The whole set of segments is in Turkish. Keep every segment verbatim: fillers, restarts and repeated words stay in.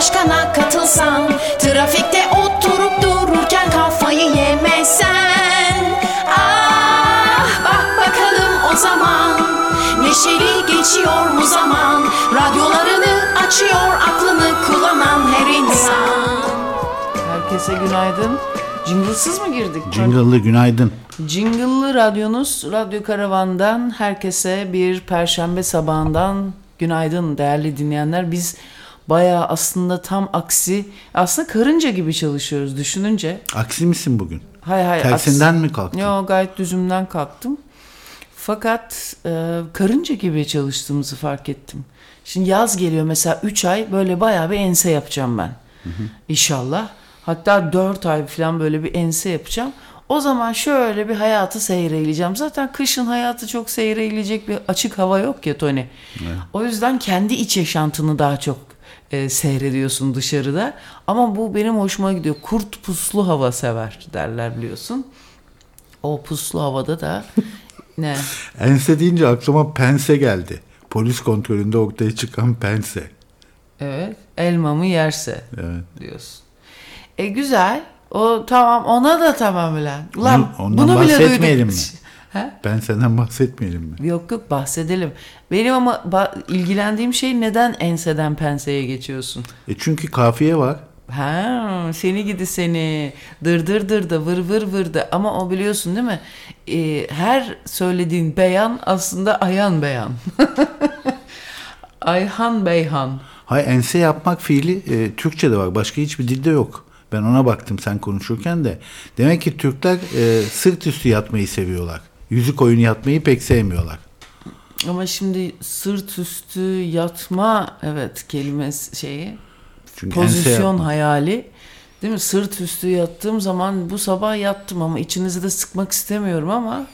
başkana katılsan, trafikte oturup dururken kafayı yemesen. Ah bak bakalım o zaman, neşeli geçiyor mu zaman? Radyolarını açıyor aklını kullanan her insan. Herkese günaydın. Jingle'sız mı girdik? Jingle'lı günaydın. Jingle'lı radyonuz Radyo Karavan'dan herkese bir perşembe sabahından günaydın değerli dinleyenler. Biz bayağı aslında tam aksi, aslında karınca gibi çalışıyoruz düşününce. Aksi misin bugün? Hay hay. Tersinden aks- mi kalktın? Yok, gayet düzümden kalktım. Fakat e, karınca gibi çalıştığımızı fark ettim. Şimdi yaz geliyor mesela, üç ay böyle bayağı bir ense yapacağım ben. Hı hı. İnşallah. Hatta dört ay falan böyle bir ense yapacağım. O zaman şöyle bir hayatı seyreyleyeceğim. Zaten kışın hayatı çok seyreyleyecek bir açık hava yok ya Tony. Evet. O yüzden kendi iç yaşantını daha çok e, seyrediyorsun dışarıda. Ama bu benim hoşuma gidiyor. Kurt puslu hava sever derler biliyorsun. O puslu havada da ne? Ense deyince aklıma pense geldi. Polis kontrolünde ortaya çıkan pense. Evet. Elmamı yerse evet. diyorsun. E güzel. O tamam, ona da tamam ulan. Ulan Ondan bunu bile bahsetmeyelim duyduk. mi? He? Penseden bahsetmeyelim mi? Yok yok, bahsedelim. Benim ama ba- ilgilendiğim şey, neden enseden penseye geçiyorsun? E çünkü kafiye var. Ha, seni gidi seni. Dır dır dır da vır vır vır da. Ama o biliyorsun değil mi? Ee, her söylediğin beyan aslında ayan beyan. Ayhan Beyhan. Hay, ense yapmak fiili e, Türkçe'de var. Başka hiçbir dilde yok. Ben ona baktım sen konuşurken de. Demek ki Türkler e, sırt üstü yatmayı seviyorlar. Yüzük oyunu yatmayı pek sevmiyorlar. Ama şimdi sırt üstü yatma, evet, kelimesi şeyi. Çünkü pozisyon hayali. Değil mi? Sırt üstü yattığım zaman, bu sabah yattım ama içinizi de sıkmak istemiyorum ama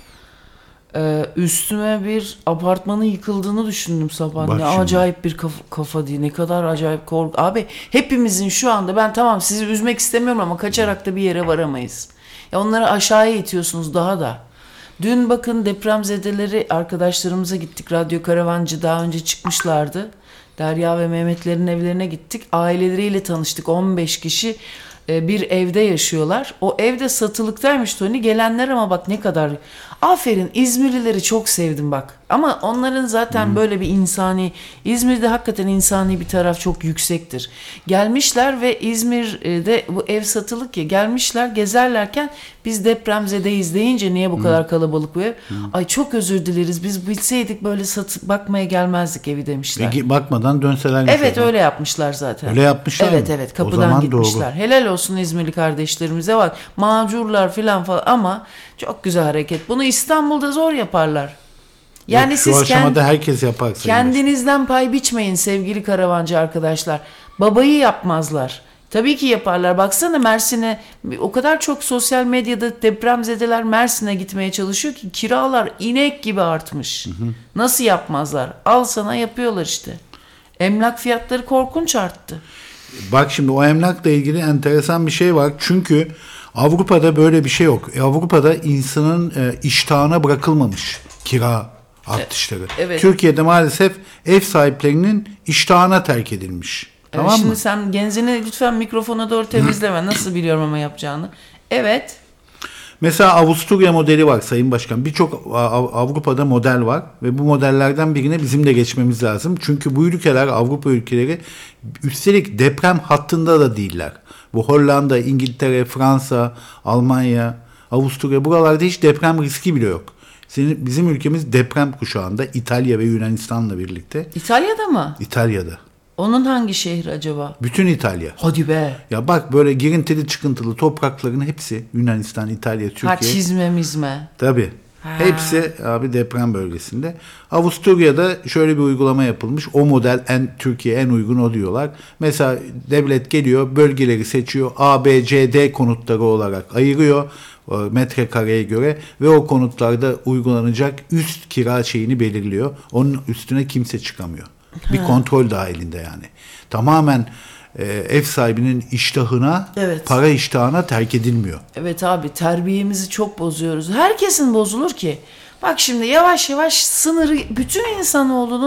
e, üstüme bir apartmanın yıkıldığını düşündüm sabah. Bak ne şimdi. Acayip bir kafa, kafa diye. Ne kadar acayip korku. Abi hepimizin şu anda, ben tamam sizi üzmek istemiyorum ama kaçarak da bir yere varamayız. Ya onları aşağıya itiyorsunuz daha da. Dün bakın depremzedeleri arkadaşlarımıza gittik. Radyo Karavancı daha önce çıkmışlardı. Derya ve Mehmetlerin evlerine gittik. Aileleriyle tanıştık. on beş kişi bir evde yaşıyorlar. O evde satılıktaymış Tony. Gelenler ama bak ne kadar... Aferin, İzmirlileri çok sevdim bak. Ama onların zaten hmm. böyle bir insani... İzmir'de hakikaten insani bir taraf çok yüksektir. Gelmişler ve İzmir'de bu ev satılık ya. Gelmişler gezerlerken biz depremzedeyiz deyince niye bu hmm. kadar kalabalık bu ev? Hmm. Ay çok özür dileriz. Biz bilseydik böyle satıp bakmaya gelmezdik evi demişler. Peki bakmadan dönseler mi? Evet, öyle yapmışlar zaten. Öyle yapmışlar Evet mı? evet, kapıdan gitmişler. Doğru. Helal olsun İzmirli kardeşlerimize, bak. Macurlar filan falan ama çok güzel hareket. Bunu İstanbul'da zor yaparlar. Yani Yok, şu siz aşamada kend- herkes yapar. Kendinizden pay biçmeyin sevgili karavancı arkadaşlar. Babayı yapmazlar. Tabii ki yaparlar. Baksana Mersin'e, o kadar çok sosyal medyada depremzedeler Mersin'e gitmeye çalışıyor ki kiralar inek gibi artmış. Hı hı. Nasıl yapmazlar? Al sana, yapıyorlar işte. Emlak fiyatları korkunç arttı. Bak şimdi o emlakla ilgili enteresan bir şey var. Çünkü Avrupa'da böyle bir şey yok. Avrupa'da insanın e, iştahına bırakılmamış kira artışları. Evet. Türkiye'de maalesef ev sahiplerinin iştahına terk edilmiş. Evet, tamam şimdi mı? sen genzini lütfen mikrofona doğru temizleme. Nasıl biliyorum ama yapacağını. Evet. Mesela Avusturya modeli var Sayın Başkan. Birçok Avrupa'da model var ve bu modellerden birine bizim de geçmemiz lazım. Çünkü bu ülkeler, Avrupa ülkeleri, üstelik deprem hattında da değiller. Bu Hollanda, İngiltere, Fransa, Almanya, Avusturya, buralarda hiç deprem riski bile yok. Senin, bizim ülkemiz deprem kuşağında, İtalya ve Yunanistan'la birlikte. İtalya'da mı? İtalya'da. Onun hangi şehri acaba? Bütün İtalya. Hadi be. Ya bak, böyle girintili çıkıntılı toprakların hepsi Yunanistan, İtalya, Türkiye. Ha, çizme mizme. Tabii. Ha. Hepsi abi deprem bölgesinde. Avusturya'da şöyle bir uygulama yapılmış. O model en Türkiye en uygun o diyorlar. Mesela devlet geliyor, bölgeleri seçiyor. A, B, C, D konutları olarak ayırıyor metrekareye göre ve o konutlarda uygulanacak üst kira şeyini belirliyor. Onun üstüne kimse çıkamıyor. Ha. Bir kontrol dahilinde yani. Tamamen e, ev sahibinin iştahına, evet. para iştahına terk edilmiyor. Evet abi, terbiyemizi çok bozuyoruz. Herkesin bozulur ki. Bak şimdi yavaş yavaş sınırı bütün insanoğlunun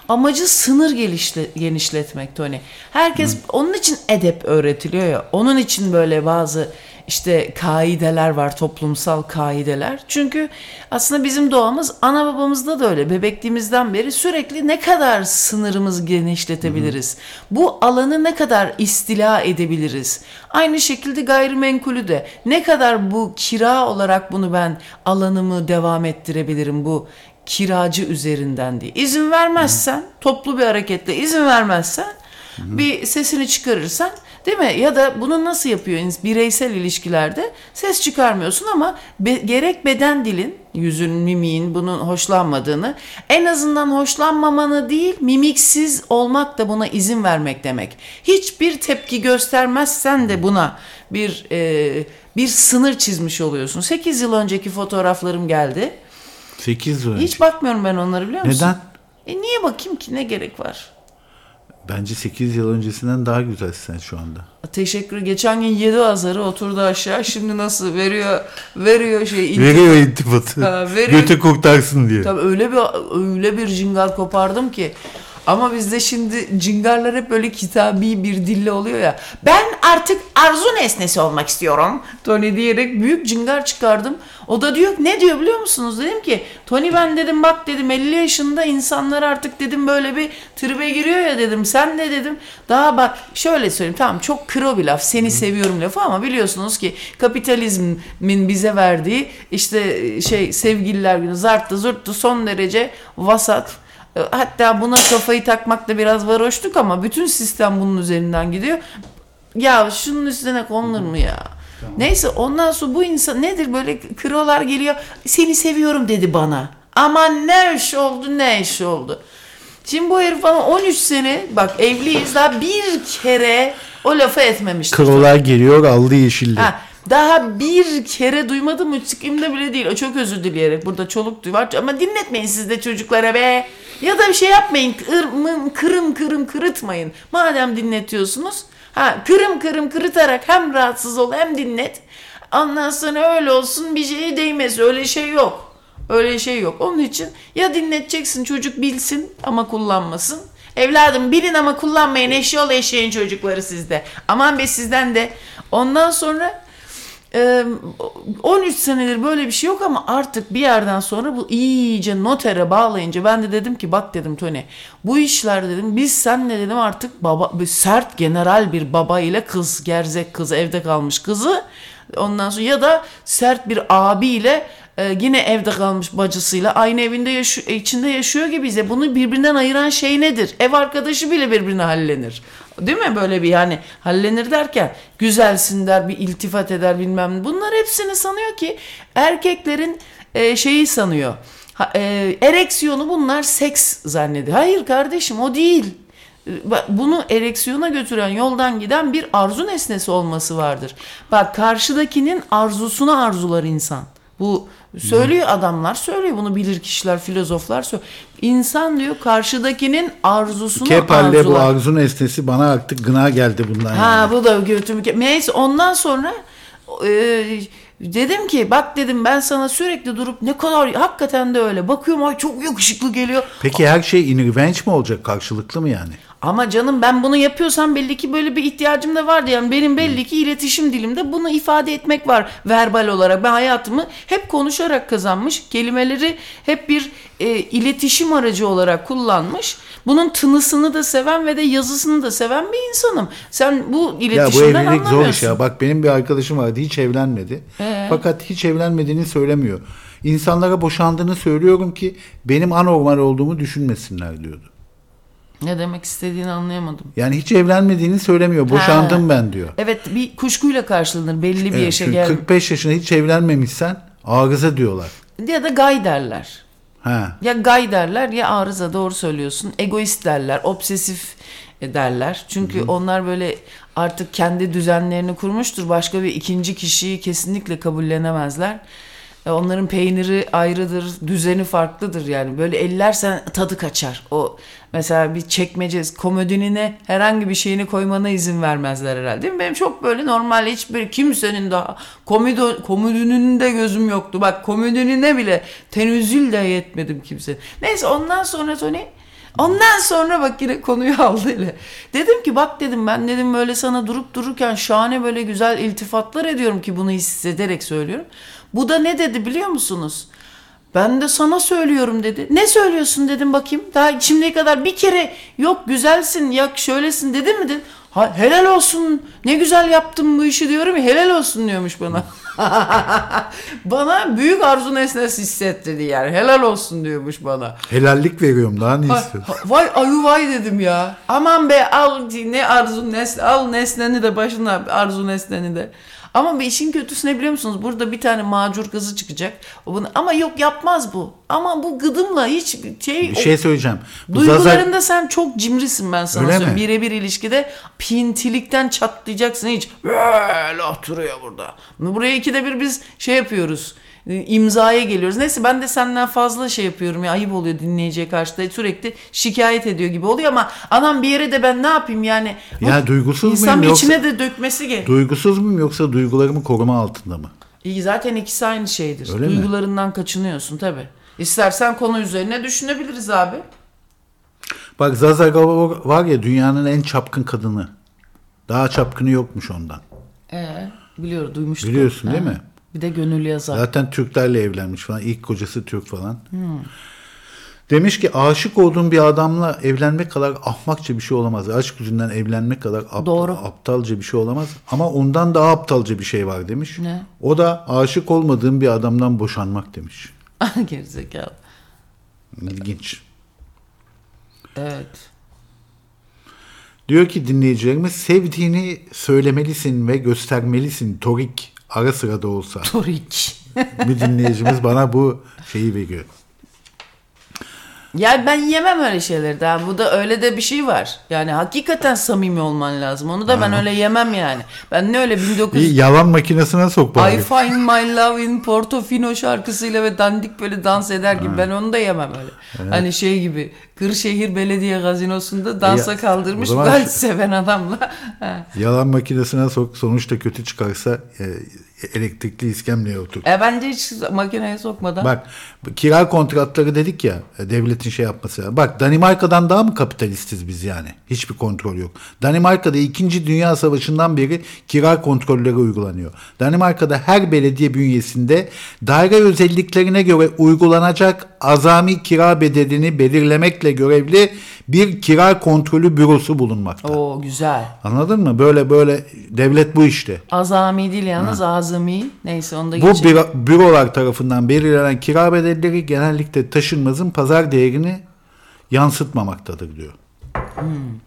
amacı sınır gelişle, genişletmek Tony. Herkes Hı. onun için edep öğretiliyor ya. Onun için böyle bazı işte kaideler var, toplumsal kaideler. Çünkü aslında bizim doğamız ana babamızda da öyle. Bebekliğimizden beri sürekli ne kadar sınırımızı genişletebiliriz? Hı hı. Bu alanı ne kadar istila edebiliriz? Aynı şekilde gayrimenkulü de ne kadar bu kira olarak bunu ben alanımı devam ettirebilirim bu kiracı üzerinden diye. İzin vermezsen, hı. toplu bir hareketle izin vermezsen, hı hı. bir sesini çıkarırsan, değil mi? Ya da bunu nasıl yapıyor bireysel ilişkilerde? Ses çıkarmıyorsun ama be, gerek beden dilin, yüzün, mimiğin bunun hoşlanmadığını, en azından hoşlanmamanı değil, mimiksiz olmak da buna izin vermek demek. Hiçbir tepki göstermezsen de buna bir e, bir sınır çizmiş oluyorsun. sekiz yıl önceki fotoğraflarım geldi. sekiz yıl önce. Hiç bakmıyorum ben onları, biliyor musun? Neden? E niye bakayım ki, ne gerek var? Bence sekiz yıl öncesinden daha güzelsin sen şu anda. Teşekkür. Geçen gün yedi azarı oturdu aşağı. Şimdi nasıl veriyor veriyor şey iltifat. Veriyor iltifatı. Ha, veriyor. Göte kurtarsın diye. Tabii öyle bir öyle bir jingal kopardım ki. Ama bizde şimdi cingarlar hep böyle kitabi bir dille oluyor ya. Ben artık arzu nesnesi olmak istiyorum Tony diyerek büyük cingar çıkardım. O da diyor, ne diyor biliyor musunuz? Dedim ki Tony, ben dedim bak dedim elli yaşında insanlar artık dedim böyle bir tribe giriyor ya dedim. Sen ne dedim? Daha bak şöyle söyleyeyim, tamam çok kro bir laf, seni seviyorum lafı, ama biliyorsunuz ki kapitalizmin bize verdiği işte şey sevgililer günü zarttı zurttu son derece vasat. Hatta buna kafayı takmakta biraz varoştuk ama bütün sistem bunun üzerinden gidiyor. Ya şunun üstüne konulur mu ya? Tamam. Neyse, ondan sonra bu insan nedir, böyle krolar geliyor. Seni seviyorum dedi bana. Aman ne iş oldu ne iş oldu. Şimdi bu herif bana on üç sene bak evliyiz, daha bir kere o lafı etmemiştir. Krolar geliyor aldı yeşilli. Ha. Daha bir kere duymadım mı, çıkımda bile değil. O çok özür dileyerek burada çoluk var ama dinletmeyin siz de çocuklara be. Ya da bir şey yapmayın, kırım kırım kırım kırıtmayın. Madem dinletiyorsunuz, ha kırım kırım kırıtarak hem rahatsız ol hem dinlet. Ondan sonra öyle olsun, bir şeye değmez, öyle şey yok. Öyle şey yok. Onun için ya dinleteceksin, çocuk bilsin ama kullanmasın. Evladım bilin ama kullanmayın, eşeğol eşeğin çocukları sizde. Aman be sizden de. Ondan sonra on üç senedir böyle bir şey yok ama artık bir yerden sonra bu iyice notere bağlayınca ben de dedim ki bak dedim Tony, bu işler dedim biz senle dedim artık baba, sert general bir baba ile kız, gerzek kız, evde kalmış kızı, ondan sonra ya da sert bir abiyle e, yine evde kalmış bacısıyla aynı evinde yaşıyor, içinde yaşıyor gibiyiz. Ya bunu birbirinden ayıran şey nedir? Ev arkadaşı bile birbirine hallenir. Değil mi? Böyle bir yani hallenir derken güzelsin der, bir iltifat eder bilmem ne. Bunlar hepsini sanıyor ki erkeklerin e, şeyi sanıyor. Ha, e, ereksiyonu bunlar seks zannediyor. Hayır kardeşim, o değil. Bunu ereksiyona götüren, yoldan giden bir arzu nesnesi olması vardır. Bak karşıdakinin arzusunu arzular insan. Bu söylüyor, adamlar söylüyor, bunu bilir kişiler, filozoflar söylüyor. İnsan diyor karşıdakinin arzusunu Kepalle arzular. Bu arzu nesnesi bana artık gına geldi bundan. Ha yani. Bu da götümü. Neyse ondan sonra e, dedim ki bak dedim ben sana sürekli durup ne kadar hakikaten de öyle bakıyorum, ay çok yakışıklı geliyor. Peki her şey in revenge mi olacak, karşılıklı mı yani? Ama canım ben bunu yapıyorsam belli ki böyle bir ihtiyacım da vardı. Yani benim belli ki iletişim dilimde bunu ifade etmek var verbal olarak. Ben hayatımı hep konuşarak kazanmış, kelimeleri hep bir e, iletişim aracı olarak kullanmış. Bunun tınısını da seven ve de yazısını da seven bir insanım. Sen bu iletişimden anlamıyorsun. Ya bu evlilik zor iş ya. ya. Bak benim bir arkadaşım vardı, hiç evlenmedi. Ee? Fakat hiç evlenmediğini söylemiyor. İnsanlara boşandığını söylüyorum ki benim anormal olduğumu düşünmesinler diyordu. Ne demek istediğini anlayamadım. Yani hiç evlenmediğini söylemiyor. Boşandım ha. ben diyor. Evet, bir kuşkuyla karşılanır belli bir evet, yaşa geldi. kırk beş yaşında hiç evlenmemişsen arıza diyorlar. Ya da gay derler. Ha. Ya gay derler ya arıza, doğru söylüyorsun. Egoist derler, obsesif derler. Çünkü Hı-hı. onlar böyle artık kendi düzenlerini kurmuştur. Başka bir ikinci kişiyi kesinlikle kabullenemezler. Onların peyniri ayrıdır, düzeni farklıdır yani. Böyle ellersen tadı kaçar. O mesela bir çekmece komodinine herhangi bir şeyini koymana izin vermezler herhalde. Değil mi? Benim çok böyle normal, hiçbir kimsenin daha komodo, komodininde gözüm yoktu. Bak komodinine bile tenüzül de yetmedim kimse. Neyse ondan sonra Tony Ondan sonra bak yine konuyu aldı ile. Dedim ki bak dedim ben dedim böyle sana durup dururken şahane böyle güzel iltifatlar ediyorum ki bunu hissederek söylüyorum. Bu da ne dedi biliyor musunuz? Ben de sana söylüyorum dedi. Ne söylüyorsun dedim bakayım. Daha şimdiye kadar bir kere yok güzelsin ya şöylesin dedi mi dedi. Ha, helal olsun ne güzel yaptım bu işi diyorum ya helal olsun diyormuş bana. Bana büyük arzu nesnesi hissettirdi yani helal olsun diyormuş bana. Helallik veriyorum daha ne istiyorsun? Vay ayu vay dedim ya. Aman be al ne arzu nesne al nesneni de başına arzu nesneni de. Ama bir işin kötüsü ne biliyor musunuz? Burada bir tane macur kızı çıkacak. O bunu, ama yok yapmaz bu. Ama bu gıdımla hiç şey... Bir şey söyleyeceğim. Bu duygularında Zaza... sen çok cimrisin ben sana Öyle söyleyeyim. mi? Birebir ilişkide pintilikten çatlayacaksın hiç. Böyle oturuyor burada. Buraya ikide bir biz şey yapıyoruz. İmzaya geliyoruz. Neyse ben de senden fazla şey yapıyorum ya ayıp oluyor dinleyiciye karşı da sürekli şikayet ediyor gibi oluyor ama anam bir yere de ben ne yapayım yani. Ya duygusuz İnsan muyum içine yoksa, de dökmesi gerekiyor. Duygusuz muyum yoksa duygularımı koruma altında mı? İyi zaten ikisi aynı şeydir. Öyle Duygularından mi? kaçınıyorsun tabii. İstersen konu üzerine düşünebiliriz abi. Bak Zaza Gabor var ya dünyanın en çapkın kadını. Daha çapkını yokmuş ondan. Ee, biliyorum duymuştum. Biliyorsun ha. değil mi? Bir de gönül yazar. Zaten Türklerle evlenmiş falan. İlk kocası Türk falan. Hmm. Demiş ki aşık olduğum bir adamla evlenmek kadar ahmakça bir şey olamaz. Aşk yüzünden evlenmek kadar aptal, Doğru. aptalca bir şey olamaz. Ama ondan daha aptalca bir şey var demiş. Ne? O da aşık olmadığım bir adamdan boşanmak demiş. Gerizekalı. İlginç. Evet. Diyor ki dinleyicilerimiz sevdiğini söylemelisin ve göstermelisin. Torik ara sıra da olsa. Torik. Bir dinleyicimiz bana bu şeyi veriyor. Ya ben yemem öyle şeyleri daha. Bu da öyle de bir şey var. Yani hakikaten samimi olman lazım. Onu da ha. ben öyle yemem yani. Ben ne öyle bin dokuz yüz... Bir yalan makinesine sok bari. I find my love in Portofino şarkısıyla ve dandik böyle dans eder gibi. Ha. Ben onu da yemem öyle. Evet. Hani şey gibi Kırşehir Belediye Gazinosı'nda dansa ya, kaldırmış ben şu... seven adamla. Yalan makinesine sok. Sonuçta kötü çıkarsa e, elektrikli iskemleye otur. E bence hiç makineye sokmadan. Bak kira kontratları dedik ya devletin şey yapması. Bak Danimarka'dan daha mı kapitalistiz biz yani? Hiçbir kontrol yok. Danimarka'da İkinci Dünya Savaşı'ndan beri kira kontrolleri uygulanıyor. Danimarka'da her belediye bünyesinde daire özelliklerine göre uygulanacak azami kira bedelini belirlemekle görevli bir kira kontrolü bürosu bulunmakta. Oo güzel. Anladın mı? Böyle böyle devlet bu işte. Azami değil yalnız ha. azami. Neyse onu da bu büro, bürolar tarafından belirlenen kira bedelleri genellikle taşınmazın pazar değerini yansıtmamaktadır diyor. Hmm.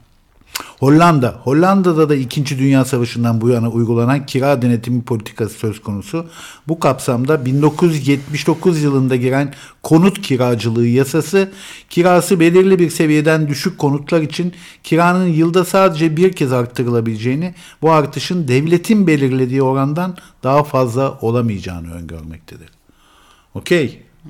Hollanda. Hollanda'da da İkinci Dünya Savaşı'ndan bu yana uygulanan kira denetimi politikası söz konusu. Bu kapsamda bin dokuz yüz yetmiş dokuz yılında giren konut kiracılığı yasası kirası belirli bir seviyeden düşük konutlar için kiranın yılda sadece bir kez arttırılabileceğini, bu artışın devletin belirlediği orandan daha fazla olamayacağını öngörmektedir. Okey. Hmm.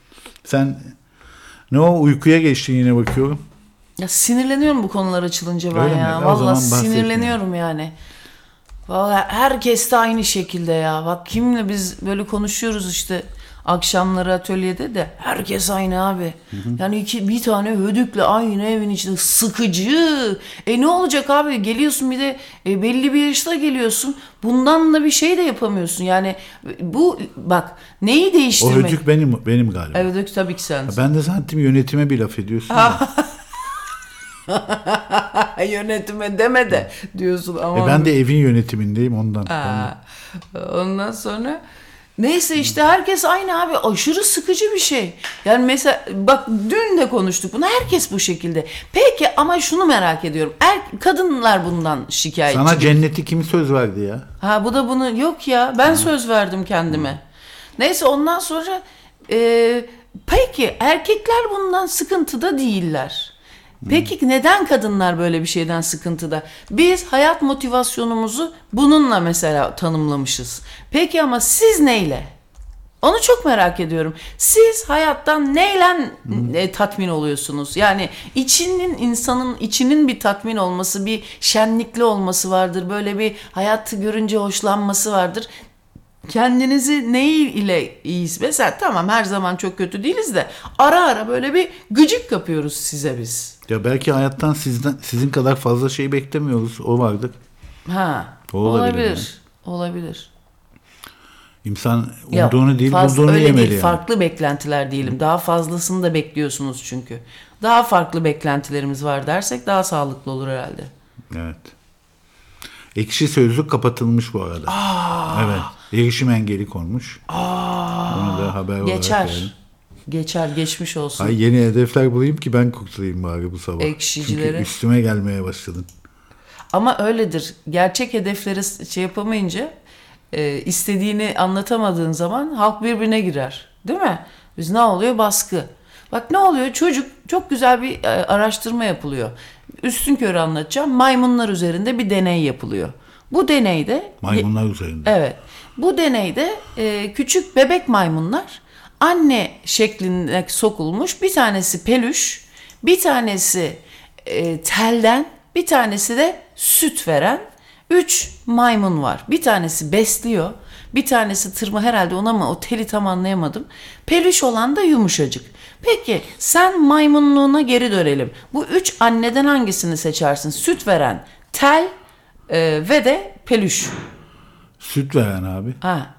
Sen ne o uykuya geçtin yine bakıyorum. Ya sinirleniyorum bu konular açılınca ben Öyle ya. Mi? Vallahi sinirleniyorum yani. Vallahi herkes de aynı şekilde ya. Bak kimle biz böyle konuşuyoruz işte akşamları atölyede de herkes aynı abi. Hı hı. Yani iki, bir tane hödükle aynı evin içinde sıkıcı. E ne olacak abi? Geliyorsun bir de e, belli bir yaşta geliyorsun. Bundan da bir şey de yapamıyorsun. Yani bu bak neyi değiştirmek? O hödük benim benim galiba. Evet hödük tabii ki sensin. Ben de zannettim yönetime bir laf ediyorsun. Yönetime deme de diyorsun ama. E ben de evin yönetimindeyim ondan. Ha. Ondan sonra neyse işte herkes aynı abi. Aşırı sıkıcı bir şey. Yani mesela bak dün de konuştuk bunu. Herkes bu şekilde. Peki ama şunu merak ediyorum. Er, kadınlar bundan şikayetçi. Sana cenneti kim söz verdi ya? Ha bu da bunu yok ya. Ben ha. söz verdim kendime. Ha. Neyse ondan sonra e, peki erkekler bundan sıkıntıda değiller. Peki neden kadınlar böyle bir şeyden sıkıntıda? Biz hayat motivasyonumuzu bununla mesela tanımlamışız. Peki ama siz neyle? Onu çok merak ediyorum. Siz hayattan neyle e, tatmin oluyorsunuz? Yani içinin insanın içinin bir tatmin olması, bir şenlikli olması vardır. Böyle bir hayatı görünce hoşlanması vardır. kendinizi ne ile iyiyiz? Mesela tamam her zaman çok kötü değiliz de ara ara böyle bir gıcık kapıyoruz size biz. Ya belki hayattan sizden sizin kadar fazla şey beklemiyoruz. O vardır. Ha. O olabilir. Olabilir. Yani. Olabilir. İnsan umduğunu değil fazla, bulduğunu öyle yemeli değil, yani. Farklı beklentiler diyelim. Daha fazlasını da bekliyorsunuz çünkü. Daha farklı beklentilerimiz var dersek daha sağlıklı olur herhalde. Evet. Ekşi Sözlük kapatılmış bu arada. Aa. Evet. Erişim engeli konmuş. Aa. Onu da haber Geçer. olarak verelim. Geçer. Geçmiş olsun. Ay, yeni hedefler bulayım ki ben kurtulayım bari bu sabah. Ekşicileri. Çünkü üstüme gelmeye başladın. Ama öyledir. Gerçek hedefleri şey yapamayınca e, istediğini anlatamadığın zaman halk birbirine girer. Değil mi? Biz ne oluyor? Baskı. Bak ne oluyor? Çocuk çok güzel bir e, araştırma yapılıyor. Üstünkörü anlatacağım. Maymunlar üzerinde bir deney yapılıyor. Bu deneyde... Maymunlar üzerinde. Evet. Bu deneyde e, küçük bebek maymunlar anne şeklinde sokulmuş. Bir tanesi peluş, bir tanesi e, telden, bir tanesi de süt veren üç maymun var. Bir tanesi besliyor, bir tanesi tırma herhalde ona mı o teli tam anlayamadım. Peluş olan da yumuşacık. Peki sen maymunluğuna geri dönelim. Bu üç anneden hangisini seçersin? Süt veren, tel e, ve de peluş. Süt veren abi. Ha.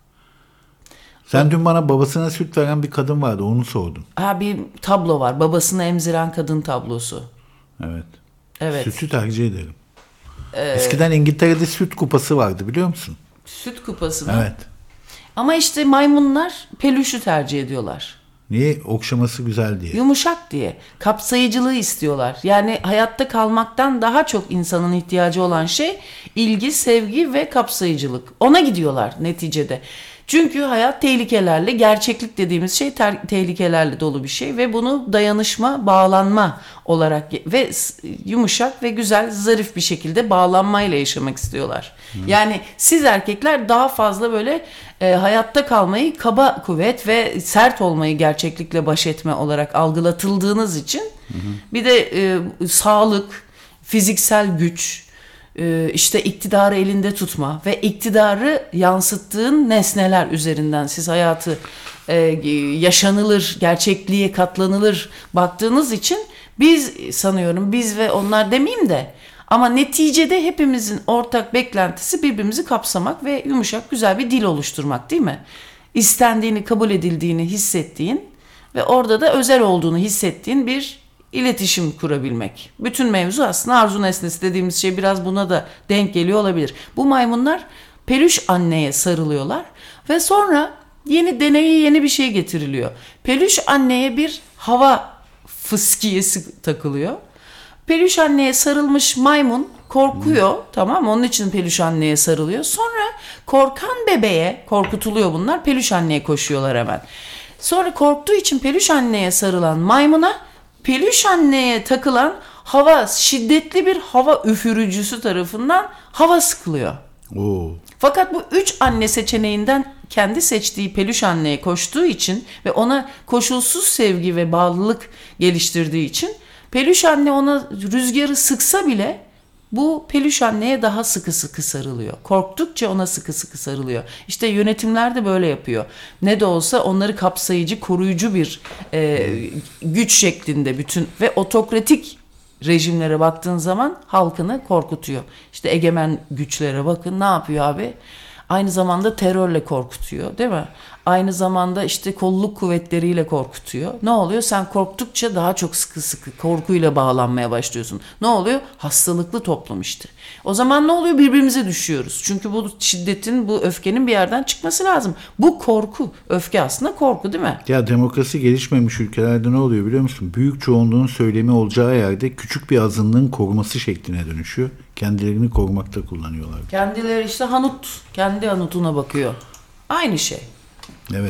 Sen dün bana babasına süt veren bir kadın vardı, onu sordun. Ha bir tablo var. Babasını emziren kadın tablosu. Evet. Evet. Sütü tercih ederim. Ee, Eskiden İngiltere'de süt kupası vardı, biliyor musun? Süt kupası mı? Evet. Ama işte maymunlar peluşu tercih ediyorlar. Niye? Okşaması güzel diye. Yumuşak diye. Kapsayıcılığı istiyorlar. Yani hayatta kalmaktan daha çok insanın ihtiyacı olan şey ilgi, sevgi ve kapsayıcılık. Ona gidiyorlar neticede. Çünkü hayat tehlikelerle, gerçeklik dediğimiz şey ter- tehlikelerle dolu bir şey ve bunu dayanışma, bağlanma olarak ve yumuşak ve güzel, zarif bir şekilde bağlanmayla yaşamak istiyorlar. Hı. Yani siz erkekler daha fazla böyle e, hayatta kalmayı, kaba kuvvet ve sert olmayı gerçeklikle baş etme olarak algılatıldığınız için hı hı. bir de e, sağlık, fiziksel güç, işte iktidarı elinde tutma ve iktidarı yansıttığın nesneler üzerinden siz hayatı e, yaşanılır, gerçekliğe katlanılır baktığınız için biz sanıyorum biz ve onlar demeyeyim de ama neticede hepimizin ortak beklentisi birbirimizi kapsamak ve yumuşak güzel bir dil oluşturmak, değil mi? İstendiğini, kabul edildiğini hissettiğin ve orada da özel olduğunu hissettiğin bir İletişim kurabilmek. Bütün mevzu aslında arzu nesnesi dediğimiz şey biraz buna da denk geliyor olabilir. Bu maymunlar peluş anneye sarılıyorlar ve sonra yeni deneyi yeni bir şey getiriliyor. Peluş anneye bir hava fıskiyesi takılıyor. Peluş anneye sarılmış maymun korkuyor, hmm. tamam, onun için peluş anneye sarılıyor. Sonra korkan bebeğe, korkutuluyor bunlar, peluş anneye koşuyorlar hemen. Sonra korktuğu için peluş anneye sarılan maymuna peluş anneye takılan hava, şiddetli bir hava üfürücüsü tarafından hava sıkılıyor. Oo. Fakat bu üç anne seçeneğinden kendi seçtiği peluş anneye koştuğu için ve ona koşulsuz sevgi ve bağlılık geliştirdiği için peluş anne ona rüzgarı sıksa bile bu peluş anneye daha sıkı sıkı sarılıyor. Korktukça ona sıkı sıkı sarılıyor. İşte yönetimler de böyle yapıyor. Ne de olsa onları kapsayıcı, koruyucu bir e, güç şeklinde bütün ve otokratik rejimlere baktığın zaman halkını korkutuyor. İşte egemen güçlere bakın ne yapıyor abi? Aynı zamanda terörle korkutuyor, değil mi? Aynı zamanda işte kolluk kuvvetleriyle korkutuyor. Ne oluyor? Sen korktukça daha çok sıkı sıkı korkuyla bağlanmaya başlıyorsun. Ne oluyor? Hastalıklı toplum işte. O zaman ne oluyor? Birbirimize düşüyoruz. Çünkü bu şiddetin, bu öfkenin bir yerden çıkması lazım. Bu korku, öfke aslında korku, değil mi? Ya demokrasi gelişmemiş ülkelerde ne oluyor biliyor musun? Büyük çoğunluğun söylemi olacağı yerde küçük bir azınlığın koruması şekline dönüşüyor. Kendilerini korumakta kullanıyorlar. Kendileri işte hanut, kendi hanutuna bakıyor. Aynı şey. Evet.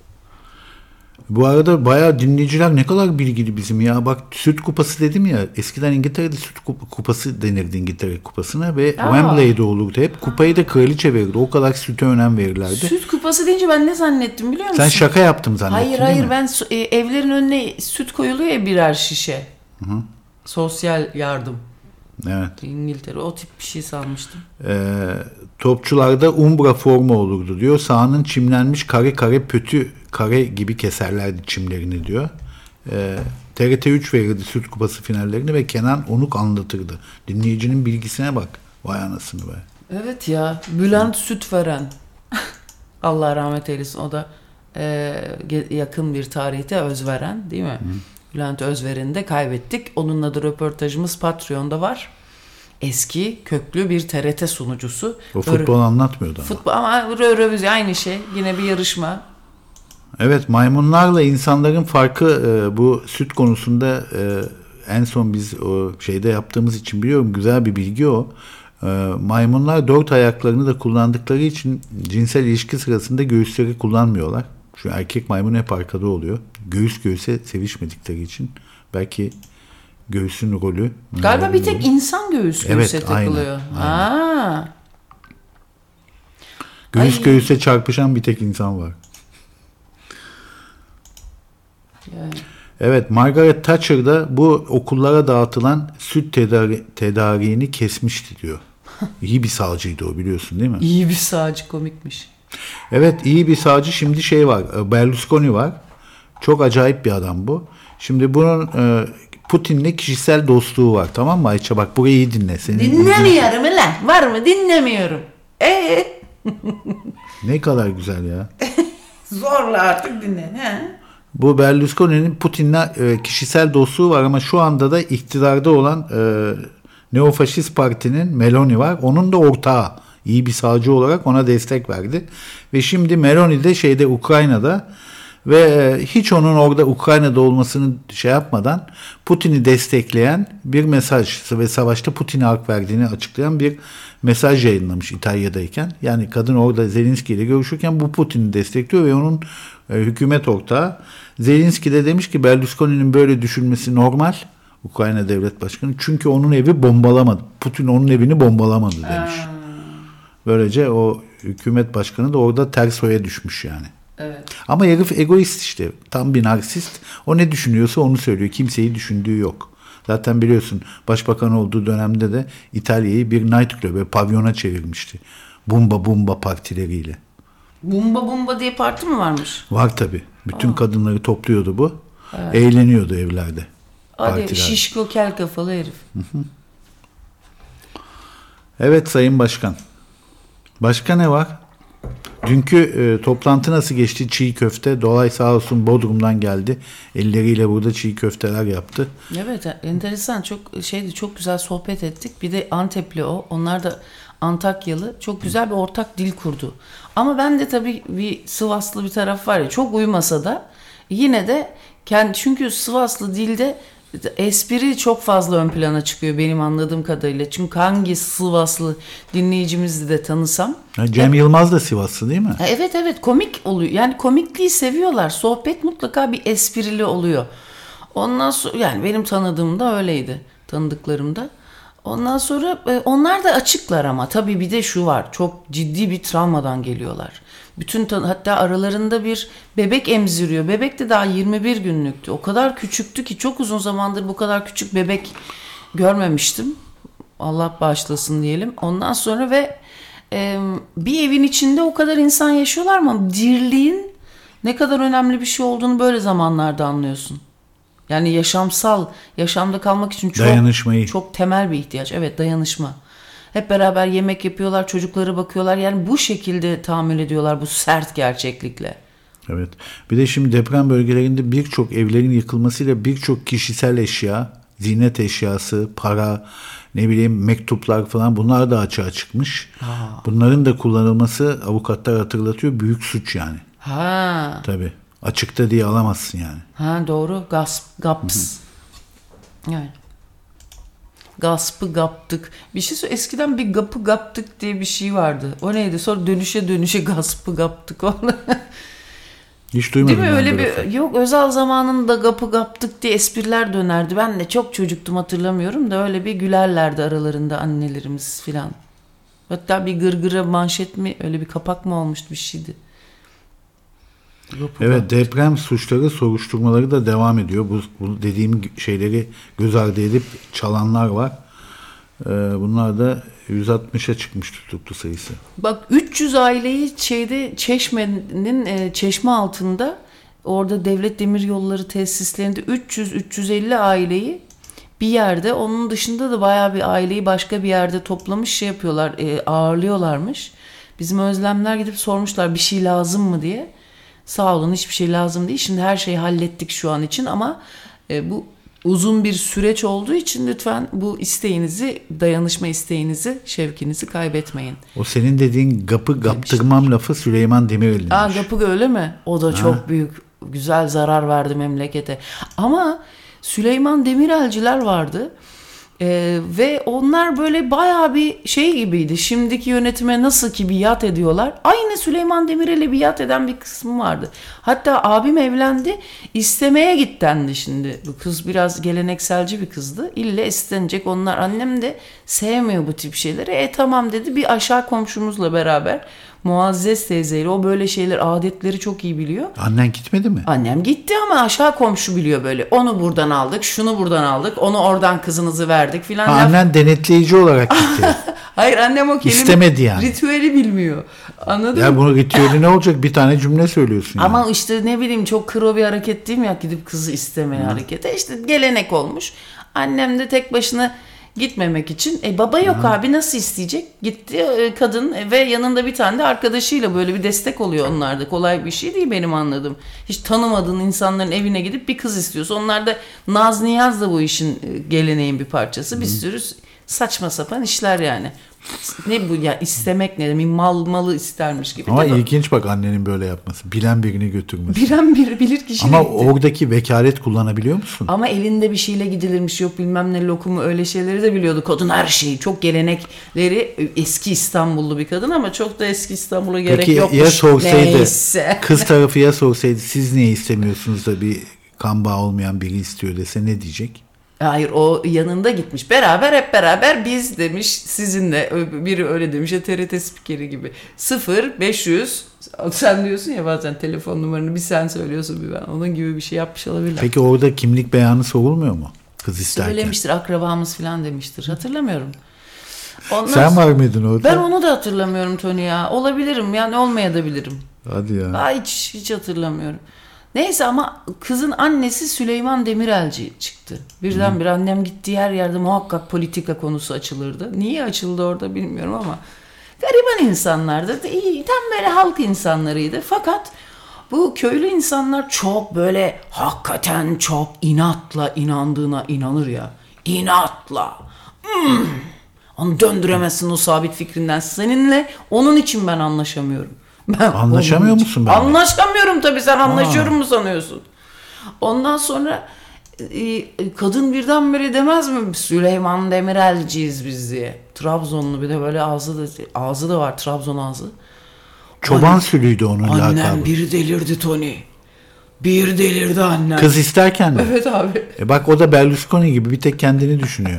Bu arada bayağı dinleyiciler ne kadar bilgili bizim ya. Bak süt kupası dedim ya. Eskiden İngiltere'de süt kupası denirdi İngiltere kupasına ve Aa. Wembley'de olurdu hep. Kupayı da kraliçe verirdi. O kadar süte önem verirlerdi. Süt kupası deyince ben ne zannettim biliyor musun? Sen şaka yaptım zannettin, hayır, değil hayır, mi? Ben e, evlerin önüne süt koyuluyor ya birer şişe. Hı hı. Sosyal yardım. Evet. İngiltere o tip bir şey sanmıştım. Ee, topçularda umbra formu olurdu diyor. Sahanın çimlenmiş kare kare pötü kare gibi keserlerdi çimlerini diyor. Ee, T R T üç verirdi Süt Kupası finallerini ve Kenan Onuk anlatırdı. Dinleyicinin bilgisine bak. Vay anasını be. Evet ya. Bülent Sütveren. Allah rahmet eylesin. O da e, yakın bir tarihte Özveren değil mi? Hı. Bülent Özveren'i de kaybettik. Onunla da röportajımız Patreon'da var. Eski köklü bir T R T sunucusu. O futbol Öyle, anlatmıyordu ama. Futbol ama Eurovision aynı şey. Yine bir yarışma. Evet, maymunlarla insanların farkı e, bu süt konusunda e, en son biz o şeyde yaptığımız için biliyorum, güzel bir bilgi o. E, maymunlar dört ayaklarını da kullandıkları için cinsel ilişki sırasında göğüsleri kullanmıyorlar. Şu erkek maymun hep arkada oluyor. Göğüs göğüse sevişmedikleri için belki göğsün rolü. Galiba bir tek rolü. insan göğüs göğüse evet, takılıyor. Aynen, aynen. Göğüs Ay. göğüse çarpışan bir tek insan var. Yani. Evet, Margaret Thatcher da bu okullara dağıtılan süt tedari- tedariğini kesmişti diyor. İyi bir sağcıydı o, biliyorsun değil mi? İyi bir sağcı, komikmiş. Evet, iyi bir sağcı. Şimdi şey var, Berlusconi var. Çok acayip bir adam bu. Şimdi bunun e, Putin'le kişisel dostluğu var, tamam mı Ayça? Bak burayı iyi dinle. Senin Dinlemiyorum lan. Var mı? Dinlemiyorum. Eee? Ne kadar güzel ya. Zorla artık dinle. He? Bu Berlusconi'nin Putin'le e, kişisel dostluğu var ama şu anda da iktidarda olan e, Neofaşist Parti'nin Meloni var. Onun da ortağı. İyi bir sağcı olarak ona destek verdi. Ve şimdi Meloni de şeyde Ukrayna'da ve e, hiç onun orada Ukrayna'da olmasını şey yapmadan Putin'i destekleyen bir mesaj ve savaşta Putin'e hak verdiğini açıklayan bir mesaj yayınlamış İtalya'dayken. Yani kadın orada Zelenski ile görüşürken bu Putin'i destekliyor ve onun e, hükümet ortağı. Zelenski de demiş ki Berlusconi'nin böyle düşünmesi normal, Ukrayna Devlet Başkanı, çünkü onun evi bombalamadı. Putin onun evini bombalamadı demiş. Hmm. Böylece o hükümet başkanı da orada ters oya düşmüş yani. Evet. Ama herif egoist işte. Tam bir narsist. O ne düşünüyorsa onu söylüyor. Kimseyi düşündüğü yok. Zaten biliyorsun başbakan olduğu dönemde de İtalya'yı bir night club'e, pavyona çevirmişti. Bumba bumba partileriyle. Bumba bumba diye parti mi varmış? Var tabii. Bütün Aa. kadınları topluyordu bu. Evet. Eğleniyordu evlerde. Hadi partilerde. Şişko kel kafalı herif. Hı hı. Evet Sayın Başkan. Başka ne var? Dünkü e, toplantı nasıl geçti? Çiğ köfte. Dolay sağ olsun Bodrum'dan geldi. Elleriyle burada çiğ köfteler yaptı. Evet, enteresan. Çok şeydi, çok güzel sohbet ettik. Bir de Antepli o. Onlar da Antakyalı. Çok güzel bir ortak dil kurdu. Ama ben de tabii bir Sivaslı bir taraf var ya, çok uymasa da yine de kendi, çünkü Sivaslı dilde espri çok fazla ön plana çıkıyor benim anladığım kadarıyla. Çünkü hangi Sivaslı dinleyicimizi de tanısam. Cem Yılmaz da Sivaslı değil mi? Evet evet, komik oluyor. Yani komikliği seviyorlar. Sohbet mutlaka bir esprili oluyor. Ondan sonra yani benim tanıdığımda öyleydi. Tanıdıklarımda. Ondan sonra onlar da açıklar ama tabii bir de şu var. Çok ciddi bir travmadan geliyorlar. Bütün hatta aralarında bir bebek emziriyor. Bebek de daha yirmi bir günlüktü. O kadar küçüktü ki çok uzun zamandır bu kadar küçük bebek görmemiştim. Allah bağışlasın diyelim. Ondan sonra ve e, bir evin içinde o kadar insan yaşıyorlar ama dirliğin ne kadar önemli bir şey olduğunu böyle zamanlarda anlıyorsun. Yani yaşamsal, yaşamda kalmak için çok dayanışmayı. Çok temel bir ihtiyaç. Evet, dayanışma. Hep beraber yemek yapıyorlar, çocukları bakıyorlar. Yani bu şekilde tahammül ediyorlar bu sert gerçeklikle. Evet. Bir de şimdi deprem bölgelerinde birçok evlerin yıkılmasıyla birçok kişisel eşya, ziynet eşyası, para, ne bileyim mektuplar falan, bunlar da açığa çıkmış. Ha. Bunların da kullanılması, avukatlar hatırlatıyor, büyük suç yani. Ha. Tabii. Açıkta diye alamazsın yani. Ha doğru. Gasp, gaps. Yani. Gaspı gaptık. Bir şey söyle, eskiden bir gapı gaptık diye bir şey vardı. O neydi? Sonra dönüşe dönüşe gaspı gaptık. Hiç duymadım. Değil mi? Öyle bir lafı. Yok, Özal zamanında gapı gaptık diye espriler dönerdi. Ben de çok çocuktum, hatırlamıyorum da öyle bir gülerlerdi aralarında annelerimiz filan. Hatta bir gırgıra manşet mi, öyle bir kapak mı olmuştu, bir şeydi. Gapı evet gaptık. Deprem suçları soruşturmaları da devam ediyor. Bu, bu dediğim şeyleri göz ardı edip çalanlar var. Ee, bunlar da yüz altmışa çıkmış tutuklu sayısı. Bak üç yüz aileyi şeyde Çeşme'nin e, Çeşme altında orada devlet demiryolları tesislerinde üç yüz üç yüz elli aileyi bir yerde, onun dışında da bayağı bir aileyi başka bir yerde toplamış şey yapıyorlar, e, ağırlıyorlarmış. Bizim Özlemler gidip sormuşlar bir şey lazım mı diye. Sağ olun, hiçbir şey lazım değil. Şimdi her şeyi hallettik şu an için ama e, bu uzun bir süreç olduğu için lütfen bu isteğinizi, dayanışma isteğinizi, şevkinizi kaybetmeyin. O senin dediğin gapı gaptırmam lafı Süleyman Demirel'inmiş. Aa, gapı öyle mi? O da ha. Çok büyük, güzel zarar verdi memlekete. Ama Süleyman Demirelciler vardı. Ee, ve onlar böyle bayağı bir şey gibiydi. Şimdiki yönetime nasıl ki biat ediyorlar. Aynı Süleyman Demirel'e biat eden bir kısmı vardı. Hatta abim evlendi. İstemeye git dendi şimdi. Bu kız biraz gelenekselci bir kızdı. İlle istenecek onlar. Annem de sevmiyor bu tip şeyleri. E tamam dedi. Bir aşağı komşumuzla beraber Muazzez teyzeyle, o böyle şeyler, adetleri çok iyi biliyor. Annen gitmedi mi? Annem gitti ama aşağı komşu biliyor böyle. Onu buradan aldık, şunu buradan aldık, onu oradan kızınızı verdik filan. Ha, annen denetleyici olarak gitti. Hayır, annem o kelime İstemedi yani. Ritüeli bilmiyor. Anladın ya mı? bunun ritüeli ne olacak? Bir tane cümle söylüyorsun. Ama yani. işte ne bileyim, çok kro bir hareket değil mi ya, gidip kızı istemeye harekete. İşte gelenek olmuş. Annem de tek başına gitmemek için. E baba yok Hı. abi nasıl isteyecek? Gitti e, kadın ve yanında bir tane de arkadaşıyla böyle bir destek oluyor onlarda. Kolay bir şey değil benim anladığım. Hiç tanımadığın insanların evine gidip bir kız istiyorsun. Onlar da naz niyaz da bu işin e, geleneğin bir parçası. Hı. Bir sürü saçma sapan işler yani. Ne bu ya, istemek ne demek, mal malı istermiş gibi. Ama ilginç bak annenin böyle yapması. Bilen birini götürmesi. Bilen biri bilir kişiyle Ama gitti. oradaki vekalet kullanabiliyor musun? Ama elinde bir şeyle gidilirmiş, yok bilmem ne lokumu, öyle şeyleri de biliyordu. Kadın her şeyi, çok gelenekleri, eski İstanbullu bir kadın ama çok da eski İstanbul'a gerek Peki, yokmuş. ya sorsaydı, neyse. Kız tarafı ya sorsaydı siz niye istemiyorsunuz da bir kan bağı olmayan biri istiyor dese ne diyecek? Hayır, o yanında gitmiş. Beraber hep beraber biz demiş sizinle. Biri öyle demiş ya, T R T spikeri gibi. sıfır beş yüz sen diyorsun ya bazen telefon numaranı bir sen söylüyorsun bir ben. Onun gibi bir şey yapmış olabilir. Peki orada kimlik beyanı sorulmuyor mu? Kız isterken. Söylemiştir, akrabamız falan demiştir. Hatırlamıyorum. Ondan sen var mıydın orada? Ben onu da hatırlamıyorum Tony ya. Olabilirim yani, olmayabilirim. Hadi ya. Aa, hiç, hiç hatırlamıyorum. Neyse ama kızın annesi Süleyman Demirelci çıktı. Birdenbire annem gittiği her yerde muhakkak politika konusu açılırdı. Niye açıldı orada bilmiyorum ama gariban insanlardı. İyi, tam böyle halk insanlarıydı. Fakat bu köylü insanlar çok böyle hakikaten çok inatla inandığına inanır ya. İnatla. Hmm. Onu döndüremezsin o sabit fikrinden. Seninle onun için ben anlaşamıyorum. Ben anlaşamıyor musun ben? Anlaşamıyorum tabii, sen anlaşıyorum mu sanıyorsun? Ondan sonra e, kadın birdenbire demez mi Süleyman Demirelciyiz biz diye. Trabzonlu bir de böyle ağzı da ağzı da var, Trabzon ağzı. Çoban sülüydü onun lakabı. Annem bir delirdi Tony. Bir delirdi annem. Kız isterken de. Evet abi. E bak o da Berlusconi gibi bir tek kendini düşünüyor.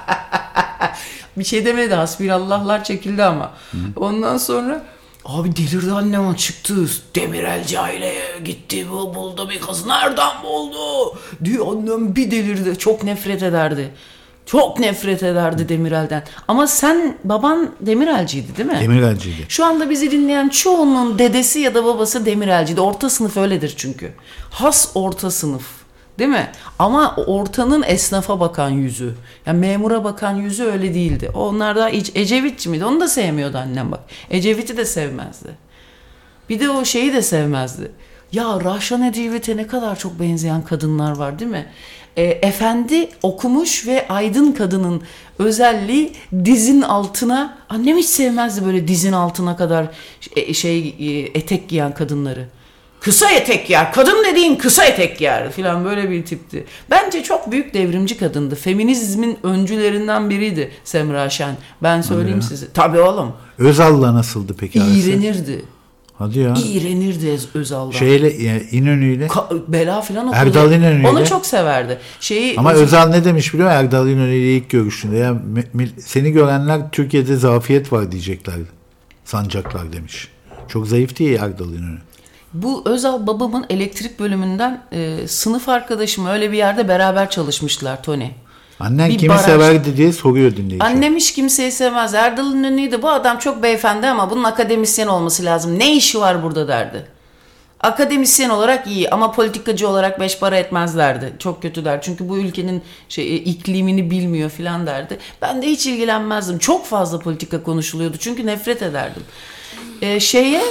Bir şey demedi, hasbinallahlar çekildi ama. Hı. Ondan sonra abi delirdi annem, o çıktı. Demirelci aileye gitti, bu buldu bir kız, nereden buldu diyor. Annem bir delirdi, çok nefret ederdi. Çok nefret ederdi Demirel'den. Ama sen, baban Demirelciydi değil mi? Demirelciydi. Şu anda bizi dinleyen çoğunun dedesi ya da babası Demirelciydi. Orta sınıf öyledir çünkü. Has orta sınıf. Değil mi? Ama ortanın esnafa bakan yüzü. Yani memura bakan yüzü öyle değildi. Onlar da Ecevitçi miydi? Onu da sevmiyordu annem bak. Ecevit'i de sevmezdi. Bir de o şeyi de sevmezdi. Ya Rahşan Ecevit'e ne kadar çok benzeyen kadınlar var değil mi? E, efendi okumuş ve aydın kadının özelliği dizin altına. Annem hiç sevmezdi böyle dizin altına kadar şey etek giyen kadınları. Kısa etek giyer. Kadın dediğin kısa etek giyer filan, böyle bir tipti. Bence çok büyük devrimci kadındı. Feminizmin öncülerinden biriydi Semra Şen. Ben söyleyeyim Hadi size. Ya. Tabii oğlum. Özal'la nasıldı peki? İğrenirdi. Hadi ya. İğrenirdi Özal'dan. Şeyle yani İnönü'yle. Ka- bela filan okudu. Erdal İnönü'yle. Onu çok severdi. Şeyi, Ama Özal, Özal ne demiş biliyor musun? Erdal İnönü'yle ilk görüşünde. Ya, seni görenler Türkiye'de zafiyet var diyeceklerdi. Sancaklar demiş. Çok zayıf diye Erdal İnönü. Bu Özal babamın elektrik bölümünden e, sınıf arkadaşım, öyle bir yerde beraber çalışmışlar Tony. Annen bir kimi baraj. severdi diye soruyor dinleyici. Annem hiç kimseyi sevmez. Erdal İnönü'ydü. Bu adam çok beyefendi ama bunun akademisyen olması lazım. Ne işi var burada derdi. Akademisyen olarak iyi ama politikacı olarak beş para etmezlerdi. Çok kötüler. Çünkü bu ülkenin şey, iklimini bilmiyor filan derdi. Ben de hiç ilgilenmezdim. Çok fazla politika konuşuluyordu. Çünkü nefret ederdim. Ee, şeye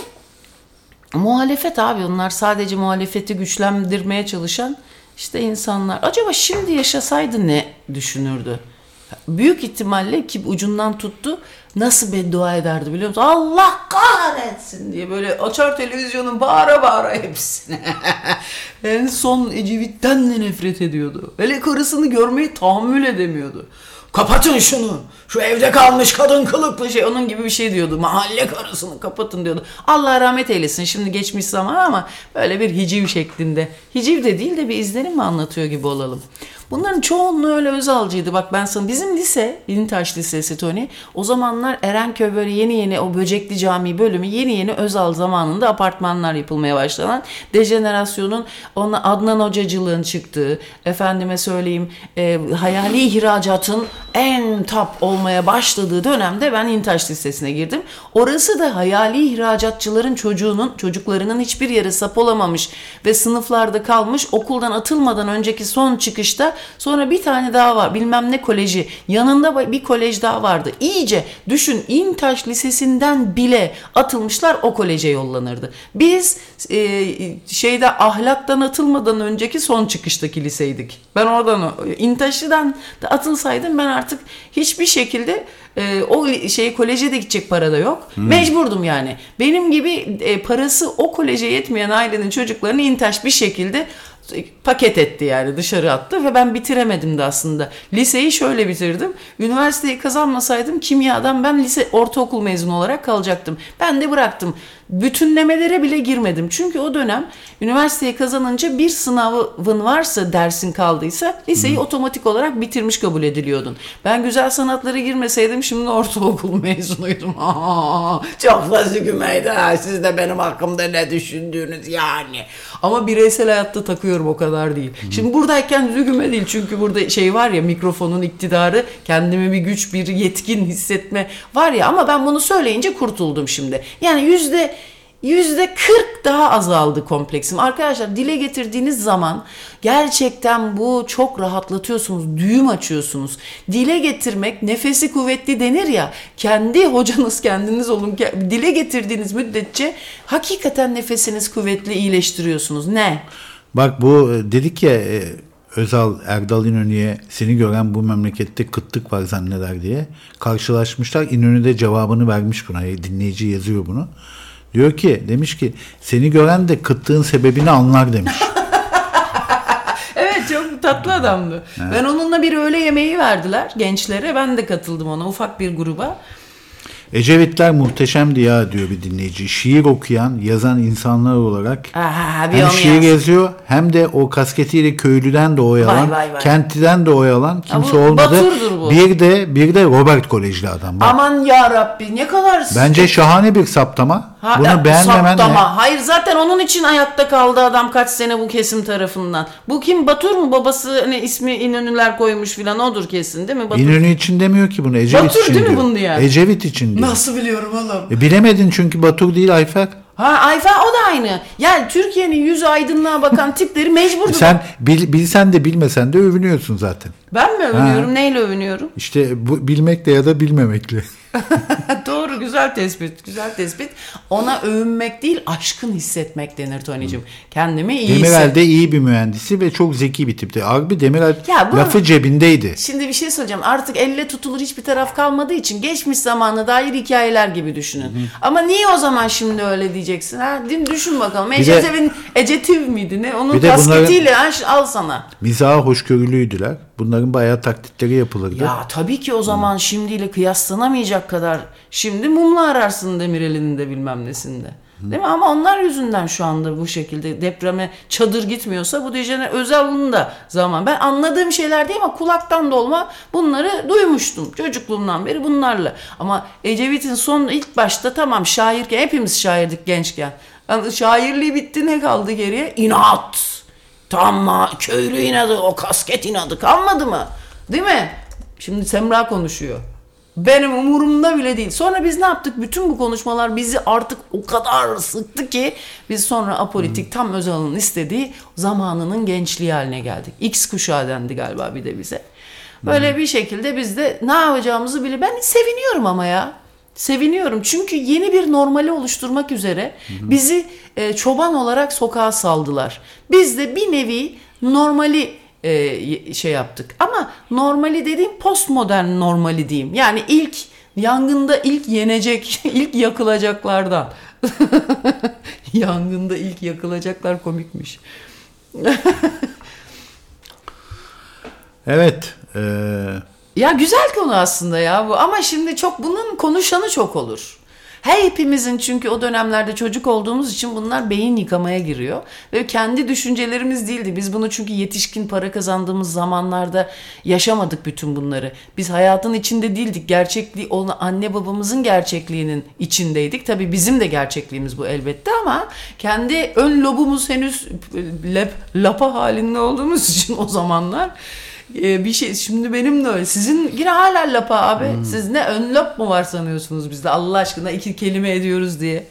muhalefet abi, onlar sadece muhalefeti güçlendirmeye çalışan işte insanlar. Acaba şimdi yaşasaydı ne düşünürdü? Büyük ihtimalle ki ucundan tuttu, nasıl beddua ederdi biliyor musun? Allah kahretsin diye böyle açar televizyonun bağıra bağıra hepsine. En son Ecevit'ten de nefret ediyordu. Hele karısını görmeyi tahammül edemiyordu. Kapatın şunu. Şu evde kalmış kadın kılıklı şey. Onun gibi bir şey diyordu. Mahalle karısını kapatın diyordu. Allah rahmet eylesin. Şimdi geçmiş zaman ama böyle bir hiciv şeklinde. Hiciv de değil de bir izlenim mi anlatıyor gibi olalım. Bunların çoğunluğu öyle Özalcıydı. Bak ben sana, bizim lise, Bilintaş Lisesi Tony, o zamanlar Erenköy böyle yeni yeni o Böcekli Camii bölümü yeni yeni Özal zamanında apartmanlar yapılmaya başlanan, dejenerasyonun, ona Adnan Hocacılığın çıktığı, efendime söyleyeyim e, hayali ihracatın en top olmaya başladığı dönemde ben İntaş Lisesi'ne girdim. Orası da hayali ihracatçıların çocuğunun, çocuklarının hiçbir yere sap olamamış ve sınıflarda kalmış, okuldan atılmadan önceki son çıkışta. Sonra bir tane daha var, bilmem ne koleji, yanında bir kolej daha vardı. İyice düşün, İntaş Lisesi'nden bile atılmışlar o koleje yollanırdı. Biz e, şeyde ahlaktan atılmadan önceki son çıkıştaki liseydik. Ben oradan İntaş'tan da atılsaydım ben artık hiçbir şekilde e, o şey koleje de gidecek para da yok. Hmm. Mecburdum yani. Benim gibi e, parası o koleje yetmeyen ailenin çocuklarını İntaş bir şekilde paket etti, yani dışarı attı ve ben bitiremedim de aslında. Liseyi şöyle bitirdim. Üniversiteyi kazanmasaydım kimyadan ben lise ortaokul mezunu olarak kalacaktım. Ben de bıraktım. Bütünlemelere bile girmedim. Çünkü o dönem üniversiteyi kazanınca bir sınavın varsa, dersin kaldıysa liseyi hmm. otomatik olarak bitirmiş kabul ediliyordun. Ben güzel sanatlara girmeseydim şimdi ortaokul mezunuydum. Çok da zükümeydi. Siz de benim hakkımda ne düşündüğünüz yani. Ama bireysel hayatta takıyorum, o kadar değil. Hmm. Şimdi buradayken züküme değil. Çünkü burada şey var ya, mikrofonun iktidarı, kendime bir güç, bir yetkin hissetme var ya, ama ben bunu söyleyince kurtuldum şimdi. Yani yüzde Yüzde kırk daha azaldı kompleksim. Arkadaşlar, dile getirdiğiniz zaman gerçekten bu çok rahatlatıyorsunuz, düğüm açıyorsunuz. Dile getirmek nefesi kuvvetli denir ya, kendi hocanız kendiniz olun. Dile getirdiğiniz müddetçe hakikaten nefesiniz kuvvetli, iyileştiriyorsunuz. Ne? Bak bu dedik ya, Özal Erdal İnönü'ye seni gören bu memlekette kıtlık var zanneder diye karşılaşmışlar. İnönü de cevabını vermiş buna. Dinleyici yazıyor bunu. Diyor ki, demiş ki seni gören de kıtlığın sebebini anlar demiş. Evet, çok tatlı adamdı. Evet. Ben onunla bir öğle yemeği verdiler gençlere. Ben de katıldım ona, ufak bir gruba. Ecevitler muhteşemdi ya diyor bir dinleyici. Şiir okuyan, yazan insanlar olarak Aha, hem şiir yazsın. yazıyor hem de o kasketiyle köylüden de oyalan, vay, vay, vay. kentliden de oyalan kimse bu, olmadı. Bu. Bir de bir de Robert Kolejli adam. Bak. Aman ya Rabbi, ne kadar... Bence şahane bir saptama. Ha, Bunu ya, beğenmemen saptama. ne? Hayır, zaten onun için hayatta kaldı adam kaç sene bu kesim tarafından. Bu kim? Batur mu? Babası hani ismi İnönüler koymuş filan, odur kesin değil mi? Batur. İnönü için demiyor ki bunu. Ecevit Batur için değil diyor. mi bunu diyor? Ecevit için diyor. Nasıl biliyorum oğlum? E, bilemedin çünkü Batur değil, Ayfer. Ha, Ayfer o da aynı. Yani Türkiye'nin yüzü aydınlığa bakan tipleri mecburdu. Sen bil, bilsen de bilmesen de övünüyorsun zaten. Ben mi övünüyorum? Ha. Neyle övünüyorum? İşte bu, bilmekle ya da bilmemekle. Doğru, güzel tespit, güzel tespit. Ona övünmek değil, aşkın hissetmek denir Tony'cim. Kendimi iyi Demirel hisset. de iyi bir mühendisi ve çok zeki bir tipti. Harbi Demirel ya bunu, lafı cebindeydi. Şimdi bir şey söyleyeceğim. Artık elle tutulur hiçbir taraf kalmadığı için geçmiş zamanına dair hikayeler gibi düşünün. Hı-hı. Ama niye o zaman şimdi öyle diyeceksin? Ha? Düşün bakalım. Ecevit'in Ecetiv miydi ne? Onun kasketiyle al sana. Mizahı hoşgörülüydüler. Bunların bayağı taklitleri yapılırdı. Ya tabii ki o zaman hmm. şimdiyle kıyaslanamayacak kadar. Şimdi mumla ararsın Demirel'in de bilmem nesinde. Hmm. Değil mi? Ama onlar yüzünden şu anda bu şekilde depreme çadır gitmiyorsa bu diyeceğine Özal'ın da zaman. Ben anladığım şeyler değil ama kulaktan dolma bunları duymuştum. Çocukluğumdan beri bunlarla. Ama Ecevit'in son ilk başta tamam şairken, hepimiz şairdik gençken. Yani şairliği bitti, ne kaldı geriye? İnat. Tamam, köylü inadı, o kasket inadı kalmadı mı? Değil mi? Şimdi Semra konuşuyor. Benim umurumda bile değil. Sonra biz ne yaptık? Bütün bu konuşmalar bizi artık o kadar sıktı ki biz sonra apolitik hmm. tam Özal'ın istediği zamanının gençliği haline geldik. X kuşağı dendi galiba bir de bize. Böyle hmm. bir şekilde biz de ne yapacağımızı bile ben seviniyorum ama ya. Seviniyorum çünkü yeni bir normali oluşturmak üzere hmm. bizi e, çoban olarak sokağa saldılar. Biz de bir nevi normali Ee, şey yaptık. Ama normali dediğim postmodern normali diyeyim. Yani ilk yangında ilk yenecek, ilk yakılacaklardan. Yangında ilk yakılacaklar komikmiş. Evet. Ee... Ya güzel konu aslında ya bu. Ama şimdi çok bunun konuşanı çok olur. Hepimizin çünkü o dönemlerde çocuk olduğumuz için bunlar beyin yıkamaya giriyor. Ve kendi düşüncelerimiz değildi. Biz bunu çünkü yetişkin para kazandığımız zamanlarda yaşamadık bütün bunları. Biz hayatın içinde değildik. Gerçekliği, onu anne babamızın gerçekliğinin içindeydik. Tabii bizim de gerçekliğimiz bu elbette ama kendi ön lobumuz henüz lep, lapa halinde olduğumuz için o zamanlar Ee, bir şey şimdi benim de öyle. Sizin yine hala lapa abi. Hmm. Siz ne ön lap mı var sanıyorsunuz bizde? Allah aşkına iki kelime ediyoruz diye.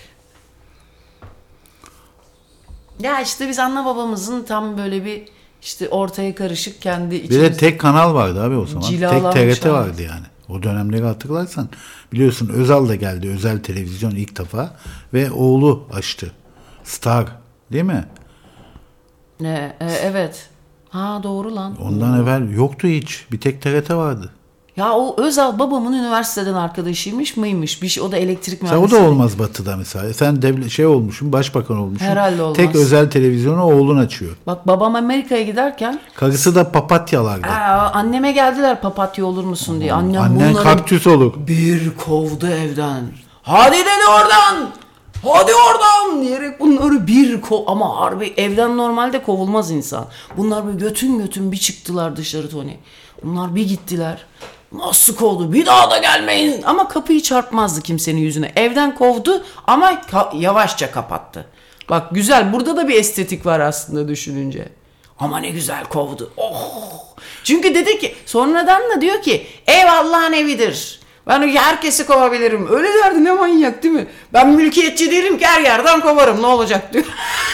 Ya işte biz anne babamızın tam böyle bir işte ortaya karışık kendi içimizde. Bir de tek kanal vardı abi o zaman. Tek T R T vardı yani. O dönemleri hatırlarsan biliyorsun Özal da geldi. Özel televizyon ilk defa ve oğlu açtı. Star değil mi? Ne? E, evet. Ha doğru lan. Ondan doğru. Evvel yoktu hiç. Bir tek T R T vardı. Ya o Özal babamın üniversiteden arkadaşıymış mıymış? Bir şey, o da elektrik mühendisi. O da olmaz Batı'da mesela. Sen devlet şey olmuşsun, başbakan olmuşsun. Herhalde olmaz. Tek özel televizyonu oğlun açıyor. Bak babam Amerika'ya giderken. Karısı da papatyalardı. Aa, anneme geldiler papatya olur musun diye. Annem Annen kaktüs olur. Bir kovdu evden. Hadi dedi oradan. Hadi oradan diyerek bunları bir kov... Ama harbi evden normalde kovulmaz insan. Bunlar böyle götün götün bir çıktılar dışarı Tony. Bunlar bir gittiler. Nasıl kovdu? Bir daha da gelmeyin. Ama kapıyı çarpmazdı kimsenin yüzüne. Evden kovdu ama ka- yavaşça kapattı. Bak güzel, burada da bir estetik var aslında düşününce. Ama ne güzel kovdu. Oh! Çünkü dedi ki, sonradan da diyor ki ev Allah'ın evidir. Ben herkesi kovabilirim. Öyle derdi, ne manyak değil mi? Ben mülkiyetçi değilim ki her yerden kovarım, ne olacak diyor.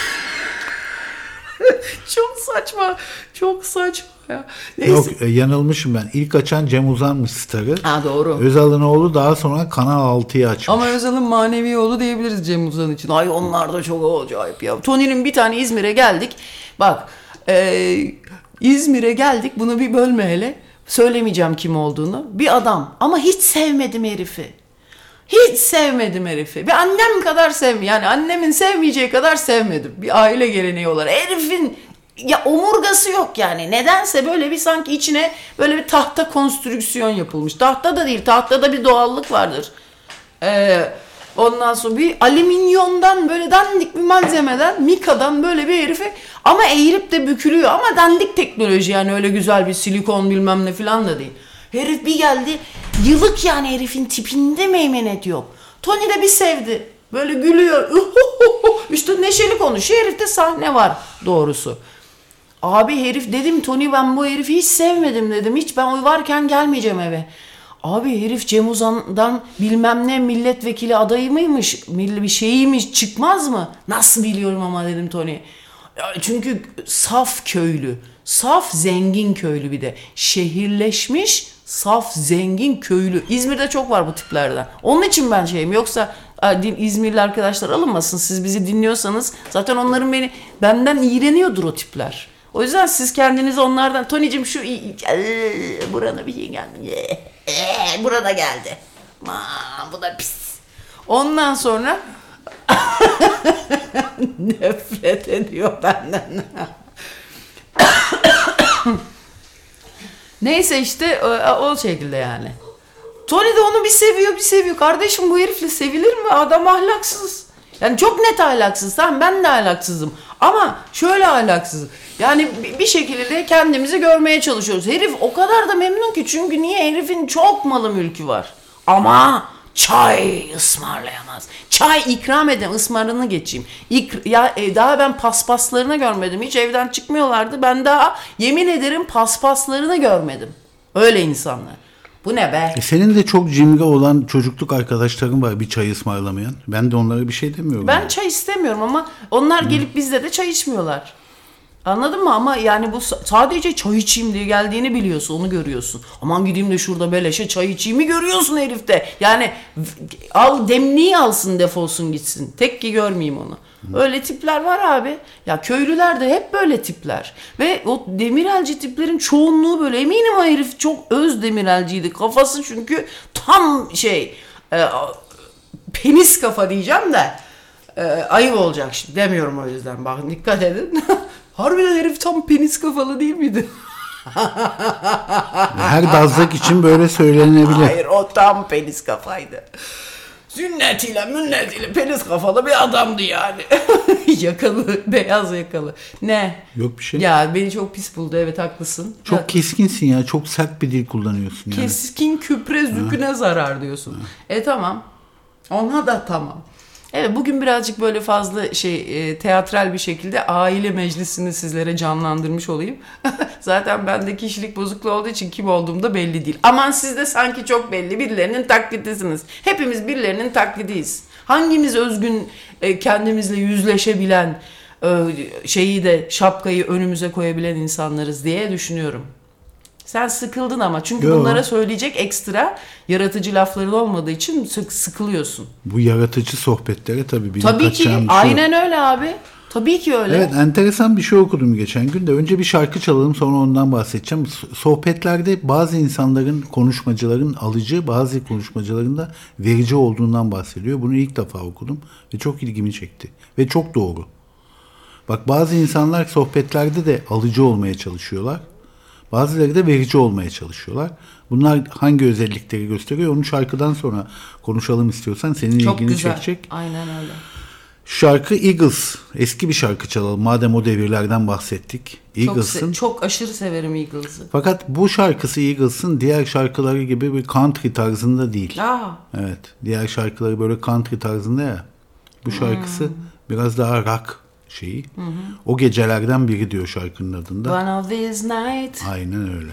Çok saçma. Çok saçma ya. Neyse. Yok e, yanılmışım ben. İlk açan Cem Uzan'mış Star'ı. Ha doğru. Özal'ın oğlu daha sonra Kanal altıyı açmış. Ama Özal'ın manevi oğlu diyebiliriz Cem Uzan için. Ay onlar da çok acayip ya. Tony'nin bir tane İzmir'e geldik. Bak e, İzmir'e geldik. Bunu bir bölme hele. Söylemeyeceğim kim olduğunu. Bir adam. Ama hiç sevmedim herifi. Hiç sevmedim herifi. Bir annem kadar sevmedim. Yani annemin sevmeyeceği kadar sevmedim. Bir aile geleneği olarak. Herifin ya omurgası yok yani. Nedense böyle bir sanki içine böyle bir tahta konstrüksiyon yapılmış. Tahta da değil. Tahtada bir doğallık vardır. Ee, ondan sonra bir alüminyondan böyle dandik bir malzemeden, mikadan böyle bir herifi ama eğirip de bükülüyor. Ama dandik teknoloji yani, öyle güzel bir silikon bilmem ne falan da değil. Herif bir geldi. Yılık yani, herifin tipinde meymenet yok. Tony de bir sevdi. Böyle gülüyor. İşte neşeli konuşuyor. Herifte sahne var doğrusu. Abi herif dedim, Tony ben bu herifi hiç sevmedim dedim. Hiç, ben varken gelmeyeceğim eve. Abi herif Cem Uzan'dan bilmem ne milletvekili adayı mıymış? Milli bir şeyiymiş, çıkmaz mı? Nasıl biliyorum ama dedim Tony. Ya çünkü saf köylü. Saf zengin köylü bir de. Şehirleşmiş saf zengin köylü. İzmir'de çok var bu tiplerden. Onun için ben şeyim. Yoksa İzmirli arkadaşlar alınmasın. Siz bizi dinliyorsanız zaten onların beni benden iğreniyordur o tipler. O yüzden siz kendinizi onlardan, Tony'cim şu burana bir şey geldi. Burada geldi. Aa, bu da pis. Ondan sonra nefret ediyor benden. Neyse işte o, o şekilde yani. Tony de onu bir seviyor bir seviyor. Kardeşim bu herifle sevilir mi? Adam ahlaksız. Yani çok net ahlaksız. Tamam, ben de ahlaksızım. Ama şöyle ahlaksız. Yani bir şekilde de kendimizi görmeye çalışıyoruz. Herif o kadar da memnun ki. Çünkü niye? Herifin çok malı mülkü var. Ama çay ısmarlayamaz. Çay ikram eden, ısmarını geçeyim. İk, ya e, daha ben paspaslarını görmedim. Hiç evden çıkmıyorlardı. Ben daha yemin ederim paspaslarını görmedim. Öyle insanlar. Bu ne be? E senin de çok cimri olan çocukluk arkadaşların var bir çay ısmarlamayan. Ben de onlara bir şey demiyorum. Ben yani. çay istemiyorum ama onlar gelip bizde de çay içmiyorlar. Anladın mı? Ama yani bu sadece çay içeyim diye geldiğini biliyorsun, onu görüyorsun. Aman gideyim de şurada beleşe çay içeyim mi görüyorsun herifte. Yani al demliği alsın, defolsun gitsin. Tek ki görmeyeyim onu. Öyle tipler var abi. Ya köylüler de hep böyle tipler. Ve o demirelci tiplerin çoğunluğu böyle. Eminim o herif çok öz demirelciydi. Kafası çünkü tam şey e, penis kafa diyeceğim de e, ayıp olacak şimdi. Demiyorum o yüzden. Bakın dikkat edin. Harbiden herif tam penis kafalı değil miydi? Her dazlak için böyle söylenebilir. Hayır, o tam penis kafaydı. Sünnetiyle münnetiyle penis kafalı bir adamdı yani. Yakalı, beyaz yakalı. Ne? Yok bir şey. Ya beni çok pis buldu, evet haklısın. Çok ya, keskinsin ya. Çok sert bir dil kullanıyorsun yani. Keskin küpre züküne zarar diyorsun. Ha. E tamam. Ona da tamam. Evet, bugün birazcık böyle fazla şey e, teatral bir şekilde aile meclisini sizlere canlandırmış olayım. Zaten bende kişilik bozukluğu olduğu için kim olduğum da belli değil. Aman siz de sanki çok belli, birilerinin taklidisiniz. Hepimiz birilerinin taklidiyiz. Hangimiz özgün e, kendimizle yüzleşebilen e, şeyi de şapkayı önümüze koyabilen insanlarız diye düşünüyorum. Sen sıkıldın ama çünkü Yo. bunlara söyleyecek ekstra yaratıcı lafların olmadığı için sık sıkılıyorsun. Bu yaratıcı sohbetlere tabii bir Tabii ki şey aynen öyle abi. Tabii ki öyle. Evet, enteresan bir şey okudum geçen gün de. Önce bir şarkı çalalım, sonra ondan bahsedeceğim. Sohbetlerde bazı insanların, konuşmacıların alıcı, bazı konuşmacıların da verici olduğundan bahsediyor. Bunu ilk defa okudum ve çok ilgimi çekti. Ve çok doğru. Bak, bazı insanlar sohbetlerde de alıcı olmaya çalışıyorlar. Bazıları da verici olmaya çalışıyorlar. Bunlar hangi özellikleri gösteriyor? Onu şarkıdan sonra konuşalım istiyorsan. Senin çok ilgini güzel. çekecek. Aynen öyle. Şarkı Eagles. Eski bir şarkı çalalım. Madem o devirlerden bahsettik. Eagles'ın. Çok, çok aşırı severim Eagles'ı. Fakat bu şarkısı Eagles'ın diğer şarkıları gibi bir country tarzında değil. Aa. Evet. Diğer şarkıları böyle country tarzında ya. Bu şarkısı hmm. biraz daha rock şeyi. Hı hı. O gecelerden biri diyor şarkının adında. One of these nights. Aynen öyle.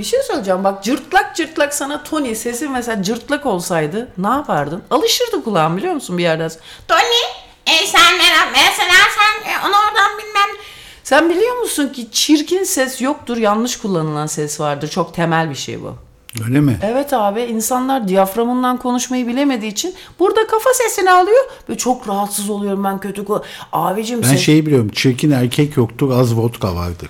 Bir şey söyleyeceğim. Bak cırtlak cırtlak sana Tony sesi mesela cırtlak olsaydı ne yapardın? Alışırdı kulağın biliyor musun bir yerden. Tony e sen mesela sen e, onu oradan bilmem. Sen biliyor musun ki çirkin ses yoktur, yanlış kullanılan ses vardır. Çok temel bir şey bu. Öyle mi? Evet abi, insanlar diyaframından konuşmayı bilemediği için burada kafa sesini alıyor ve çok rahatsız oluyorum ben kötü. Abicim ben ses... şeyi biliyorum, çirkin erkek yoktur, az vodka vardır.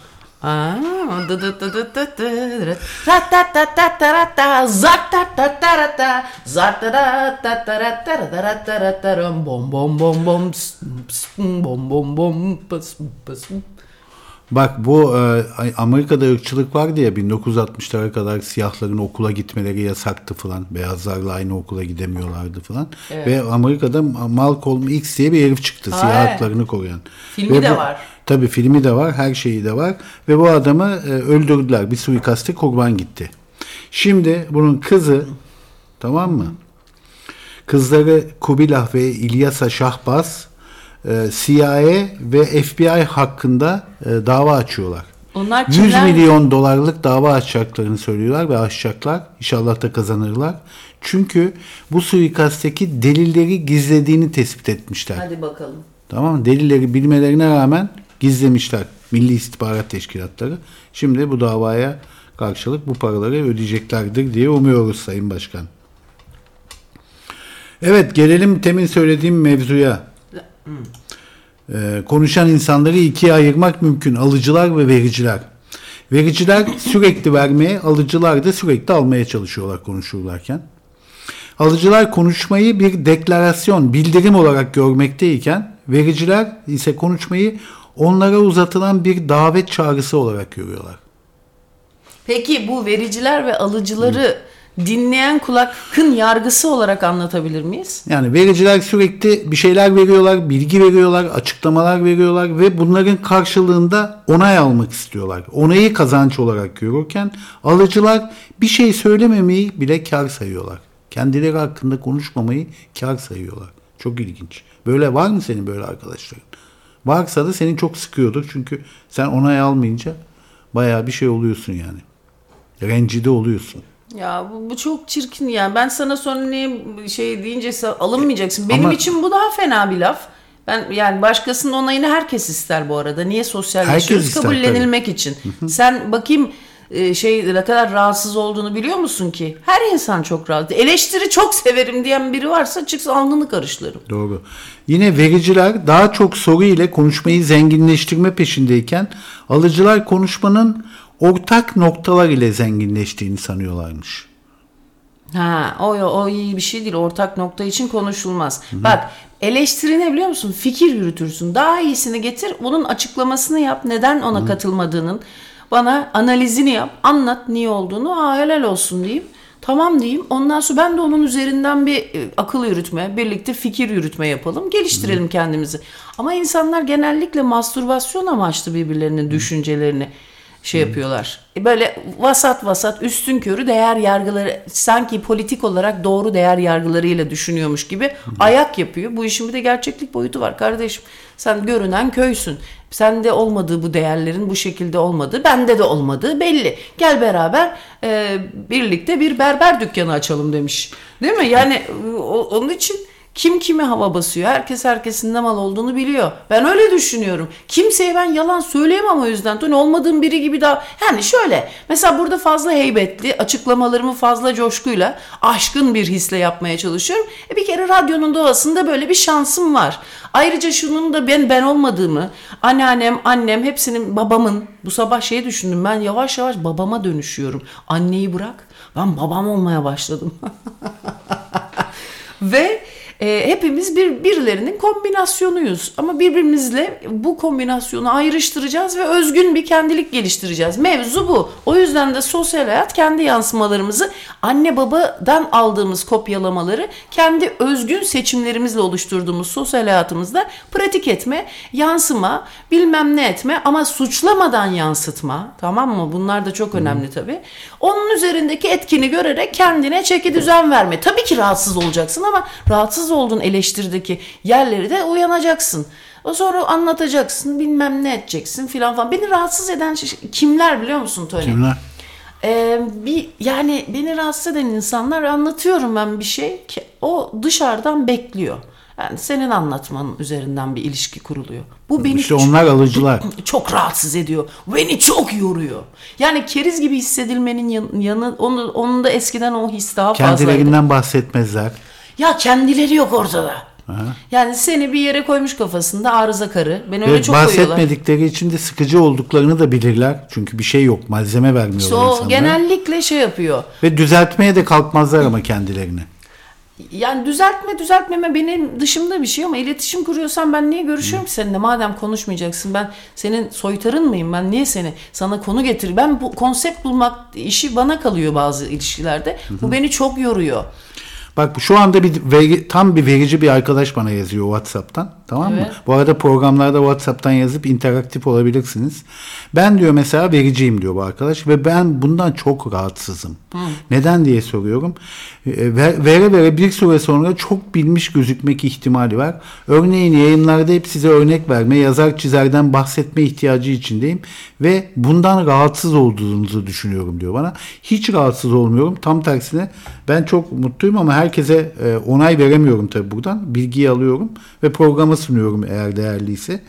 Bom bom bom bom bom bom bom. Bak bu e, Amerika'da ırkçılık vardı ya, bin dokuz yüz altmışlara kadar siyahların okula gitmeleri yasaktı falan. Beyazlarla aynı okula gidemiyorlardı falan. Evet. Ve Amerika'da Malcolm X diye bir herif çıktı. Ha, siyah evet. haklarını koruyan. Filmi ve de bu, var. Tabii filmi de var. Her şeyi de var. Ve bu adamı e, öldürdüler. Bir suikaste kurban gitti. Şimdi bunun kızı, tamam mı? Kızları Kubilah ve İlyasa Şahbaz C I A ve F B I hakkında e, dava açıyorlar. Onlar yüz milyon dolarlık dava açacaklarını söylüyorlar ve açacaklar. İnşallah da kazanırlar. Çünkü bu suikastteki delilleri gizlediğini tespit etmişler. Hadi bakalım. Tamam mı? Delilleri bilmelerine rağmen gizlemişler Milli İstihbarat Teşkilatları. Şimdi bu davaya karşılık bu paraları ödeyeceklerdir diye umuyoruz Sayın Başkan. Evet, gelelim temin söylediğim mevzuya. Hmm. Ee, konuşan insanları ikiye ayırmak mümkün. Alıcılar ve vericiler. Vericiler sürekli vermeye, alıcılar da sürekli almaya çalışıyorlar konuşurlarken. Alıcılar konuşmayı bir deklarasyon, bildirim olarak görmekteyken, vericiler ise konuşmayı onlara uzatılan bir davet çağrısı olarak görüyorlar. Peki bu vericiler ve alıcıları hmm. dinleyen kulakın yargısı olarak anlatabilir miyiz? Yani vericiler sürekli bir şeyler veriyorlar, bilgi veriyorlar, açıklamalar veriyorlar ve bunların karşılığında onay almak istiyorlar. Onayı kazanç olarak görürken alıcılar bir şey söylememeyi bile kar sayıyorlar. Kendileri hakkında konuşmamayı kar sayıyorlar. Çok ilginç. Böyle var mı senin böyle arkadaşların? Varsa da seni çok sıkıyordur. Çünkü sen onay almayınca bayağı bir şey oluyorsun yani. Rencide oluyorsun. Ya bu, bu çok çirkin yani. Ben sana sonra ne şey deyince alınmayacaksın. Benim Ama, için bu daha fena bir laf. Ben yani başkasının onayını herkes ister bu arada. Niye sosyalleşiyoruz? Kabullenilmek tabii. için. Sen bakayım şey ne kadar rahatsız olduğunu biliyor musun ki? Her insan çok rahatsız. Eleştiri çok severim diyen biri varsa çıksın alnını karıştırırım. Doğru. Yine vericiler daha çok soru ile konuşmayı zenginleştirme peşindeyken alıcılar konuşmanın ortak noktalar ile zenginleştiğini sanıyorlarmış. Ha, o, o iyi bir şey değil. Ortak nokta için konuşulmaz. Hı-hı. Bak, eleştiri ne biliyor musun? Fikir yürütürsün. Daha iyisini getir. Bunun açıklamasını yap. Neden ona Hı-hı. katılmadığının. Bana analizini yap. Anlat niye olduğunu. Aa, helal olsun diyeyim. Tamam diyeyim. Ondan sonra ben de onun üzerinden bir e, akıl yürütme, birlikte fikir yürütme yapalım. Geliştirelim Hı-hı. kendimizi. Ama insanlar genellikle mastürbasyon amaçlı birbirlerinin Hı-hı. düşüncelerini şey yapıyorlar. Böyle vasat vasat üstünkörü değer yargıları, sanki politik olarak doğru değer yargılarıyla düşünüyormuş gibi Hı-hı. ayak yapıyor. Bu işin bir de gerçeklik boyutu var kardeşim. Sen görünen köysün. Sende olmadığı bu değerlerin bu şekilde olmadığı, bende de olmadığı belli. Gel beraber e, birlikte bir berber dükkanı açalım demiş. Değil mi? Yani o, onun için kim kime hava basıyor? Herkes herkesin ne mal olduğunu biliyor. Ben öyle düşünüyorum. Kimseye ben yalan söyleyemem o yüzden. Tony olmadığım biri gibi daha... Yani şöyle. Mesela burada fazla heybetli, açıklamalarımı fazla coşkuyla, aşkın bir hisle yapmaya çalışıyorum. E bir kere radyonun doğasında böyle bir şansım var. Ayrıca şunun da ben ben olmadığımı, anneannem, annem, hepsinin, babamın... Bu sabah şeyi düşündüm. Ben yavaş yavaş babama dönüşüyorum. Anneyi bırak. Ben babam olmaya başladım. Ve... E, hepimiz bir birilerinin kombinasyonuyuz ama birbirimizle bu kombinasyonu ayrıştıracağız ve özgün bir kendilik geliştireceğiz. Mevzu bu. O yüzden de sosyal hayat kendi yansımalarımızı, anne babadan aldığımız kopyalamaları kendi özgün seçimlerimizle oluşturduğumuz sosyal hayatımızda pratik etme, yansıma, bilmem ne etme ama suçlamadan yansıtma, tamam mı? Bunlar da çok önemli tabii. Onun üzerindeki etkini görerek kendine çeki düzen verme. Tabii ki rahatsız olacaksın ama rahatsız olduğun eleştirideki yerleri de uyanacaksın. O sonra anlatacaksın, bilmem ne edeceksin filan falan. Beni rahatsız eden şey, kimler biliyor musun Tony? Kimler? Ee, bir yani beni rahatsız eden insanlar, anlatıyorum ben bir şey ki o dışarıdan bekliyor. Yani senin anlatmanın üzerinden bir ilişki kuruluyor. Bu beni işte onlar alıcılar. Çok, çok rahatsız ediyor. Beni çok yoruyor. Yani keriz gibi hissedilmenin yan, yanı onu, onun da eskiden o his daha fazlaydı. Kendilerinden bahsetmezler. Ya kendileri yok ortada. Aha. Yani seni bir yere koymuş kafasında arıza karı. Beni öyle evet, çok koyuyorlar. bahsetmedikleri için de sıkıcı olduklarını da bilirler. Çünkü bir şey yok. Malzeme vermiyorlar İşte o insanlara. genellikle şey yapıyor. Ve düzeltmeye de kalkmazlar ama kendilerini. Yani düzeltme düzeltmeme benim dışımda bir şey ama iletişim kuruyorsan ben niye görüşüyorum ki seninle? Madem konuşmayacaksın, ben senin soytarın mıyım? Ben niye seni sana konu getir? Ben bu konsept bulmak işi bana kalıyor bazı ilişkilerde. Hı hı. Bu beni çok yoruyor. Bak şu anda bir veri, tam bir verici bir arkadaş bana yazıyor WhatsApp'tan. Tamam evet. mı? Bu arada programlarda WhatsApp'tan yazıp interaktif olabilirsiniz. Ben diyor mesela vericiyim diyor bu arkadaş ve ben bundan çok rahatsızım. Hı. Neden diye soruyorum. Vere vere bir süre sonra çok bilmiş gözükmek ihtimali var. Örneğin yayınlarda hep size örnek verme, yazar çizerden bahsetme ihtiyacı içindeyim ve bundan rahatsız olduğunuzu düşünüyorum diyor bana. Hiç rahatsız olmuyorum. Tam tersine ben çok mutluyum ama herkese onay veremiyorum tabii buradan. Bilgiyi alıyorum ve programı sunuyorum eğer değerliyse.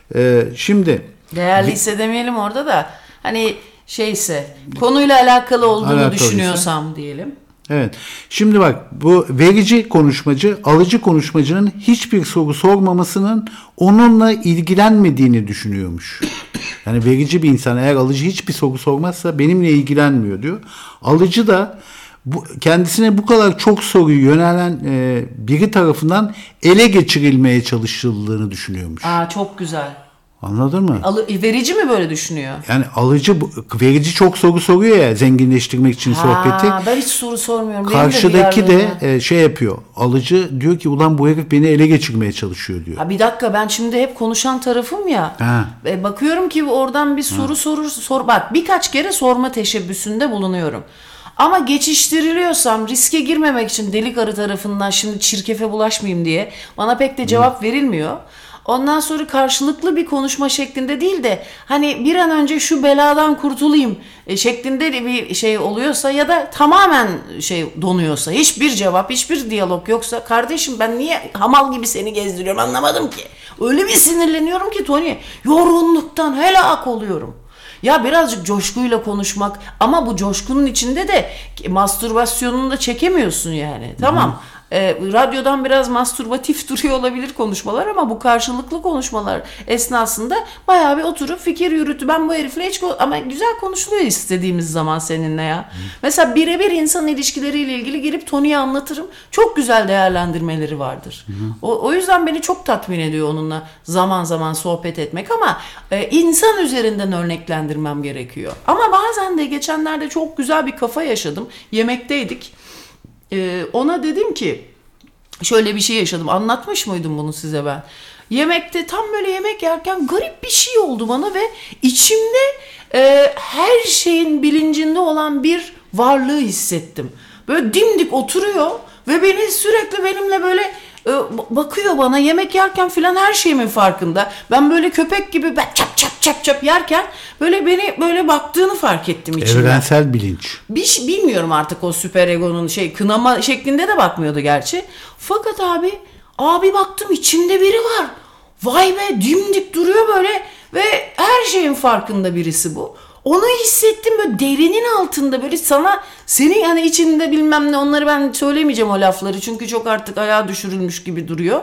Şimdi değerliyse demeyelim orada da, hani şeyse, konuyla alakalı olduğunu alakalıysa, düşünüyorsam diyelim. Evet. Şimdi bak, bu verici konuşmacı alıcı konuşmacının hiçbir soru sormamasının onunla ilgilenmediğini düşünüyormuş. Yani verici bir insan eğer alıcı hiçbir soru sormazsa benimle ilgilenmiyor diyor. Alıcı da bu, kendisine bu kadar çok soruyu yönelen e, biri tarafından ele geçirilmeye çalışıldığını düşünüyormuş. Aa, çok güzel. Anladın mı? Alı, verici mi böyle düşünüyor? Yani alıcı, verici çok soru soruyor ya zenginleştirmek için ha, sohbeti. Ben hiç soru sormuyorum. Karşıdaki de, de e, şey yapıyor. Alıcı diyor ki ulan bu herif beni ele geçirmeye çalışıyor diyor. Ha, bir dakika, ben şimdi hep konuşan tarafım ya. E, bakıyorum ki oradan bir soru ha. sorur. Sor, bak birkaç kere sorma teşebbüsünde bulunuyorum. Ama geçiştiriliyorsam riske girmemek için delik arı tarafından şimdi çirkefe bulaşmayayım diye bana pek de cevap hmm. verilmiyor. Ondan sonra karşılıklı bir konuşma şeklinde değil de hani bir an önce şu beladan kurtulayım şeklinde bir şey oluyorsa ya da tamamen şey donuyorsa, hiçbir cevap, hiçbir diyalog yoksa, kardeşim ben niye hamal gibi seni gezdiriyorum anlamadım ki. Öyle bir sinirleniyorum ki Tony, yorgunluktan helak oluyorum. Ya birazcık coşkuyla konuşmak, ama bu coşkunun içinde de mastürbasyonunu da çekemiyorsun yani. Tamam. Hı-hı. E, radyodan biraz mastürbatif duruyor olabilir konuşmalar ama bu karşılıklı konuşmalar esnasında bayağı bir oturup fikir yürütü. Ben bu herifle hiç ama güzel konuşuluyor istediğimiz zaman seninle ya. Hı. Mesela birebir insan ilişkileriyle ilgili girip Tony'ye anlatırım. Çok güzel değerlendirmeleri vardır. O, o yüzden beni çok tatmin ediyor onunla zaman zaman sohbet etmek ama e, insan üzerinden örneklendirmem gerekiyor. Ama bazen de geçenlerde çok güzel bir kafa yaşadım. Yemekteydik. Ee, ona dedim ki şöyle bir şey yaşadım, anlatmış mıydım bunu size ben? Yemekte tam böyle yemek yerken garip bir şey oldu bana ve içimde e, her şeyin bilincinde olan bir varlığı hissettim. Böyle dimdik oturuyor ve beni sürekli benimle böyle e, bakıyor bana yemek yerken filan, her şeyimin farkında. Ben böyle köpek gibi ben çap çap çap çap yerken böyle beni böyle baktığını fark ettim içimden. Evrensel bilinç. Bir şey, bilmiyorum artık o süper egonun şey kınama şeklinde de bakmıyordu gerçi. Fakat abi abi baktım içimde biri var. Vay be, dimdik duruyor böyle ve her şeyin farkında birisi bu. Onu hissettim böyle derinin altında, böyle sana senin hani içinde bilmem ne, onları ben söylemeyeceğim o lafları çünkü çok artık ayağa düşürülmüş gibi duruyor.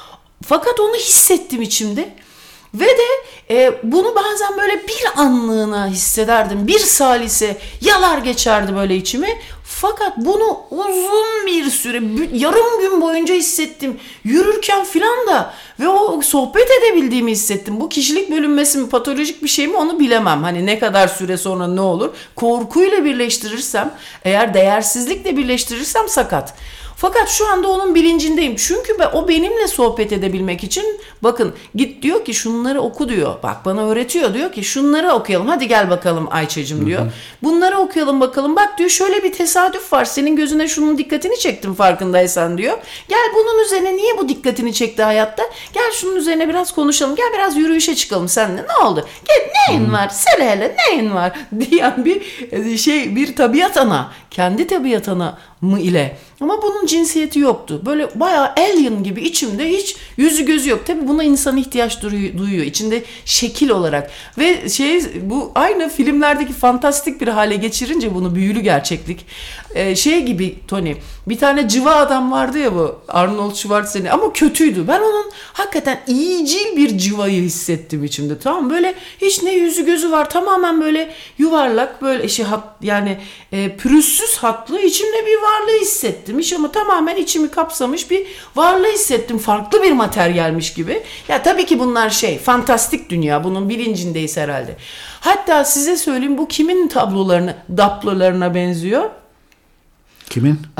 Fakat onu hissettim içimde. Ve de e, bunu bazen böyle bir anlığına hissederdim. Bir salise yalar geçerdi böyle içime. Fakat bunu uzun bir süre, yarım gün boyunca hissettim. Yürürken filan da ve o sohbet edebildiğimi hissettim. Bu kişilik bölünmesi mi, patolojik bir şey mi onu bilemem. Hani ne kadar süre sonra ne olur. Korkuyla birleştirirsem, eğer değersizlikle birleştirirsem sakat. Fakat şu anda onun bilincindeyim. Çünkü ben, o benimle sohbet edebilmek için bakın git diyor ki şunları oku diyor. Bak bana öğretiyor, diyor ki şunları okuyalım. Hadi gel bakalım Ayça'cığım diyor. Hı hı. Bunları okuyalım bakalım. Bak diyor şöyle bir tesadüf var. Senin gözüne şunun dikkatini çektim farkındaysan diyor. Gel bunun üzerine niye bu dikkatini çekti hayatta? Gel şunun üzerine biraz konuşalım. Gel biraz yürüyüşe çıkalım seninle. Ne oldu? Gel neyin var? Söyle hele neyin var? Diyen bir şey, bir tabiat ana. Kendi tabiat ana mı ile. Ama bunun cinsiyeti yoktu. Böyle bayağı alien gibi içimde hiç yüzü gözü yok. Tabii buna insan ihtiyaç duyuyor. İçinde şekil olarak. Ve şey bu aynı filmlerdeki fantastik bir hale geçirince bunu büyülü gerçeklik. Ee, şey gibi Tony. Bir tane cıva adam vardı ya bu Arnold Schwarzenegger ama kötüydü. Ben onun hakikaten iyicil bir cıvayı hissettim içimde. Tamam böyle hiç ne yüzü gözü var. Tamamen böyle yuvarlak böyle şey hat yani e, pürüzsüz hatlı içimde bir varlığı hissettim. Hiç ama tamamen içimi kapsamış bir varlığı hissettim. Farklı bir materyalmiş gibi. Ya tabii ki bunlar şey fantastik dünya. Bunun bilincindeyiz herhalde. Hatta size söyleyeyim bu kimin tablolarına, daplolarına benziyor? Kimin? Ee,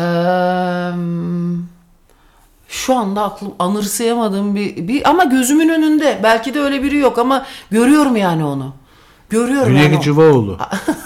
şu anda aklım anırsayamadığım bir, bir ama gözümün önünde. Belki de öyle biri yok ama görüyorum yani onu. Görüyorum Hülya yani. Cıvaoğlu.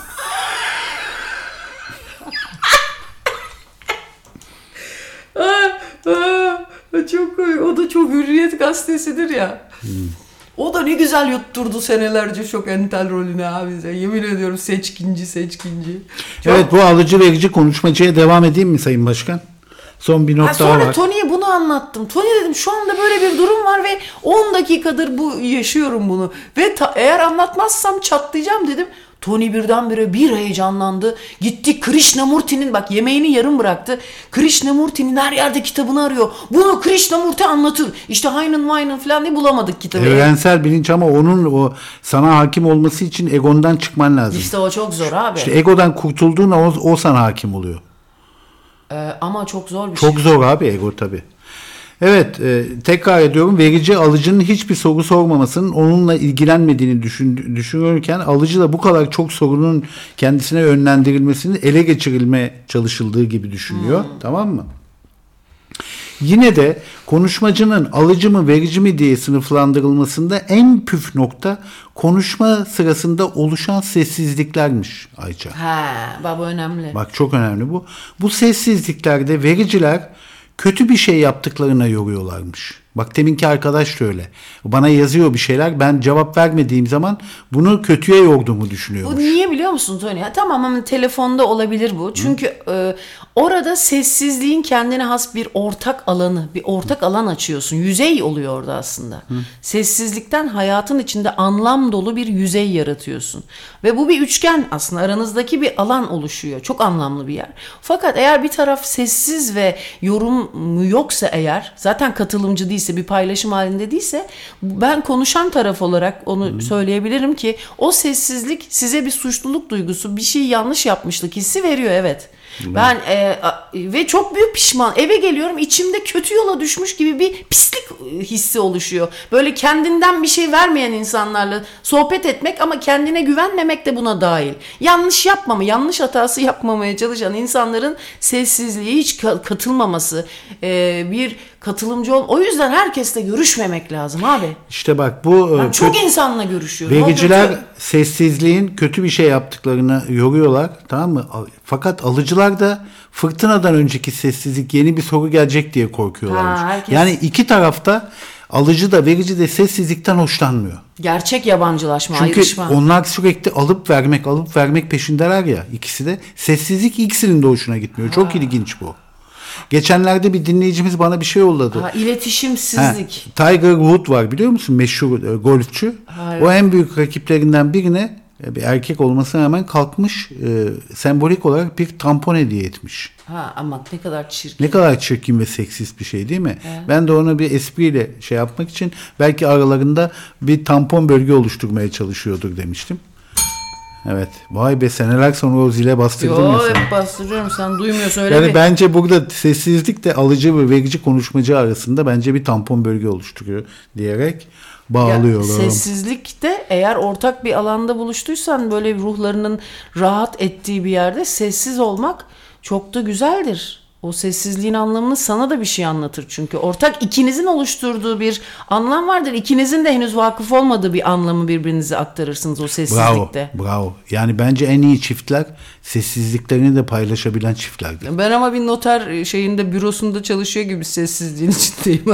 Çok o da çok Hürriyet gazetesidir ya. Hmm. O da ne güzel yutturdu senelerce çok entel rolünü abi bize. Yemin ediyorum seçkinci seçkinci. Çok... Evet bu alıcı verici konuşmacıya devam edeyim mi Sayın Başkan? Son bir not daha var. Sonra Tony'ye bunu anlattım. Tony dedim şu anda böyle bir durum var ve on dakikadır bu yaşıyorum bunu. Ve ta, eğer anlatmazsam çatlayacağım dedim. Tony birdenbire bir heyecanlandı. Gitti Krishnamurti'nin bak yemeğini yarım bıraktı. Krishnamurti'nin her yerde kitabını arıyor. Bunu Krishnamurti anlatır. İşte Haynen Vaynen falan diye bulamadık kitabı. Evrensel bilinç ama onun o sana hakim olması için egondan çıkman lazım. İşte o çok zor abi. İşte egodan kurtulduğunda o, o sana hakim oluyor. Ee, ama çok zor bir çok şey. Çok zor abi ego tabii. Evet e, tekrar ediyorum verici alıcının hiçbir soru sormamasının onunla ilgilenmediğini düşün, düşünürken alıcı da bu kadar çok sorunun kendisine yönlendirilmesini ele geçirilme çalışıldığı gibi düşünüyor. Hmm. Tamam mı? Yine de konuşmacının alıcı mı verici mi diye sınıflandırılmasında en püf nokta konuşma sırasında oluşan sessizliklermiş Ayça. Ha, baba önemli. Bak çok önemli bu. Bu sessizliklerde vericiler kötü bir şey yaptıklarına yoruyorlarmış. Bak teminki arkadaş da öyle. Bana yazıyor bir şeyler. Ben cevap vermediğim zaman bunu kötüye yorduğumu düşünüyormuş. Bu niye biliyor musun Tony? Ya, tamam ama telefonda olabilir bu. Çünkü e, orada sessizliğin kendine has bir ortak alanı, bir ortak Hı. alan açıyorsun. Yüzey oluyor orada aslında. Hı. Sessizlikten hayatın içinde anlam dolu bir yüzey yaratıyorsun. Ve bu bir üçgen aslında. Aranızdaki bir alan oluşuyor. Çok anlamlı bir yer. Fakat eğer bir taraf sessiz ve yorum yoksa eğer, zaten katılımcı değil, bir paylaşım halinde değilse ben konuşan taraf olarak onu Hı. söyleyebilirim ki o sessizlik size bir suçluluk duygusu, bir şey yanlış yapmışlık hissi veriyor evet. Hı. Ben e, ve çok büyük pişman eve geliyorum içimde kötü yola düşmüş gibi bir pislik hissi oluşuyor. Böyle kendinden bir şey vermeyen insanlarla sohbet etmek ama kendine güvenmemek de buna dahil. Yanlış yapmama, yanlış hatası yapmamaya çalışan insanların sessizliğe hiç katılmaması, e, bir katılımcı ol. O yüzden herkesle görüşmemek lazım abi. İşte bak bu ben çok kötü, insanla görüşüyorum. Vericiler sessizliğin kötü bir şey yaptıklarını yoruyorlar, tamam mı? Fakat alıcılar da fırtınadan önceki sessizlik yeni bir soru gelecek diye korkuyorlarmış. Ha, herkes... Yani iki tarafta alıcı da verici de sessizlikten hoşlanmıyor. Gerçek yabancılaşma, Çünkü ayrışma. Çünkü onlar sürekli alıp vermek, alıp vermek peşindeler ya ikisi de. Sessizlik ikisinin de hoşuna gitmiyor. Ha. Çok ilginç bu. Geçenlerde bir dinleyicimiz bana bir şey yolladı. Ha, iletişimsizlik. Ha, Tiger Wood var biliyor musun? Meşhur e, golfçü. Hayır. O en büyük rakiplerinden birine e, bir erkek olmasına rağmen kalkmış e, sembolik olarak bir tampon hediye etmiş. Ha ama ne kadar çirkin. Ne kadar çirkin ve seksist bir şey değil mi? He. Ben de ona bir espriyle şey yapmak için belki aralarında bir tampon bölge oluşturmaya çalışıyordur demiştim. Evet. Vay be seneler sonra o zile bastırdın ya sen. Yo hep bastırıyorum sen duymuyorsun öyle yani bir. Bence burada sessizlik de alıcı ve verici konuşmacı arasında bence bir tampon bölge oluşturuyor diyerek bağlıyorum. Ya, sessizlikte eğer ortak bir alanda buluştuysan böyle ruhlarının rahat ettiği bir yerde sessiz olmak çok da güzeldir. O sessizliğin anlamını sana da bir şey anlatır çünkü. Ortak ikinizin oluşturduğu bir anlam vardır. İkinizin de henüz vakıf olmadığı bir anlamı birbirinize aktarırsınız o sessizlikte. Bravo, bravo. Yani bence en iyi çiftler sessizliklerini de paylaşabilan çiftlerdir. Ben ama bir noter şeyinde bürosunda çalışıyor gibi sessizliğin içindeyim.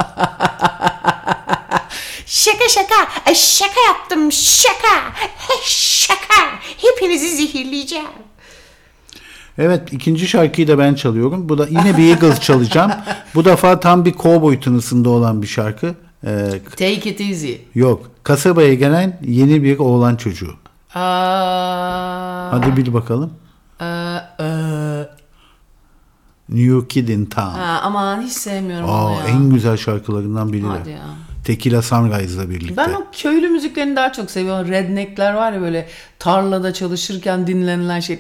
Şaka şaka, şaka yaptım şaka, şaka, hepinizi zehirleyeceğim. Evet, ikinci şarkıyı da ben çalıyorum. Bu da yine bir Eagles çalacağım. Bu defa tam bir cowboy tınısında olan bir şarkı. Ee, Take it easy. Yok, kasabaya gelen yeni bir oğlan çocuğu. Aa, Hadi bil bakalım. Aa, aa. New Kid in Town. Ha, aman hiç sevmiyorum Aa, onu ya. en güzel şarkılarından biri. Hadi ya. Tequila Sunrise'la birlikte. Ben o köylü müziklerini daha çok seviyorum. Redneck'ler var ya böyle tarlada çalışırken dinlenilen şey.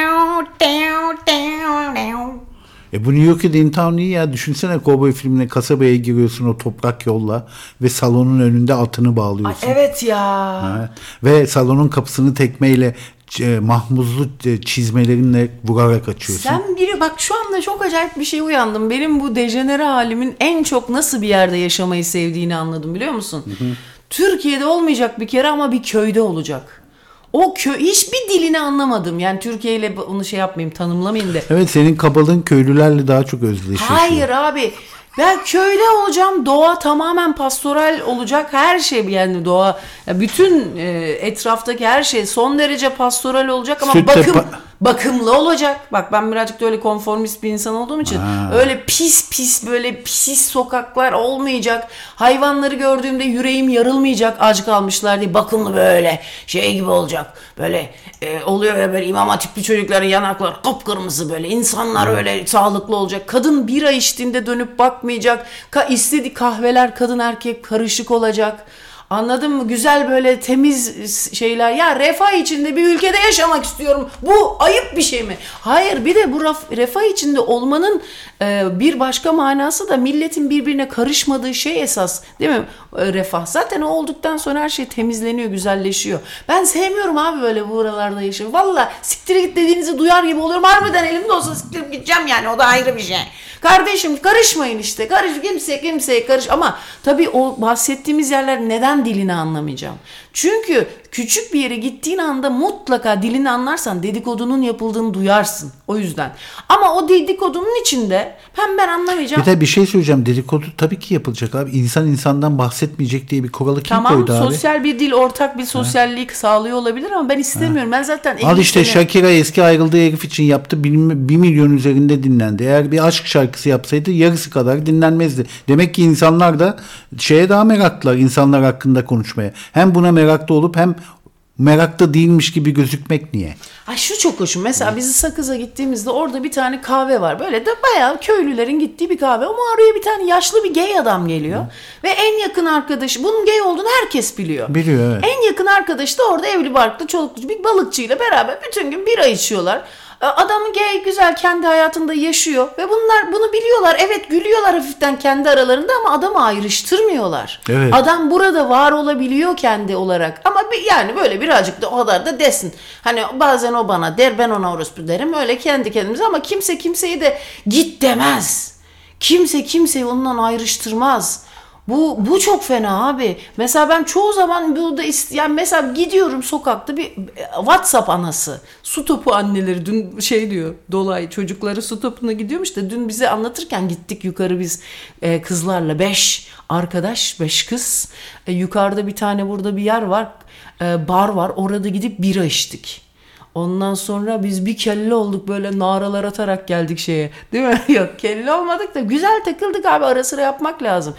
E bu New York'u in Town iyi ya. Düşünsene kovboy filmine, kasabaya giriyorsun o toprak yolla ve salonun önünde atını bağlıyorsun. Ay, evet ya. Evet. Ve salonun kapısını tekmeyle e, mahmuzlu e, çizmelerinle vurarak açıyorsun. Sen biri bak şu anda çok acayip bir şey uyandım. Benim bu dejenere halimin en çok nasıl bir yerde yaşamayı sevdiğini anladım biliyor musun? Hı hı. Türkiye'de olmayacak bir kere ama bir köyde olacak. O köy hiçbir dilini anlamadım. Yani Türkiye ile onu şey yapmayayım, tanımlamayayım da. Evet, senin kabalığın köylülerle daha çok özdeşleşiyor. Hayır abi. Ben köyde olacağım. Doğa tamamen pastoral olacak. Her şey yani doğa. Bütün e, etraftaki her şey son derece pastoral olacak ama Süt bakım pa- bakımlı olacak. Bak ben birazcık da öyle konformist bir insan olduğum için ha. öyle pis pis böyle pis sokaklar olmayacak. Hayvanları gördüğümde yüreğim yarılmayacak aç kalmışlar diye. Bakımlı böyle şey gibi olacak. Böyle e, oluyor ya böyle İmam Hatipli çocukların yanakları kıpkırmızı böyle. İnsanlar evet. Öyle sağlıklı olacak. Kadın bira içtiğinde dönüp bakmayacak. Ka- istediği kahveler kadın erkek karışık olacak. Anladın mı? Güzel böyle temiz şeyler. Ya refah içinde bir ülkede yaşamak istiyorum. Bu ayıp bir şey mi? Hayır, bir de bu raf- refah içinde olmanın e, bir başka manası da milletin birbirine karışmadığı şey esas. Değil mi? E, refah. Zaten o olduktan sonra her şey temizleniyor, güzelleşiyor. Ben sevmiyorum abi böyle buralarda yaşamayı. Valla siktir git dediğinizi duyar gibi oluyorum. Harbiden elimde olsa siktirip gideceğim yani. O da ayrı bir şey. Kardeşim karışmayın işte. Karış kimse kimseye karış. Ama tabii o bahsettiğimiz yerler neden dilini anlamayacağım? Çünkü küçük bir yere gittiğin anda mutlaka dilini anlarsan dedikodunun yapıldığını duyarsın. O yüzden. Ama o dedikodunun içinde hem ben anlamayacağım. Bir de bir şey söyleyeceğim. Dedikodu tabii ki yapılacak abi. İnsan insandan bahsetmeyecek diye bir kuralı kim tamam, koydu abi? Tamam, sosyal bir dil, ortak bir sosyallik ha. sağlıyor olabilir ama ben istemiyorum. Ha. Ben zaten al işte sene... Shakira eski ayrıldığı herif için yaptı. Bir, bir milyon üzerinde dinlendi. Eğer bir aşk şarkısı yapsaydı yarısı kadar dinlenmezdi. Demek ki insanlar da şeye daha meraklılar. İnsanlar hakkında konuşmaya. Hem buna meraklı olup hem merakta değilmiş gibi gözükmek niye? Ay şu çok hoşum. Mesela biz Sakız'a gittiğimizde orada bir tane kahve var. Böyle de bayağı köylülerin gittiği bir kahve. Ama oraya bir tane yaşlı bir gay adam geliyor. Hı. Ve en yakın arkadaşı, bunun gay olduğunu herkes biliyor. Biliyor evet. En yakın arkadaşı da orada evli barklı çoluklu bir balıkçıyla beraber bütün gün bira içiyorlar. Adamın gay güzel kendi hayatında yaşıyor ve bunlar bunu biliyorlar. Evet gülüyorlar hafiften kendi aralarında ama adamı ayrıştırmıyorlar. Evet. Adam burada var olabiliyor kendi olarak ama bir, yani böyle birazcık da o kadar da desin. Hani bazen o bana der ben ona orospu derim öyle kendi kendimize ama kimse kimseyi de git demez. Kimse kimseyi ondan ayrıştırmaz. Bu bu çok fena abi. Mesela ben çoğu zaman burada ist- yani mesela gidiyorum sokakta bir WhatsApp anası, su topu anneleri dün şey diyor. Dolay çocukları su topuna gidiyormuş da dün bize anlatırken gittik yukarı biz e, kızlarla beş arkadaş, beş kız. E, yukarıda bir tane burada bir yer var. E, bar var. Orada gidip bira içtik. Ondan sonra biz bir kelle olduk böyle naralar atarak geldik şeye. Değil mi? Yok kelle olmadık da güzel takıldık abi ara sıra yapmak lazım.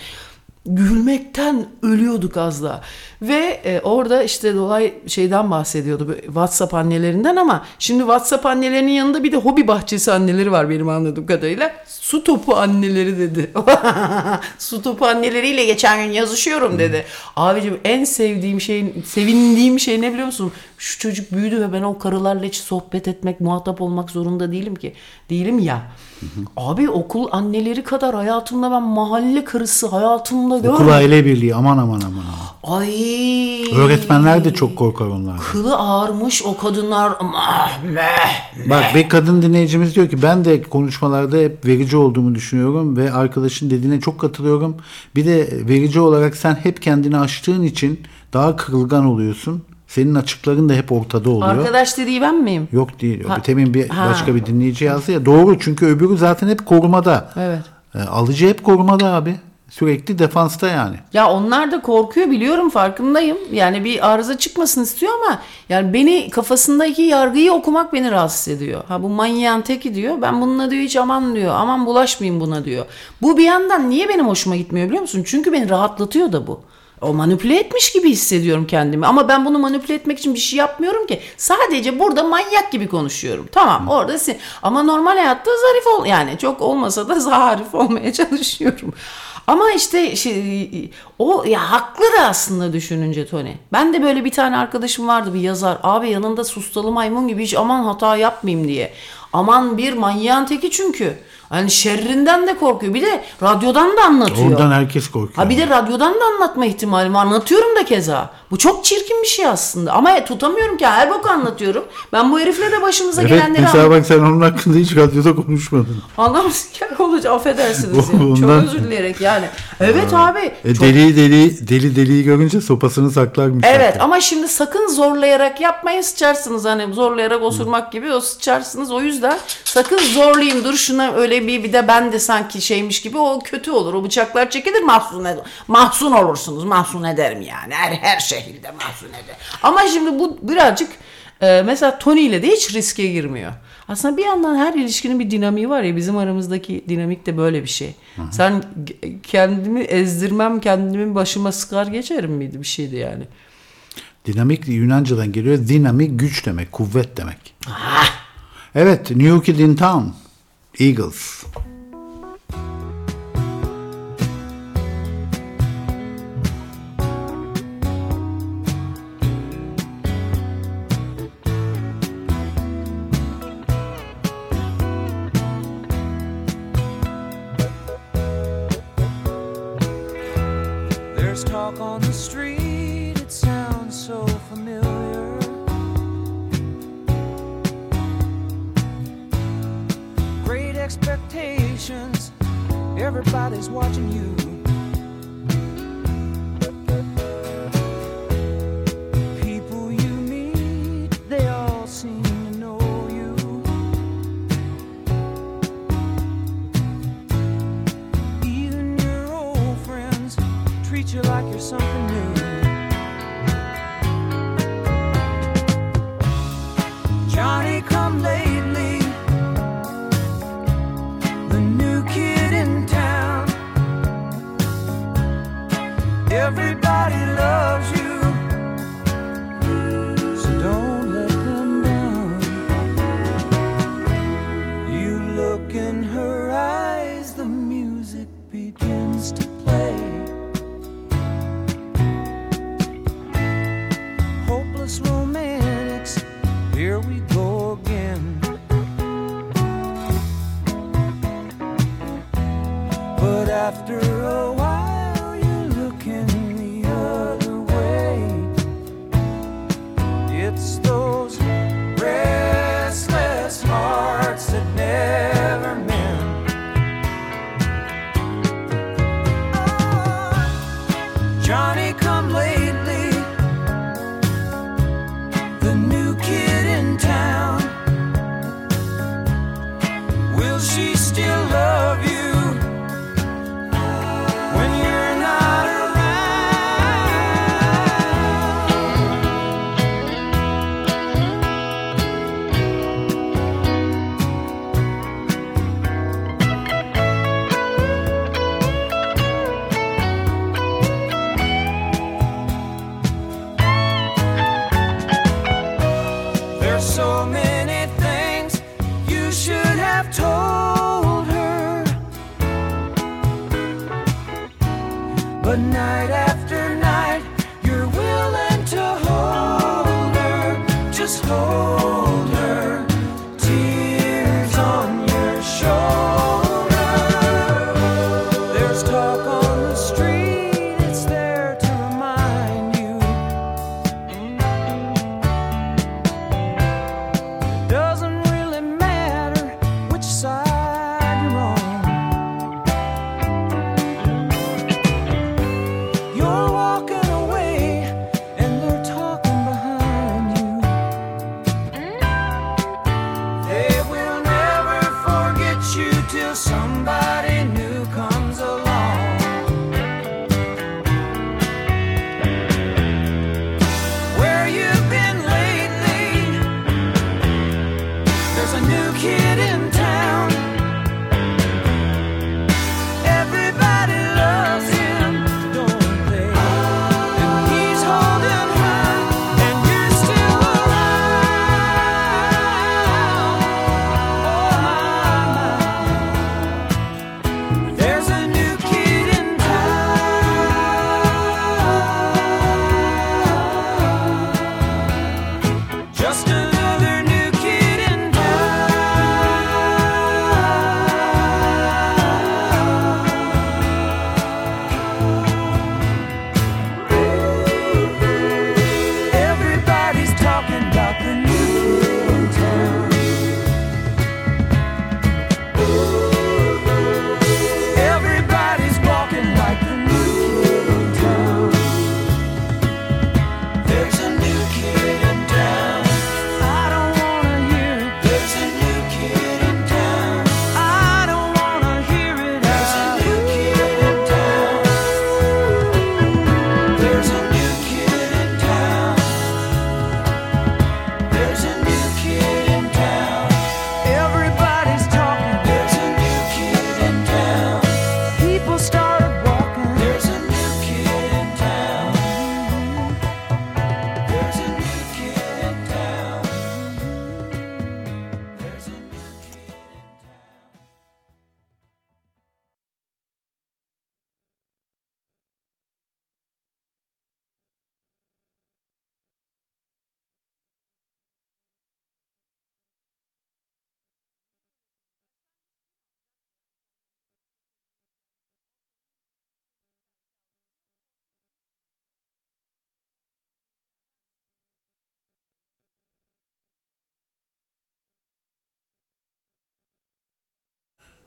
Gülmekten ölüyorduk az daha. Ve e, orada işte dolay şeyden bahsediyordu WhatsApp annelerinden ama şimdi WhatsApp annelerinin yanında bir de hobi bahçesi anneleri var benim anladığım kadarıyla. Su topu anneleri dedi. Su topu anneleriyle geçen gün yazışıyorum dedi. Abicim en sevdiğim şey, sevindiğim şey ne biliyor musun? şu çocuk büyüdü ve ben o karılarla hiç sohbet etmek, muhatap olmak zorunda değilim ki. Değilim ya. Hı hı. Abi okul anneleri kadar hayatımda ben mahalle karısı hayatımda görmedim. Okul aile birliği aman aman aman. Ay. Öğretmenler de çok korkar onlardan. Kılı ağarmış o kadınlar. Bak bir kadın dinleyicimiz diyor ki ben de konuşmalarda hep verici olduğumu düşünüyorum ve arkadaşın dediğine çok katılıyorum. Bir de verici olarak sen hep kendini aştığın için daha kırılgan oluyorsun. Senin açıkların da hep ortada oluyor. Arkadaş dediği ben miyim? Yok değil. Ha. Temin bir Ha. başka bir dinleyici yazdı ya. Doğru çünkü öbürü zaten hep korumada. Evet. E, alıcı hep korumada abi. Sürekli defansta yani. Ya onlar da korkuyor biliyorum farkındayım. Yani bir arıza çıkmasın istiyor ama yani beni kafasındaki yargıyı okumak beni rahatsız ediyor. Ha bu manyağın teki diyor. Ben bununla diyor hiç aman diyor. Aman bulaşmayayım buna diyor. Bu bir yandan niye benim hoşuma gitmiyor biliyor musun? Çünkü beni rahatlatıyor da bu. O manipüle etmiş gibi hissediyorum kendimi. Ama ben bunu manipüle etmek için bir şey yapmıyorum ki. Sadece burada manyak gibi konuşuyorum. Tamam orada sin- ama normal hayatta zarif ol yani çok olmasa da zarif olmaya çalışıyorum. Ama işte şey, o ya haklı da aslında düşününce Tony. Ben de böyle bir tane arkadaşım vardı bir yazar. Abi yanında sustalı maymun gibi hiç aman hata yapmayayım diye. Aman bir manyağın teki çünkü. Hani şerrinden de korkuyor. Bir de radyodan da anlatıyor. Oradan herkes korkuyor. Ha bir de radyodan da anlatma ihtimalim var. Anlatıyorum da keza. Bu çok çirkin bir şey aslında. Ama tutamıyorum ki. Her boku anlatıyorum. Ben bu herifle de başımıza evet, gelenleri mesela bak sen onun hakkında hiç radyoda konuşmadın. Anlamışsın olacak. Affedersiniz. Ya. Ondan... Çok özür dileyerek yani. Evet ha. abi. E, çok... Deli deli deli deliyi görünce sopasını saklarmış. Evet zaten. ama şimdi sakın zorlayarak yapmayın sıçarsınız. Hani zorlayarak osurmak gibi o sıçarsınız. O yüzden sakın zorlayayım dur şuna öyle bir bir de ben de sanki şeymiş gibi o kötü olur. O bıçaklar çekilir mahzun, ed- mahzun olursunuz. Mahzun ederim yani. Her, her şekilde mahzun eder. Ama şimdi bu birazcık e, mesela Tony ile de hiç riske girmiyor. Aslında bir yandan her ilişkinin bir dinamiği var ya bizim aramızdaki dinamik de böyle bir şey. Hı-hı. Sen kendimi ezdirmem kendimi başıma sıkar geçerim miydi bir şeydi yani. Dinamik Yunanca'dan geliyor. Dinamik güç demek, kuvvet demek. Ah. Evet, New Kid in Town, Eagles. There's talk on the street, it sounds so familiar. Great expectations, everybody's watching you. People you meet, they all seem to know you. Even your old friends treat you like you're something new. Johnny come lately, the new kid in town. Everybody loves you, so don't let them down. You look in her eyes, the music begins to play. Hopeless romantics, here we go again. But after a while you're looking the other way. It's those restless hearts that never mend. Oh, Johnny come lately, the new kid in town. Will she still love you when you're not There's so many things you should have told her, but night after night you're willing to hold her.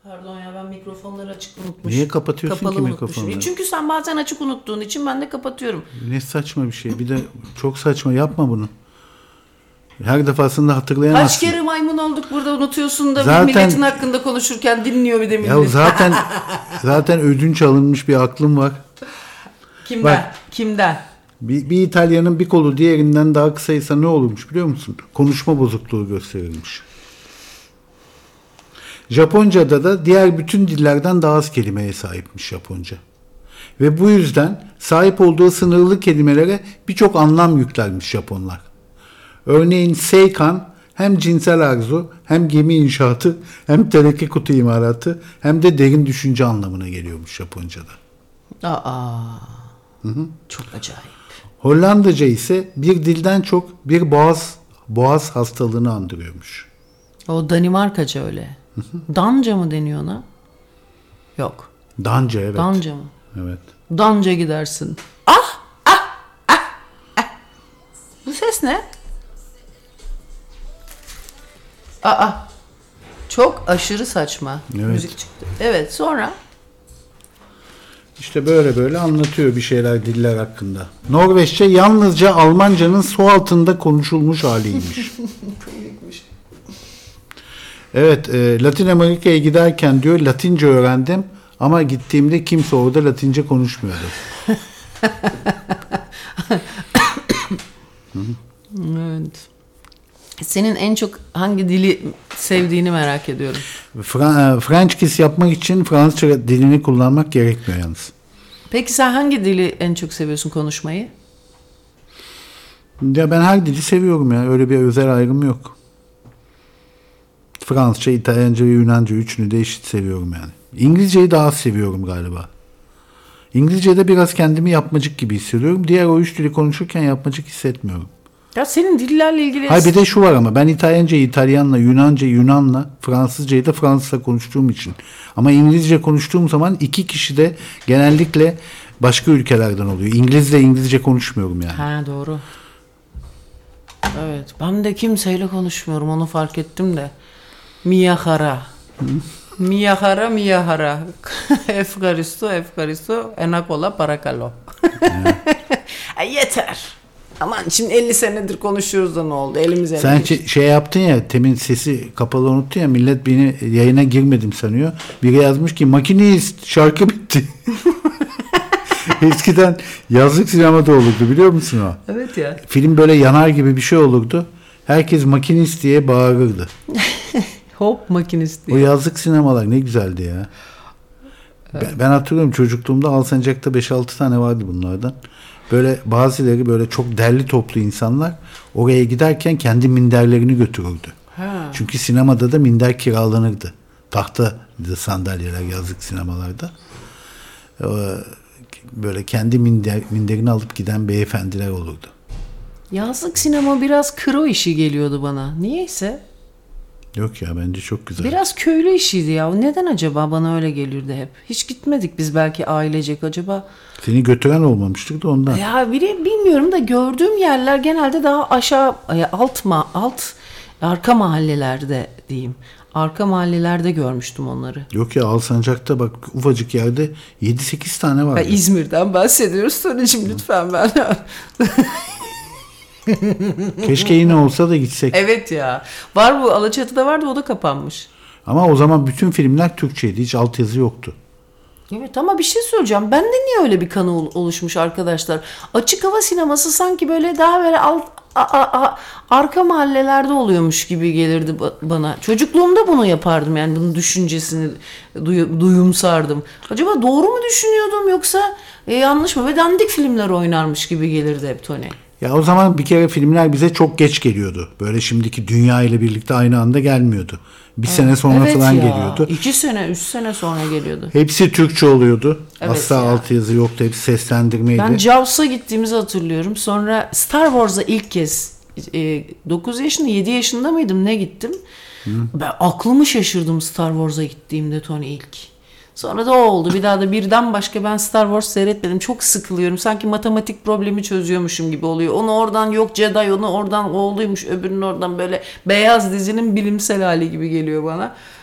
Pardon ya, ben mikrofonları açık unutmuşum. Niye kapatıyorsun Kapalı ki unutmuşum. mikrofonları? E Çünkü sen bazen açık unuttuğun için ben de kapatıyorum. Ne saçma bir şey. Bir de çok saçma, yapma bunu. Her defasında hatırlayamazsın. Kaç kere maymun olduk burada, unutuyorsun da Zaten- bir milletin hakkında konuşurken dinliyor bir de millet. Ya zaten zaten ödünç alınmış bir aklım var. Kimden? Bak. Kimden? Bir, bir İtalyanın bir kolu diğerinden daha kısaysa ne olurmuş biliyor musun? Konuşma bozukluğu gösterilmiş. Japonca'da da diğer bütün dillerden daha az kelimeye sahipmiş Japonca. Ve bu yüzden sahip olduğu sınırlı kelimelere birçok anlam yüklermiş Japonlar. Örneğin seikan hem cinsel arzu, hem gemi inşaatı, hem teneke kutu imalatı, hem de derin düşünce anlamına geliyormuş Japonca'da. Aa. Çok acayip. Hollandaca ise bir dilden çok bir boğaz boğaz hastalığını andırıyormuş. O Danimarkaca öyle. Danca mı deniyor ona? Yok. Danca, evet. Danca mı? Evet. Danca gidersin. Ah! Ah! Ah! Ah! Bu ses ne? Aa! Çok aşırı saçma. Evet. Müzik çıktı. Evet, sonra? İşte böyle böyle anlatıyor bir şeyler diller hakkında. Norveççe yalnızca Almancanın su altında konuşulmuş haliymiş. Evet, e, Latin Amerika'ya giderken diyor Latince öğrendim ama gittiğimde kimse orada Latince konuşmuyordu. Evet. Senin en çok hangi dili sevdiğini merak ediyorum. Fra- French kiss yapmak için Fransızca dilini kullanmak gerekmiyor yalnız. Peki sen hangi dili en çok seviyorsun konuşmayı? Ya ben her dili seviyorum ya. Öyle bir özel ayrım yok. Fransızca, İtalyanca ve Yunanca üçünü de eşit seviyorum yani. İngilizceyi daha az seviyorum galiba. İngilizce'de biraz kendimi yapmacık gibi hissediyorum. Diğer o üç dili konuşurken yapmacık hissetmiyorum. Ya senin dillerle ilgili... Hayır bir de şu var ama ben İtalyanca'yı İtalyanla, Yunanca Yunanla, Fransızcayı da Fransızca konuştuğum için. Ama İngilizce konuştuğum zaman iki kişi de genellikle başka ülkelerden oluyor. İngilizle İngilizce konuşmuyorum yani. Ha, doğru. Evet, ben de kimseyle konuşmuyorum, onu fark ettim de. Miyahara. Miyahara, miyahara. Efkaristo, efkaristo, enakola, parakalo. Ay, yeter. Aman şimdi elli senedir konuşuyoruz da ne oldu? Elimize Sen geçti. şey, şey yaptın ya, temin sesi kapalı unuttun ya, millet beni yayına girmedim sanıyor. Biri yazmış ki makinist şarkı bitti. Eskiden yazlık sinemada olurdu biliyor musun o? Evet ya. Film böyle yanar gibi bir şey olurdu. Herkes makinist diye bağırırdı. Hop makinist O diye. yazlık sinemalar ne güzeldi ya. Ben, ben hatırlıyorum çocukluğumda Alsancak'ta beş altı tane vardı bunlardan. Böyle bazıları böyle çok derli toplu insanlar oraya giderken kendi minderlerini götürürdü. Ha. Çünkü sinemada da minder kiralanırdı. Tahta sandalyeler yazlık sinemalarda. Ee, Böyle kendi minder, minderini alıp giden beyefendiler olurdu. Yazlık sinema biraz kro işi geliyordu bana. Niyeyse. Yok ya, bence çok güzel. Biraz köylü işiydi ya. Neden acaba bana öyle gelirdi hep. Hiç gitmedik biz belki ailecek acaba. Seni götüren olmamıştır da ondan. Ya biri bilmiyorum da gördüğüm yerler genelde daha aşağı alt ma alt arka mahallelerde diyeyim. Arka mahallelerde görmüştüm onları. Yok ya, Alsancak'ta bak ufacık yerde yedi sekiz tane var. Ya İzmir'den bahsediyoruz Toniciğim lütfen ben. Keşke yine olsa da gitsek. Evet ya. Var bu Alaçatı'da vardı, o da kapanmış. Ama o zaman bütün filmler Türkçeydi. Hiç altyazı yoktu. Evet ama bir şey söyleyeceğim. Bende niye öyle bir kanı ol- oluşmuş arkadaşlar? Açık hava sineması sanki böyle daha böyle alt, a, a, a, arka mahallelerde oluyormuş gibi gelirdi ba- bana. Çocukluğumda bunu yapardım yani, bunun düşüncesini duy- duyumsardım. Acaba doğru mu düşünüyordum yoksa e, yanlış mı? Ve dandik filmler oynarmış gibi gelirdi hep Tony. Ya o zaman bir kere filmler bize çok geç geliyordu. Böyle şimdiki dünya ile birlikte aynı anda gelmiyordu. Bir sene sonra Evet falan ya. geliyordu. İki sene, üç sene sonra geliyordu. Hepsi Türkçe oluyordu. Evet Asla ya. altyazı yoktu. Hepsi seslendirmeydi. Ben Jaws'a gittiğimizi hatırlıyorum. Sonra Star Wars'a ilk kez e, dokuz yaşında, yedi yaşında mıydım ne gittim. Hı. Ben aklımı şaşırdım Star Wars'a gittiğimde Tony ilk. Sonra da o oldu. Bir daha da birden başka ben Star Wars seyretmedim. Çok sıkılıyorum. Sanki matematik problemi çözüyormuşum gibi oluyor. Onu oradan yok Jedi, onu oradan o oluymuş, öbürünün oradan böyle beyaz dizinin bilimsel hali gibi geliyor bana.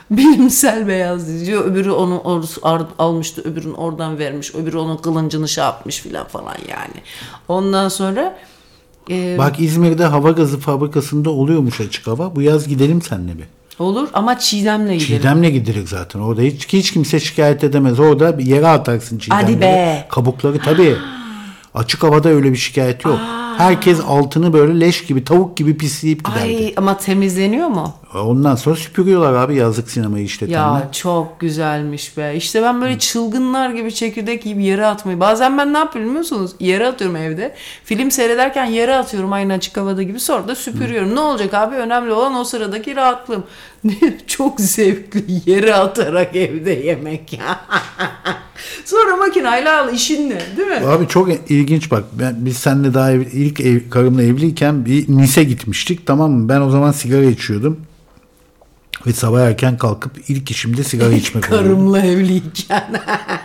Bilimsel beyaz diyor. Öbürü onu or- almıştı, öbürünü oradan vermiş. Öbürü onun kılıncını şey yapmış filan falan yani. Ondan sonra e, Bak İzmir'de hava gazı fabrikasında oluyormuş açık hava. Bu yaz gidelim seninle bir. olur ama Çiğdem'le gidelim. Çiğdem'le gidilir zaten. Orada hiç, hiç kimse şikayet edemez. Orada bir yere atarsın Çiğdem'leri. Hadi be. Kabukları tabii. Açık havada öyle bir şikayet yok. Herkes altını böyle leş gibi, tavuk gibi pisleyip giderdi. Ay ama temizleniyor mu? Ondan sonra süpürüyorlar abi yazlık sinemayı işletenler. Ya çok güzelmiş be. İşte ben böyle çılgınlar gibi çekirdek gibi yere atmayı. Bazen ben ne yapıyorum biliyor musunuz? Yere atıyorum evde. Film seyrederken yere atıyorum aynı açık havada gibi. Sonra da süpürüyorum. Hı. Ne olacak abi? Önemli olan o sıradaki rahatlığım. Çok zevkli yere atarak evde yemek ya. Sonra makineyle al işin ne değil mi? Abi çok ilginç bak. Ben, biz seninle daha ev, ilk ev, karımla evliyken bir Nice gitmiştik, tamam mı? Ben o zaman sigara içiyordum. Ve sabah erken kalkıp ilk işimde sigara içmek oluyordu. Karımla evliyken.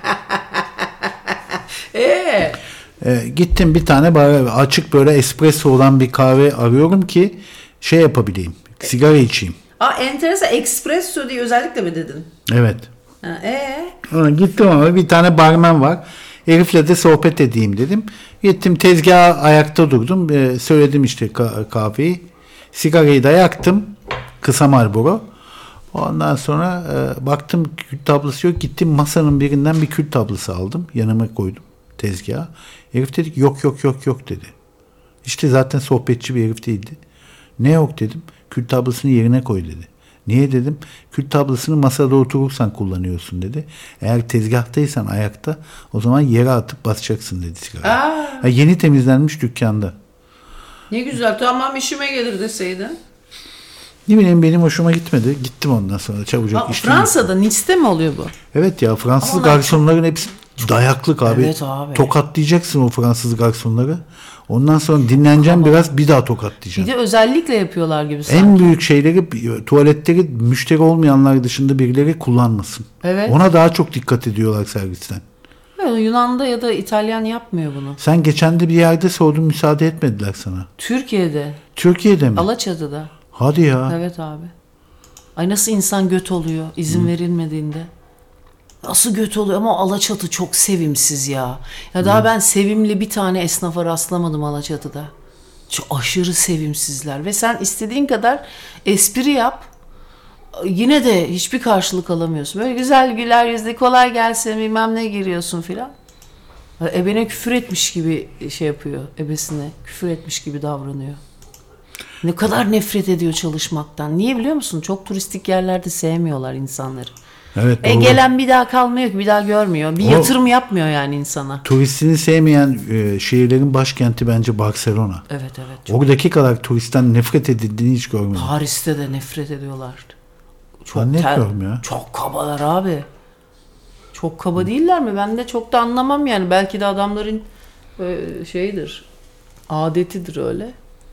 Eee? E, gittim bir tane bar, açık böyle espresso olan bir kahve arıyorum ki şey yapabileyim. Sigara içeyim. Aa enteresan, espresso diye özellikle mi dedin? Evet. Ha, ee? Sonra gittim ama bir tane barmen var. Herifle de sohbet edeyim dedim. Gittim tezgaha ayakta durdum. E, söyledim işte ka- kahveyi. Sigarayı da yaktım. Kısa Marlboro. Ondan sonra e, baktım kül tablası yok. Gittim masanın birinden bir kül tablası aldım. Yanıma koydum tezgaha. Herif dedi ki yok yok yok yok dedi. İşte zaten sohbetçi bir herif değildi. Ne yok dedim. Kül tablasını yerine koy dedi. Niye dedim. Kül tablasını masada oturursan kullanıyorsun dedi. Eğer tezgahtaysan ayakta o zaman yere atıp basacaksın dedi sigara. Yani yeni temizlenmiş dükkanda. Ne güzel, tamam işime gelir deseydin. Ne bileyim benim hoşuma gitmedi. Gittim ondan sonra çabucak. Aa, Fransa'da Nice'de mi oluyor bu? Evet ya Fransız Ama garsonların çok... hepsi dayaklık abi. Evet abi. Tokatlayacaksın o Fransız garsonları. Ondan sonra dinleneceğim biraz, bir daha tokatlayacaksın. Bir de özellikle yapıyorlar gibi sanki. En büyük şeyleri, tuvaletleri müşteri olmayanlar dışında birileri kullanmasın. Evet. Ona daha çok dikkat ediyorlar servisten. Evet, Yunan'da ya da İtalyan yapmıyor bunu. Sen geçen de bir yerde sordun, müsaade etmediler sana. Türkiye'de. Türkiye'de mi? Alaçatı'da. Hadi ya. Evet abi. Ay nasıl insan göt oluyor izin Hı. verilmediğinde. Nasıl göt oluyor ama Alaçatı çok sevimsiz ya. Ya daha Hı. ben sevimli bir tane esnafa rastlamadım Alaçatı'da. Çok aşırı sevimsizler ve sen istediğin kadar espri yap. Yine de hiçbir karşılık alamıyorsun. Böyle güzel güler yüzlü kolay gelsin bilmem ne giriyorsun filan. Ebene küfür etmiş gibi şey yapıyor. Ebesine küfür etmiş gibi davranıyor. Ne kadar nefret ediyor çalışmaktan. Niye biliyor musun? Çok turistik yerlerde sevmiyorlar insanları. Evet, e gelen bir daha kalmıyor ki, bir daha görmüyor. Bir o, yatırım yapmıyor yani insana. Turistini sevmeyen e, şehirlerin başkenti bence Barcelona. Evet evet. Çok... Oradaki kadar turistten nefret edildiğini hiç görmedim. Paris'te de nefret ediyorlar. Çok ter, ya. Çok kabalar abi. Çok kaba değiller mi? Ben de çok da anlamam yani. Belki de adamların e, şeyidir. Adetidir öyle.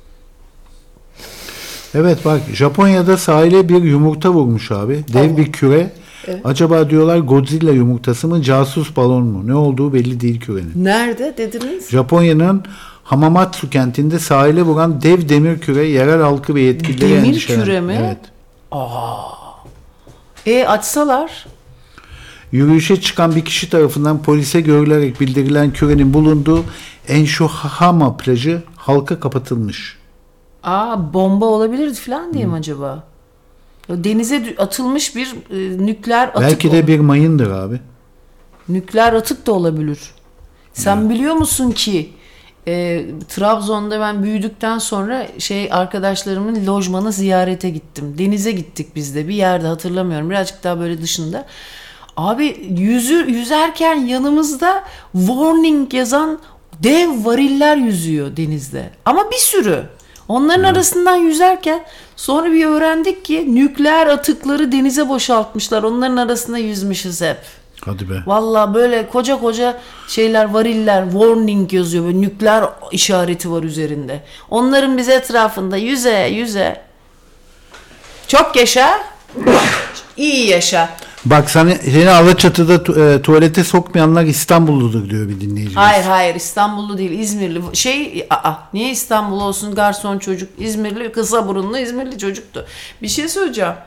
Evet bak, Japonya'da sahile bir yumurta vurmuş abi. Dev Allah. bir küre. Evet. Acaba diyorlar Godzilla yumurtası mı, casus balon mu? Ne olduğu belli değil kürenin. Nerede dediniz? Japonya'nın Hamamatsu kentinde sahile vuran dev demir küre yerel halkı ve yetkilileri demir endişelen. küre mi? Evet. Aa. E açsalar? Yürüyüşe çıkan bir kişi tarafından polise görülerek bildirilen kürenin bulunduğu Enshohama plajı halka kapatılmış. Aa bomba olabilir falan diye mi acaba? Denize atılmış bir e, nükleer atık. Belki de bir mayındır abi. Nükleer atık da olabilir. Sen evet. biliyor musun ki e, Trabzon'da ben büyüdükten sonra şey arkadaşlarımın lojmanı ziyarete gittim. Denize gittik biz de bir yerde, hatırlamıyorum. Birazcık daha böyle dışında. Abi yüzü, yüzerken yanımızda warning yazan dev variller yüzüyor denizde. Ama bir sürü. Onların evet. arasından yüzerken sonra bir öğrendik ki nükleer atıkları denize boşaltmışlar. Onların arasında yüzmüşüz hep. Hadi be. Vallahi böyle koca koca şeyler, variller, warning yazıyor. Böyle nükleer işareti var üzerinde. Onların biz etrafında yüze yüze. Çok yaşa. İyi yaşa. Bak seni, seni Alaçatı'da tu, e, tuvalete sokmayanlar İstanbulludur diyor bir dinleyicimiz. Hayır hayır İstanbullu değil, İzmirli. Şey aa, niye İstanbul olsun, garson çocuk İzmirli, kısa burunlu İzmirli çocuktu. Bir şey söyleyeceğim.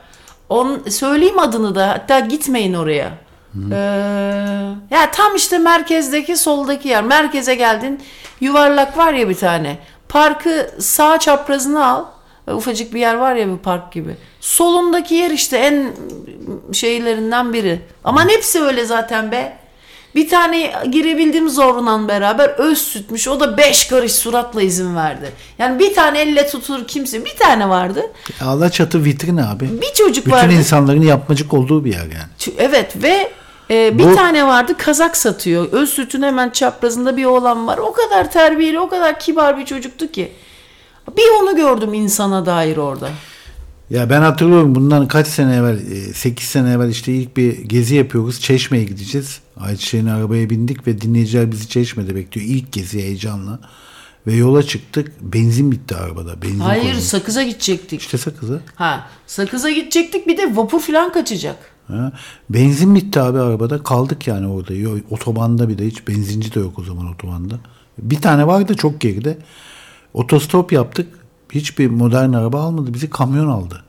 On, söyleyeyim adını da, hatta gitmeyin oraya. Ee, ya tam işte merkezdeki soldaki yer. Merkeze geldin, yuvarlak var ya bir tane. Parkı sağ çaprazına al. Ufacık bir yer var ya, bir park gibi. Solundaki yer işte en şeylerinden biri. Aman hepsi öyle zaten be. Bir tane girebildim zorundan beraber, öz sütmüş. O da beş karış suratla izin verdi. Yani bir tane elle tutulur kimse. Bir tane vardı. Alaçatı vitrin abi. Bir çocuk Bütün vardı. Bütün insanların yapmacık olduğu bir yer yani. Evet ve e, bir Bu... tane vardı, kazak satıyor. Öz sütün hemen çaprazında bir oğlan var. O kadar terbiyeli, o kadar kibar bir çocuktu ki. Bir onu gördüm insana dair orada. Ya ben hatırlıyorum, bundan kaç sene evvel, sekiz sene evvel işte ilk bir gezi yapıyoruz. Çeşme'ye gideceğiz. Ayçiçeğin arabaya bindik ve dinleyiciler bizi Çeşme'de bekliyor. İlk gezi heyecanla. Ve yola çıktık. Benzin bitti arabada. Benzin Hayır koydum. Sakız'a gidecektik. İşte Sakız'a. Ha, Sakız'a gidecektik, bir de vapur falan kaçacak. Ha, benzin bitti abi arabada. Kaldık yani orada. Yo, otobanda bir de hiç benzinci de yok o zaman otobanda. Bir tane vardı çok geride. Otostop yaptık. Hiçbir modern araba almadı. Bizi kamyon aldı.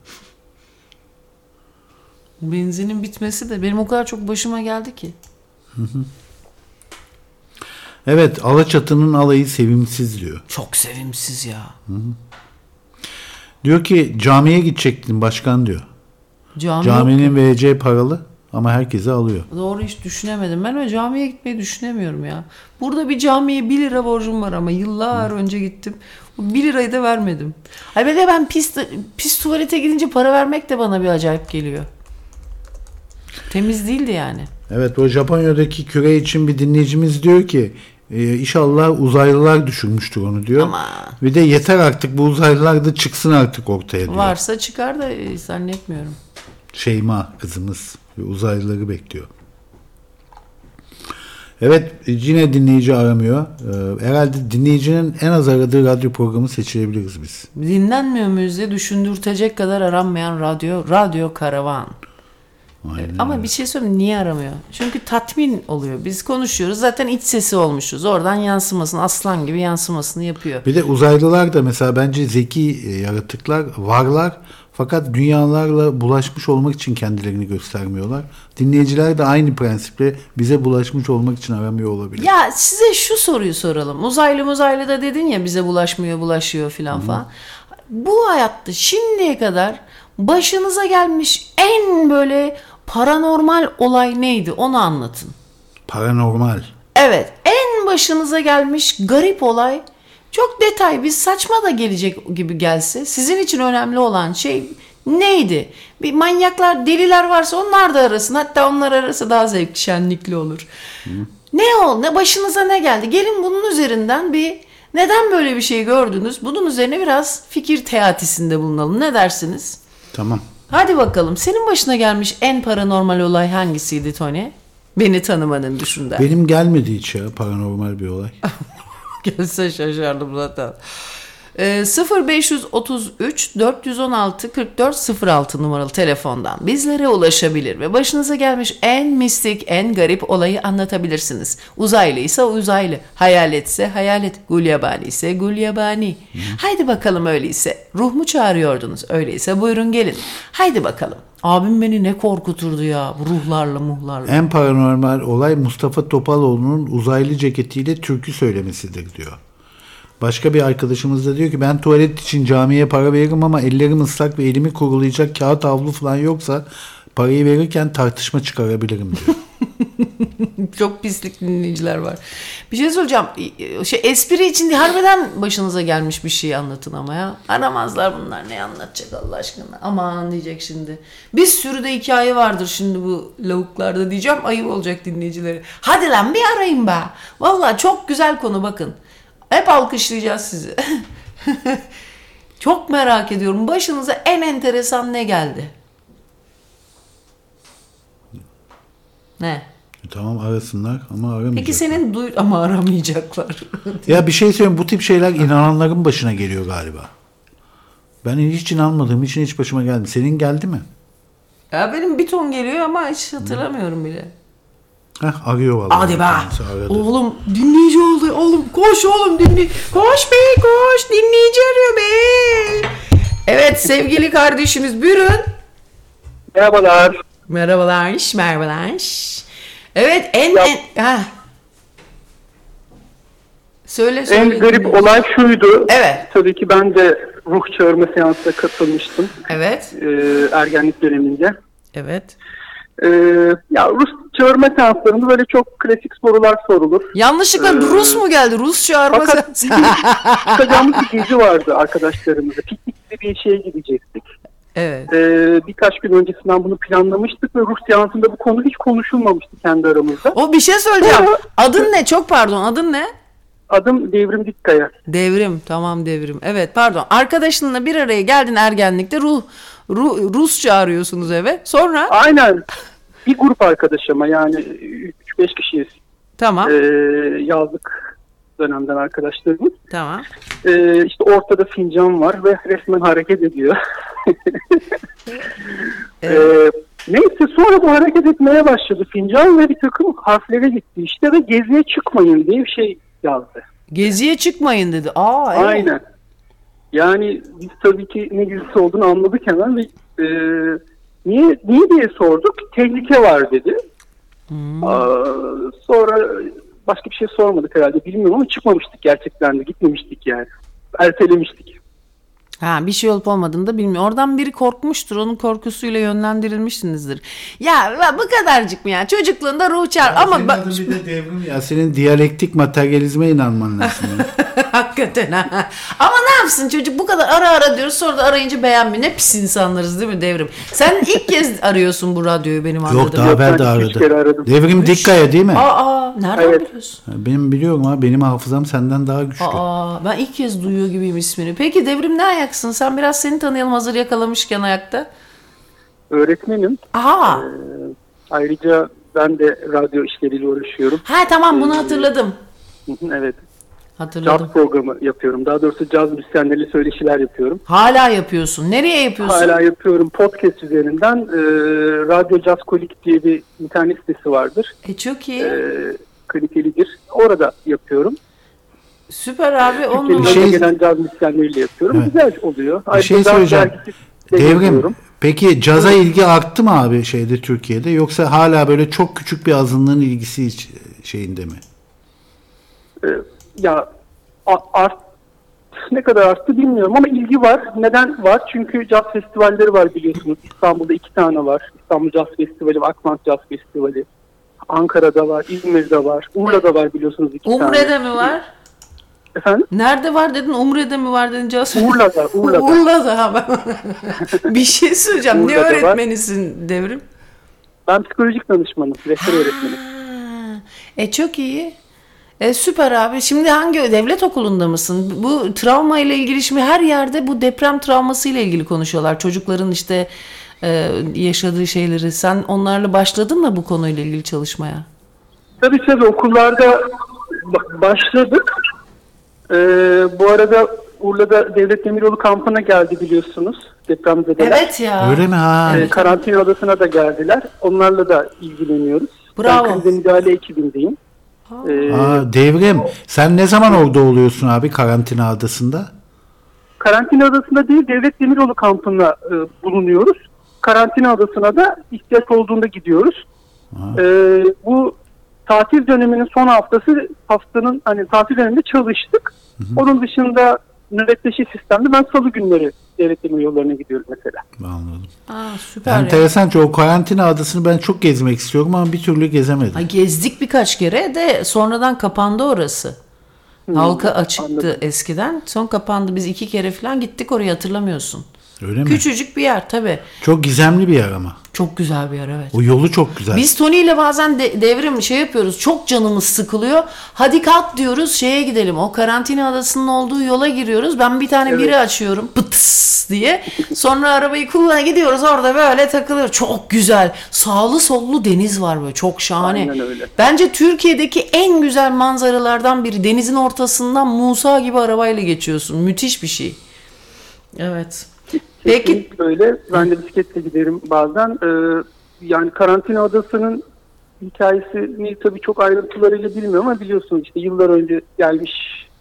Benzinin bitmesi de benim o kadar çok başıma geldi ki. Hı hı. Evet, Alaçatı'nın alayı sevimsiz diyor. Çok sevimsiz ya. Hı hı. Diyor ki camiye gidecektin başkan diyor. Cami Caminin vereceği paralı ama herkese alıyor. Doğru, hiç düşünemedim. Ben o camiye gitmeyi düşünemiyorum ya. Burada bir camiye bir lira borcum var ama yıllar Hı. önce gittim. bir lirayı da vermedim. Ay bir de ben pis, pis tuvalete gidince para vermek de bana bir acayip geliyor. Temiz değildi yani. Evet, o Japonya'daki küre için bir dinleyicimiz diyor ki e, inşallah uzaylılar düşürmüştür onu diyor. Ama... Bir de yeter artık bu uzaylılar da çıksın artık ortaya diyor. Varsa çıkar da e, zannetmiyorum. Şeyma kızımız uzaylıları bekliyor. Evet, yine dinleyici aramıyor. Ee, herhalde dinleyicinin en az aradığı radyo programı seçilebiliriz biz. Dinlenmiyor muyuz diye düşündürtecek kadar aranmayan radyo, Radyo Karavan. Aynen. Ama bir şey söyleyeyim, niye aramıyor? Çünkü tatmin oluyor. Biz konuşuyoruz, zaten iç sesi olmuşuz. Oradan yansımasını, aslan gibi yansımasını yapıyor. Bir de uzaylılar da mesela bence zeki yaratıklar, varlar. Fakat dünyalarla bulaşmış olmak için kendilerini göstermiyorlar. Dinleyiciler de aynı prensiple bize bulaşmış olmak için aramıyor olabilir. Ya size şu soruyu soralım. Uzaylı uzaylı da dedin ya, bize bulaşmıyor, bulaşıyor filan falan. Bu hayatta şimdiye kadar başınıza gelmiş en böyle paranormal olay neydi? Onu anlatın. Paranormal. Evet, en başınıza gelmiş garip olay. Çok detay, bir saçma da gelecek gibi gelse, sizin için önemli olan şey neydi? Bir manyaklar, deliler varsa onlar da arasın. Hatta onlar arası daha zevkli, şenlikli olur. Hı. Ne o? Ne başınıza ne geldi? Gelin bunun üzerinden bir, neden böyle bir şey gördünüz? Bunun üzerine biraz fikir teatisinde bulunalım. Ne dersiniz? Tamam. Hadi bakalım. Senin başına gelmiş en paranormal olay hangisiydi Tony? Beni tanımanın dışında. Benim gelmedi hiç ya paranormal bir olay. Gelse şaşardım zaten. E, sıfır beş otuz üç dört yüz on altı kırk dört sıfır altı numaralı telefondan bizlere ulaşabilir ve başınıza gelmiş en mistik, en garip olayı anlatabilirsiniz. Uzaylıysa uzaylı, hayaletse hayalet, gulyabani ise gulyabani. Hı. Haydi bakalım öyleyse. Ruh mu çağırıyordunuz? Öyleyse buyurun gelin. Haydi bakalım. Abim beni ne korkuturdu ya, ruhlarla muhlarla. En paranormal olay Mustafa Topaloğlu'nun uzaylı ceketiyle türkü söylemesidir diyor. Başka bir arkadaşımız da diyor ki ben tuvalet için camiye para veririm ama ellerim ıslak ve elimi kurulayacak kağıt havlu falan yoksa parayı verirken tartışma çıkarabilirim diyor. Çok pislik dinleyiciler var. Bir şey söyleyeceğim. Şey, espri için değil, harbiden başınıza gelmiş bir şey anlatın ama ya. Aramazlar bunlar, ne anlatacak Allah aşkına. Aman diyecek şimdi. Bir sürü de hikaye vardır şimdi bu lavuklarda diyeceğim. Ayıp olacak dinleyicileri. Hadi lan bir arayın be. Vallahi çok güzel konu, bakın. Hep alkışlayacağız sizi. Çok merak ediyorum. Başınıza en enteresan ne geldi? Ne? Tamam arasınlar ama aramayacaklar. Peki senin duy ama aramayacaklar. Ya bir şey söyleyeyim, bu tip şeyler inananların başına geliyor galiba. Ben hiç inanmadığım için hiç başıma geldi. Senin geldi mi? Ya benim bir ton geliyor ama hiç hatırlamıyorum bile. Heh, arıyor vallahi. Hadi be. Oğlum dinleyici oldu. Oğlum koş oğlum dinle. Koş be koş. Dinleyici arıyor be. Evet sevgili kardeşimiz, buyurun. Merhabalar. Merhabalar, merhabalar. Evet, en Ya- en ha. Söyle söyle. En garip dinliyorum. olay şuydu. Evet. Tabii ki ben de ruh çağırma seansına katılmıştım. Evet. e, ergenlik döneminde. Evet. E, ya ruh çağırma seanslarında böyle çok klasik sorular sorulur. Yanlışlıkla Ee, Rus mu geldi? Rus çağırma fakat sen- çıkacağımız bir gezi vardı arkadaşlarımızla. Piknik gibi bir şeye gidecektik. Evet. E, birkaç gün öncesinden bunu planlamıştık ve ruh seansında bu konu hiç konuşulmamıştı kendi aramızda. O bir şey söyleyeceğim. Adın ne? Çok pardon. Adın ne? Adım Devrim Dikkaya. Devrim. Tamam Devrim. Evet pardon. Arkadaşınla bir araya geldin ergenlikte ruh, ruh Rus çağırıyorsunuz eve. Sonra Aynen. Bir grup arkadaşıma yani üç beş kişiyiz. tamam. Ee, yazlık dönemden arkadaşlarımız. Tamam. Ee, işte ortada fincan var ve resmen hareket ediyor. ee, neyse sonra bu hareket etmeye başladı fincan ve bir takım harflere gitti işte ve geziye çıkmayın diye bir şey yazdı. Geziye çıkmayın dedi. Aa evet. Aynen. Yani biz tabii ki ne gezisi olduğunu anladık hemen ve e, niye, niye diye sorduk. Tehlike var dedi. Hmm. Aa, sonra başka bir şey sormadık herhalde bilmiyorum ama çıkmamıştık gerçekten de gitmemiştik yani. Ertelemiştik. Ha bir şey olup olmadığını da bilmiyor. Oradan biri korkmuştur. Onun korkusuyla yönlendirilmişsinizdir. Ya ya bu kadarcık mı ya? Çocukluğunda ruh çağır. Ama Senin bak adın bir de Devrim ya. Senin diyalektik materyalizme inanman lazım. ya. hakikaten ha. Ama ne yapsın çocuk bu kadar ara ara diyoruz. Sonra da arayınca beğenmiyor. Ne pis insanlarız değil mi Devrim? Sen ilk kez arıyorsun bu radyoyu benim anladığım. Yok daha evvel de ben üç aradı. kere aradım. Devrim Dikkaya değil mi? Aa nereden Evet. biliyorsun? Benim biliyorum ha. Benim hafızam senden daha güçlü. Aa ben ilk kez duyuyor gibiyim ismini. Peki Devrim ne ayaksın? Sen biraz seni tanıyalım hazır yakalamışken ayakta. Öğretmenim. Aa. Ayrıca ben de radyo işleriyle uğraşıyorum. Ha tamam bunu hatırladım. Evet. Hatırladım. Caz programı yapıyorum. Daha doğrusu caz müzisyenleriyle söyleşiler yapıyorum. Hala yapıyorsun. Nereye yapıyorsun? Hala yapıyorum. Podcast üzerinden e, Radyo Jazz Kolik diye bir internet sitesi vardır. E çok iyi. E, kalitelidir. Orada yapıyorum. Süper abi. Onun Türkiye'nin Bir şey- önde gelen caz müzisyenleriyle yapıyorum. Evet. Güzel oluyor. Bir şey Caz söyleyeceğim. dergisi de Devrim, yazıyorum. peki caza ilgi arttı mı abi şeyde Türkiye'de yoksa hala böyle çok küçük bir azınlığın ilgisi hiç şeyinde mi? E, ya a- art, ne kadar arttı bilmiyorum ama ilgi var. Neden var? Çünkü caz festivalleri var biliyorsunuz. İstanbul'da iki tane var. İstanbul Caz Festivali ve Akmant Caz Festivali. Ankara'da var, İzmir'de var, Urla'da var biliyorsunuz iki tane. Umre'de mi var? Efendim? Nerede var dedin? Umre'de mi var dedin? Caz- Urla'da, Urla'da. Urla'da. ha, ben- bir şey söyleyeceğim. Ne Urla'da var. öğretmenisin Devrim? Ben psikolojik danışmanım, rehber öğretmenim. Ha, E çok iyi. E süper abi. Şimdi hangi devlet okulunda mısın? Bu travma ile ilgili şimdi her yerde bu deprem travması ile ilgili konuşuyorlar. Çocukların işte e, yaşadığı şeyleri. Sen onlarla başladın mı bu konuyla ilgili çalışmaya? Tabii tabii okullarda ba- başladık. Ee, bu arada Urla'da Devlet Demiroğlu kampına geldi biliyorsunuz depremzedeler. Evet ya. Öyle mi ha? Ee, karantina odasına da geldiler. Onlarla da ilgileniyoruz. Bravo. Ben krize müdahale ekibindeyim. Ee, Aa, Devrim sen ne zaman orada oluyorsun abi karantina adasında? karantina odasında değil Devlet Demiroğlu kampına e, bulunuyoruz. Karantina odasına da ihtiyaç olduğunda gidiyoruz. Ee, bu tatil döneminin son haftası haftanın hani tatil döneminde çalıştık. Hı hı. Onun dışında nöbetleşi sistemde ben salı günleri devlet demir yollarına gidiyorum mesela. Anladım. Aa, süper. Enteresan ki o karantina adasını ben çok gezmek istiyorum ama bir türlü gezemedim. Ha, gezdik birkaç kere de sonradan kapandı orası. Hmm, Halka açıktı anladım. Eskiden. Son kapandı. Biz iki kere falan gittik oraya hatırlamıyorsun. Öyle mi? Küçücük bir yer tabii. Çok gizemli bir yer ama. Çok güzel bir yer evet. O yolu çok güzel. Biz Tony ile bazen de, devrim şey yapıyoruz. Çok canımız sıkılıyor. Hadi kalk diyoruz şeye gidelim. O karantina adasının olduğu yola giriyoruz. Ben bir tane evet. biri açıyorum. Pıtıs diye. Sonra arabayı kullanıp gidiyoruz. Orada böyle takılıyor. Çok güzel. Sağlı sollu deniz var böyle. Çok şahane. Aynen öyle. Bence Türkiye'deki en güzel manzaralardan biri. Denizin ortasından Musa gibi arabayla geçiyorsun. Müthiş bir şey. Evet. Peki öyle. Ben de bisikletle giderim bazen. Ee, yani karantina adasının hikayesini tabii çok ayrıntılarıyla bilmiyorum ama biliyorsunuz işte yıllar önce gelmiş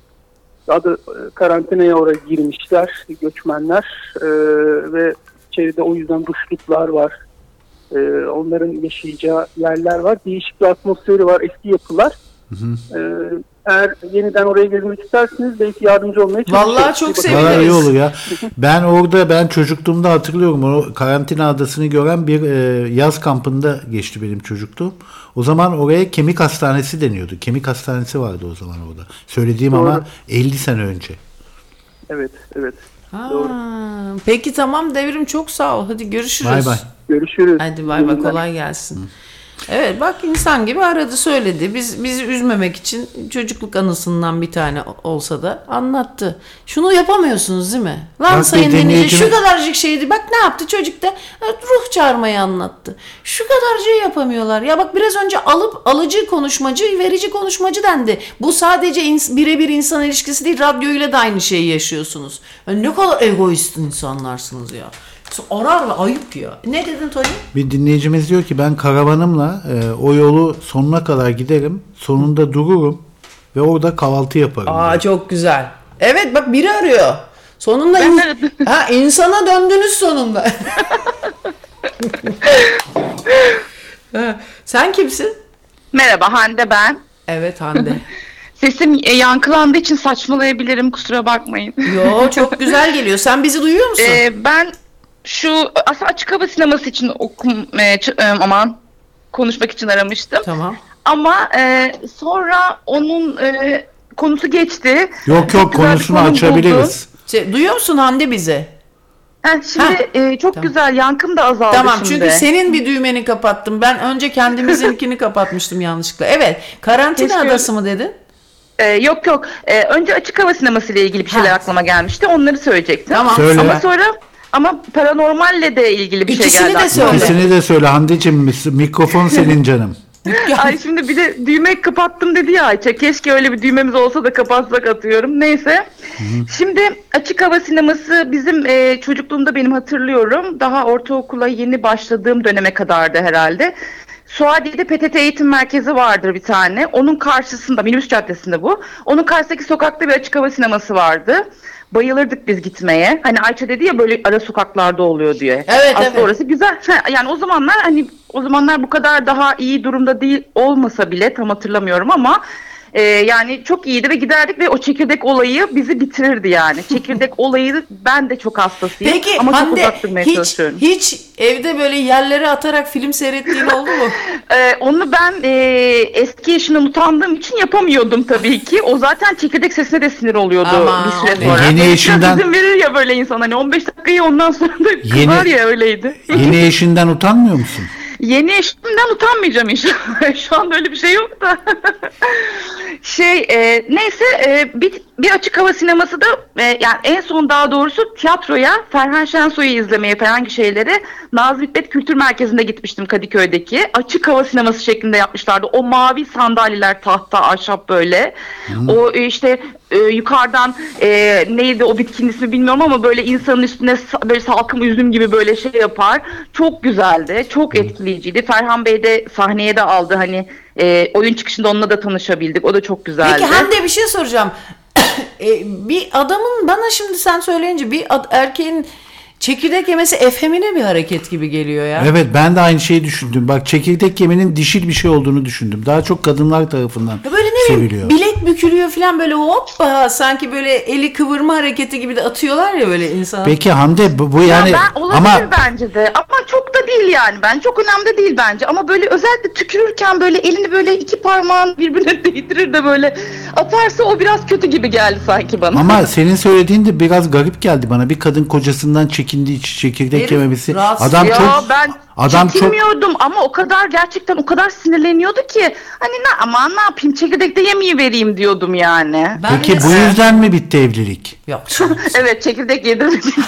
adı karantinaya oraya girmişler göçmenler ee, ve içeride o yüzden duşluklar var. e, onların yaşayacağı yerler var. Değişik bir atmosferi var, eski yapılar. Hı hı. E, eğer yeniden oraya gezmek isterseniz belki yardımcı olmaya çalışırız. Vallahi çok seviniriz. Vallahi iyi olur ya. Ben orada ben çocukluğumda hatırlıyorum. O karantina adasını gören bir e, yaz kampında geçti benim çocukluğum. O zaman oraya kemik hastanesi deniyordu. Kemik hastanesi vardı o zaman orada. Söylediğim Doğru. ama elli sene önce. Evet, evet. Ha, Doğru. peki tamam Devrim, çok sağ ol. Hadi görüşürüz. Bay bay. Görüşürüz. Hadi bay bay, kolay gelsin. Hı. Evet bak, insan gibi aradı, söyledi. Biz bizi üzmemek için çocukluk anısından bir tane olsa da anlattı. Şunu yapamıyorsunuz değil mi? Lan bak, sayın dinleyici, şu kadarcık şeydi. Bak ne yaptı çocuk da ruh çağırmayı anlattı. Şu kadarcığı yapamıyorlar. Ya bak, biraz önce alıp alıcı konuşmacı, verici konuşmacı dendi. Bu sadece ins- birebir insan ilişkisi değil, radyoyla da aynı şeyi yaşıyorsunuz. Yani ne kadar egoist insanlarsınız ya. Arar ve ayıp ya. Ne dedin Tony? Bir dinleyicimiz diyor ki ben karavanımla e, o yolu sonuna kadar giderim. Sonunda dururum ve orada kahvaltı yaparım. Aa diyor. Çok güzel. Evet bak, biri arıyor. Sonunda in- ha, insana döndünüz sonunda. Sen kimsin? Merhaba, Hande ben. Evet Hande. Sesim e, yankılandığı için saçmalayabilirim, kusura bakmayın. Yo, çok güzel geliyor. Sen bizi duyuyor musun? Ee, ben şu aslında açık hava sineması için okum e, ç- e, aman konuşmak için aramıştım. Tamam. Ama e, sonra onun e, konusu geçti. Yok yok, konusunu açabiliriz. Şey, duyuyor musun Hande bizi? Ha, şimdi e, çok Tamam. güzel, yankım da azaldı Tamam, şimdi. çünkü senin bir düğmeni kapattım. Ben önce kendimizinkini kapatmıştım yanlışlıkla. Evet, karantina Keşke- adası mı dedin? Ee, yok yok. Ee, önce açık hava sineması ile ilgili bir şeyler Ha. aklıma gelmişti. Onları söyleyecektim. Tamam. Söyle. Ama sonra ama paranormalle de ilgili bir İkisini şey geldi de aklıma. söyle. İkisini de söyle Handeciğim, mikrofon senin canım. Ay şimdi bir de düğme kapattım dedi ya Ayça. Keşke öyle bir düğmemiz olsa da kapatsak atıyorum. Neyse. Hı-hı. Şimdi açık hava sineması bizim e, çocukluğumda benim hatırlıyorum. Daha ortaokula yeni başladığım döneme kadardı herhalde. Suadiye'de P T T Eğitim Merkezi vardır bir tane. Onun karşısında, minibüs caddesinde bu. Onun karşısındaki sokakta bir açık hava sineması vardı. Bayılırdık biz gitmeye. Hani Ayça dedi ya, böyle ara sokaklarda oluyor diye. Evet, aslında evet. orası güzel. Yani o zamanlar hani o zamanlar bu kadar daha iyi durumda değil olmasa bile, tam hatırlamıyorum ama e, yani çok iyiydi ve giderdik ve o çekirdek olayı bizi bitirirdi yani. Çekirdek olayı ben de çok hastasıyım. Peki ama çok Hande, uzak durmaya hiç, çalışıyorum. hiç evde böyle yerlere atarak film seyrettiğin oldu mu? Ee, onu ben e, eski yaşından utandığım için yapamıyordum tabii ki. O zaten çekirdek sesine de sinir oluyordu Aman, bir süre abi. sonra. Yeni Biraz eşinden- izin verir ya böyle insan, hani on beş dakikayı ondan sonra da Yeni- kızar ya, öyleydi. Yeni eşinden utanmıyor musun? Yeni eşimden utanmayacağım inşallah. Şu anda öyle bir şey yok da. şey e, neyse e, bir, bir açık hava sineması da e, yani en son daha doğrusu tiyatroya Ferhan Şensoy'u izlemeye falan şeyleri Nazım Hikmet Kültür Merkezi'nde gitmiştim, Kadıköy'deki. Açık hava sineması şeklinde yapmışlardı. O mavi sandalyeler, tahta, ahşap böyle. Hmm. O e, işte e, yukarıdan e, neydi o bitkinin ismi bilmiyorum ama böyle insanın üstüne sa- böyle salkım üzüm gibi böyle şey yapar. Çok güzeldi. Çok etkileyiciydi. Ferhan Bey de sahneye de aldı, hani e, oyun çıkışında onunla da tanışabildik. O da çok güzeldi. Peki Hande, bir şey soracağım. e, bir adamın, bana şimdi sen söyleyince bir ad- erkeğin çekirdek yemesi efemine bir hareket gibi geliyor ya. Evet, ben de aynı şeyi düşündüm. Bak, çekirdek yemenin dişil bir şey olduğunu düşündüm. Daha çok kadınlar tarafından Ya böyle ne bileyim, seviliyor. bilek bükülüyor falan, böyle hoppa, sanki böyle eli kıvırma hareketi gibi de atıyorlar ya böyle insana. Peki Hande, bu, bu yani ya ben, olabilir ama bence de ama çok da değil yani, ben çok önemli değil bence, ama böyle özellikle tükürürken böyle elini böyle iki parmağın birbirine değdirir de böyle atarsa o biraz kötü gibi geldi sanki bana. ama senin söylediğin de biraz garip geldi bana. Bir kadın kocasından çekindiği için çekirdek Herif yememesi. rahatsız. Adam ya çok ben adam çok çekinmiyordum ama o kadar, gerçekten o kadar sinirleniyordu ki hani ne aman ne yapayım, çekirdekte yemeği vereyim diyordum yani. Ben Peki de- bu yüzden mi bitti evlilik? Yok. Evet, çekirdek yedirmek için.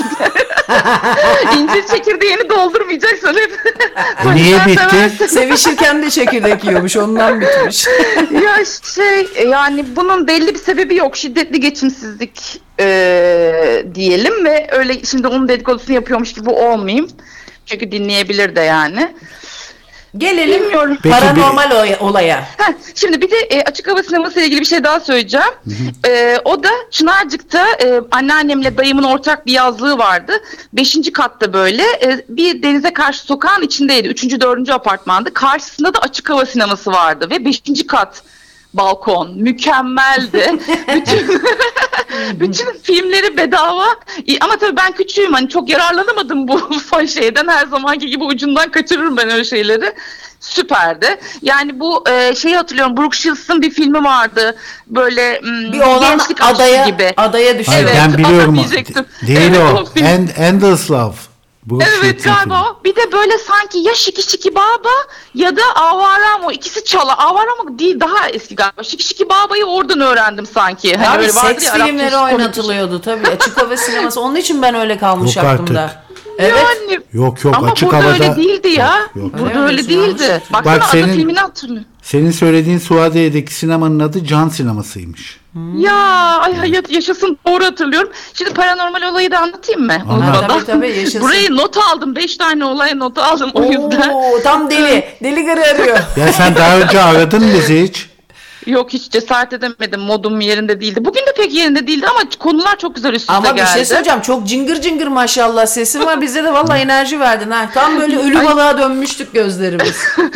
İncir çekirdeğini doldurmayacaksan hep. E niye Sen bitti? seversin. Sevişirken de çekirdek yiyormuş, ondan bitmiş. Ya şey yani bunun belli bir sebebi yok. Şiddetli geçimsizlik e, diyelim ve öyle şimdi onun dedikodusunu yapıyormuş gibi olmayayım. Çünkü dinleyebilir de yani. Gelelim Bilmiyorum. Peki paranormal oy- olaya. Heh, şimdi bir de e, açık hava sineması ile ilgili bir şey daha söyleyeceğim. E, o da Çınarcık'ta e, anneannemle dayımın ortak bir yazlığı vardı. Beşinci katta böyle e, bir denize karşı sokağın içindeydi. Üçüncü, dördüncü apartmandı. Karşısında da açık hava sineması vardı ve beşinci kat balkon mükemmeldi. bütün bütün filmleri bedava. Ama tabii ben küçüğüm, hani çok yararlanamadım bu şeyden. Her zamanki gibi ucundan kaçırırım ben öyle şeyleri. Süperdi. Yani bu e, şeyi hatırlıyorum. Brooke Shields'ın bir filmi vardı. Böyle m, Bir oğlan gençlik aşkı adaya gibi. adaya düşüyor. Hayır, Evet, ben biliyorum. adam diyecektim. Değil Evet, o. o film. End, Endless Love. Brooke Evet Shields'ın galiba filmi. o. Bir de böyle sanki ya Şiki Şiki Baba ya da Avaramo, ikisi çala. Avaramo değil, daha eski galiba. Şiki Şiki Baba'yı oradan öğrendim sanki. Hani Abi öyle vardır seks ya, Arap filmleri Türk komedi. oynatılıyordu tabii. Açık hava sineması. Onun için ben öyle kalmış Yok aklımda. artık. Evet. Yani, Yok yok, ama açık burada havada. öyle değildi ya. Yok, yok. Burada Öyle öyle mi? değildi. Yanlış. Baksana Bak ada senin- filmini hatırlıyorum. Senin söylediğin Suadiye'deki sinemanın adı Can Sineması'ymış. Ya ay hayat yaşasın, doğru hatırlıyorum. Şimdi paranormal olayı da anlatayım mı? Anlat. Unutmadan. Tabii, tabii, yaşasın. Burayı not aldım. Beş tane olaya not aldım o yüzden. Oo, tam deli. Deli garı arıyor. Ya sen daha önce aradın mı bizi hiç? Yok, hiç cesaret edemedim. Modum yerinde değildi. Bugün de pek yerinde değildi ama konular çok güzel üst üste Ama bir geldi. şey söyleyeceğim. Çok cıngır cıngır maşallah sesin var. Bize de vallahi enerji verdin ha. Tam böyle ölü balığa dönmüştük gözlerimiz.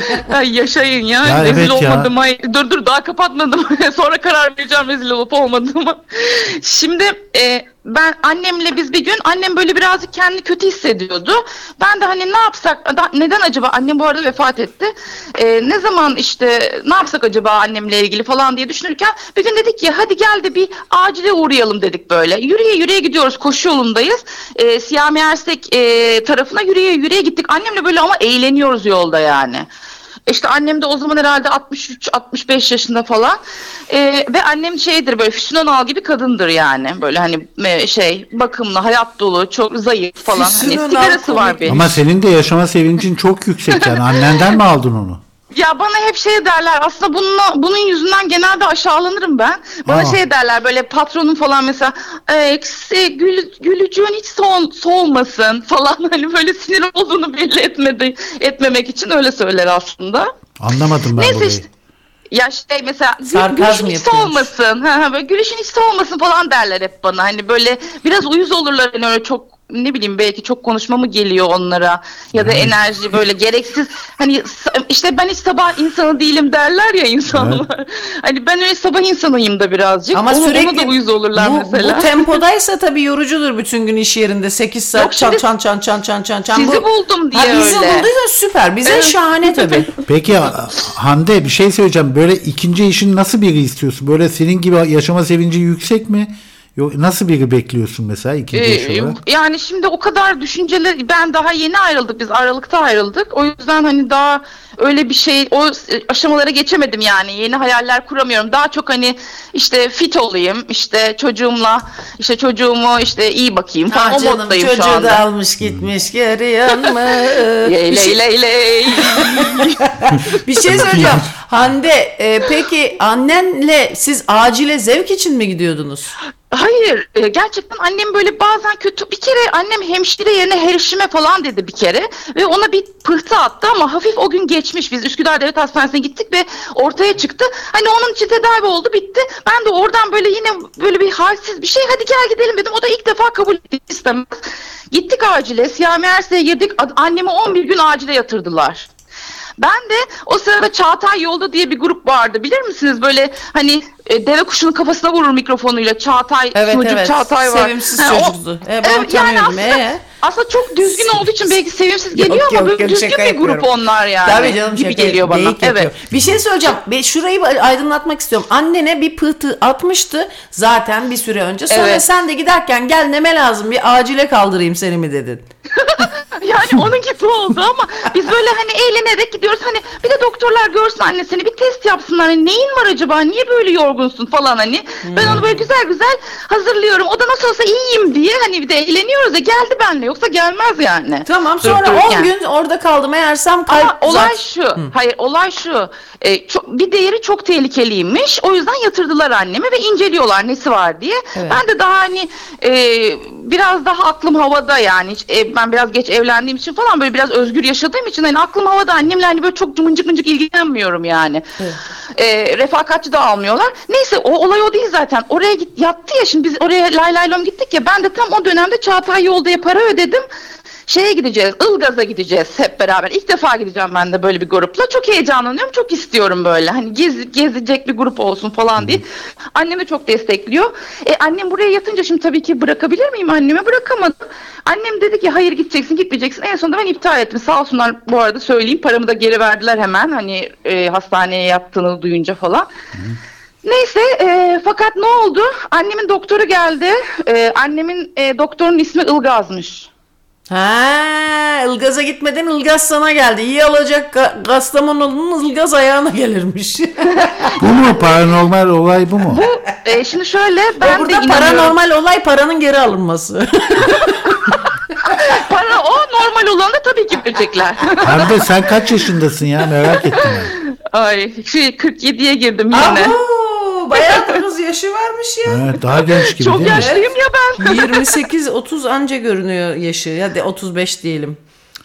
Ay yaşayın ya. Ya rezil evet ya. olmadım. Ay, dur dur daha kapatmadım. Sonra karar vereceğim rezil olup olmadığımı. Şimdi e, ben annemle biz bir gün, annem böyle birazcık kendini kötü hissediyordu. Ben de hani ne yapsak, da- neden acaba, annem bu arada vefat etti. E, ne zaman işte ne yapsak acaba annemle ilgili falan diye düşünürken bir gün dedik ki hadi gel de bir acile uğrayalım dedik böyle. Yürüye yürüye gidiyoruz, koşu yolundayız. E, Siyami Ersek e, tarafına yürüye yürüye gittik. Annemle böyle ama eğleniyoruz yolda yani. İşte annem de o zaman herhalde altmış üç altmış beş yaşında falan. Ee, ve annem şeydir, böyle Füsun Önal gibi kadındır yani. Böyle hani e, şey bakımlı, hayat dolu, çok zayıf falan. Füsun Hani Önal sigarası var komik. benim. Ama senin de yaşama sevincin çok yüksek yani. Annenden mi aldın onu? Ya bana hep şey derler, aslında bununla, bunun yüzünden genelde aşağılanırım ben. Bana Aa. şey derler böyle, patronum falan mesela e, gül, gülücüğün hiç sol, solmasın falan, hani böyle sinir olduğunu belli etmedi, etmemek için öyle söyler aslında. Anlamadım ben Neyse burayı. işte. Ya şey mesela gül- Sarkazm gülüşün hiç yapıyormuş. olmasın. Ha, ha, böyle gülüşün hiç olmasın falan derler hep bana. Hani böyle biraz uyuz olurlar, hani öyle çok, ne bileyim, belki çok konuşma mı geliyor onlara ya da enerji böyle gereksiz, hani sa- işte ben hiç sabah insanı değilim derler ya insanlar. Hani ben öyle sabah insanıyım da birazcık. Ama Ona, sürekli ona da uyuz olurlar bu, mesela. bu tempodaysa tabii yorucudur bütün gün iş yerinde. sekiz saat Yok, çan şimdi çan çan çan çan çan çan. sizi Bu- buldum diye ha, bizi öyle. bulduysa süper. Bize Evet. şahane tabii. Peki Hande, bir şey söyleyeceğim. Böyle ikinci işin nasıl biri istiyorsun? Böyle senin gibi yaşama sevinci yüksek mi? Yok, nasıl biri bekliyorsun mesela ikinci iş Ee, olarak? yani şimdi o kadar düşünceler, ben daha yeni ayrıldık, biz Aralık'ta ayrıldık, o yüzden hani daha öyle bir şey, o aşamalara geçemedim yani, yeni hayaller kuramıyorum, daha çok hani işte fit olayım, işte çocuğumla, işte çocuğumu işte iyi bakayım falan, Ah o canım, moddayım şu çocuğu anda. da almış gitmiş geri yanma. Ley bir, şey, ley ley ley. bir şey söyleyeceğim. Hande e, peki annenle siz acile zevk için mi gidiyordunuz? Hayır, e, gerçekten annem böyle bazen kötü, bir kere annem hemşire yerine herişime falan dedi bir kere ve ona bir pıhtı attı ama hafif o gün geçmiş, biz Üsküdar Devlet Hastanesi'ne gittik ve ortaya çıktı, hani onun için tedavi oldu, bitti. Ben de oradan böyle yine böyle bir halsiz bir şey, hadi gel gidelim dedim, o da ilk defa kabul etti, istemez. Gittik acile, Siyami Ersek'e girdik, annemi on bir gün acile yatırdılar. Ben de o sırada Çağatay Yolda diye bir grup vardı, bilir misiniz? Böyle hani e, deve kuşunun kafasına vurur mikrofonuyla, Çağatay, Evet sunucu evet. Çağatay var. Sevimsiz Ha, o- çocuktu. E, ben Evet, yani tanıyorum. aslında, E? aslında çok düzgün olduğu için belki sevimsiz geliyor Yok, ama yok, böyle yok, düzgün şaka bir grup yapıyorum. onlar yani. Tabii canım, gibi şaka geliyor bana. geyik yapıyor. Evet. Bir şey söyleyeceğim. Be- Şurayı bir aydınlatmak istiyorum. Annene bir pıhtı atmıştı zaten bir süre önce. Sonra Evet. sen de giderken gel neme lazım, bir acile kaldırayım seni mi dedin? Yani onun gibi oldu ama biz böyle hani eğlenerek gidiyoruz. Hani bir de doktorlar görsün annesini, bir test yapsınlar. Hani neyin var acaba? Niye böyle yorgunsun falan hani. Ben onu böyle güzel güzel hazırlıyorum. O da nasıl olsa iyiyim diye hani bir de eğleniyoruz ya, geldi benimle, yoksa gelmez yani. Tamam, Durup sonra on dururken. gün orada kaldım meğersem kalp Ama olay zat- şu, hayır olay şu, e, çok, bir değeri çok tehlikeliymiş, o yüzden yatırdılar annemi ve inceliyorlar nesi var diye. Evet. Ben de daha hani e, biraz daha aklım havada yani. Hiç, ev, ben biraz geç evlendiğim için falan böyle biraz özgür yaşadığım için hani aklım havada, annemle hani böyle çok mıncık mıncık ilgilenmiyorum yani. Evet. E, refakatçi de almıyorlar. Neyse o olay o değil zaten. Oraya git, yattı ya, şimdi biz oraya lay lay lom gittik ya, ben de tam o dönemde Çağatay Yolda para ödedim. Şeye gideceğiz, Ilgaz'a gideceğiz hep beraber. İlk defa gideceğim ben de böyle bir grupla. Çok heyecanlanıyorum, çok istiyorum böyle. Hani gez, gezecek bir grup olsun falan diye. Annem de çok destekliyor. E, annem buraya yatınca şimdi tabii ki bırakabilir miyim anneme? Bırakamadım. Annem dedi ki hayır gideceksin, gitmeyeceksin. En sonunda ben iptal ettim. Sağ olsunlar bu arada, söyleyeyim. Paramı da geri verdiler hemen. Hani e, hastaneye yattığını duyunca falan. Hı. Neyse e, fakat ne oldu? Annemin doktoru geldi. E, annemin e, doktorun ismi Ilgaz'mış. Ha, Ilgaz'a gitmeden Ilgaz sana geldi. İyi olacak, Kastamonu'nun Ilgaz ayağına gelirmiş. Bu mu paranormal olay, bu mu? Bu e, şimdi şöyle, ben e burada de paranormal olay paranın geri alınması. Para o normal olanı da tabii ki verecekler. Hande sen kaç yaşındasın ya, merak ettim ben. Ay şey kırk yediye girdim yine. Abo, bayağı da kız yaşı varmış ya. Evet, daha genç gibi çok değil mi? Çok yaşlıyım ya ben. yirmi sekiz otuz anca görünüyor yaşı. Hadi otuz beş diyelim.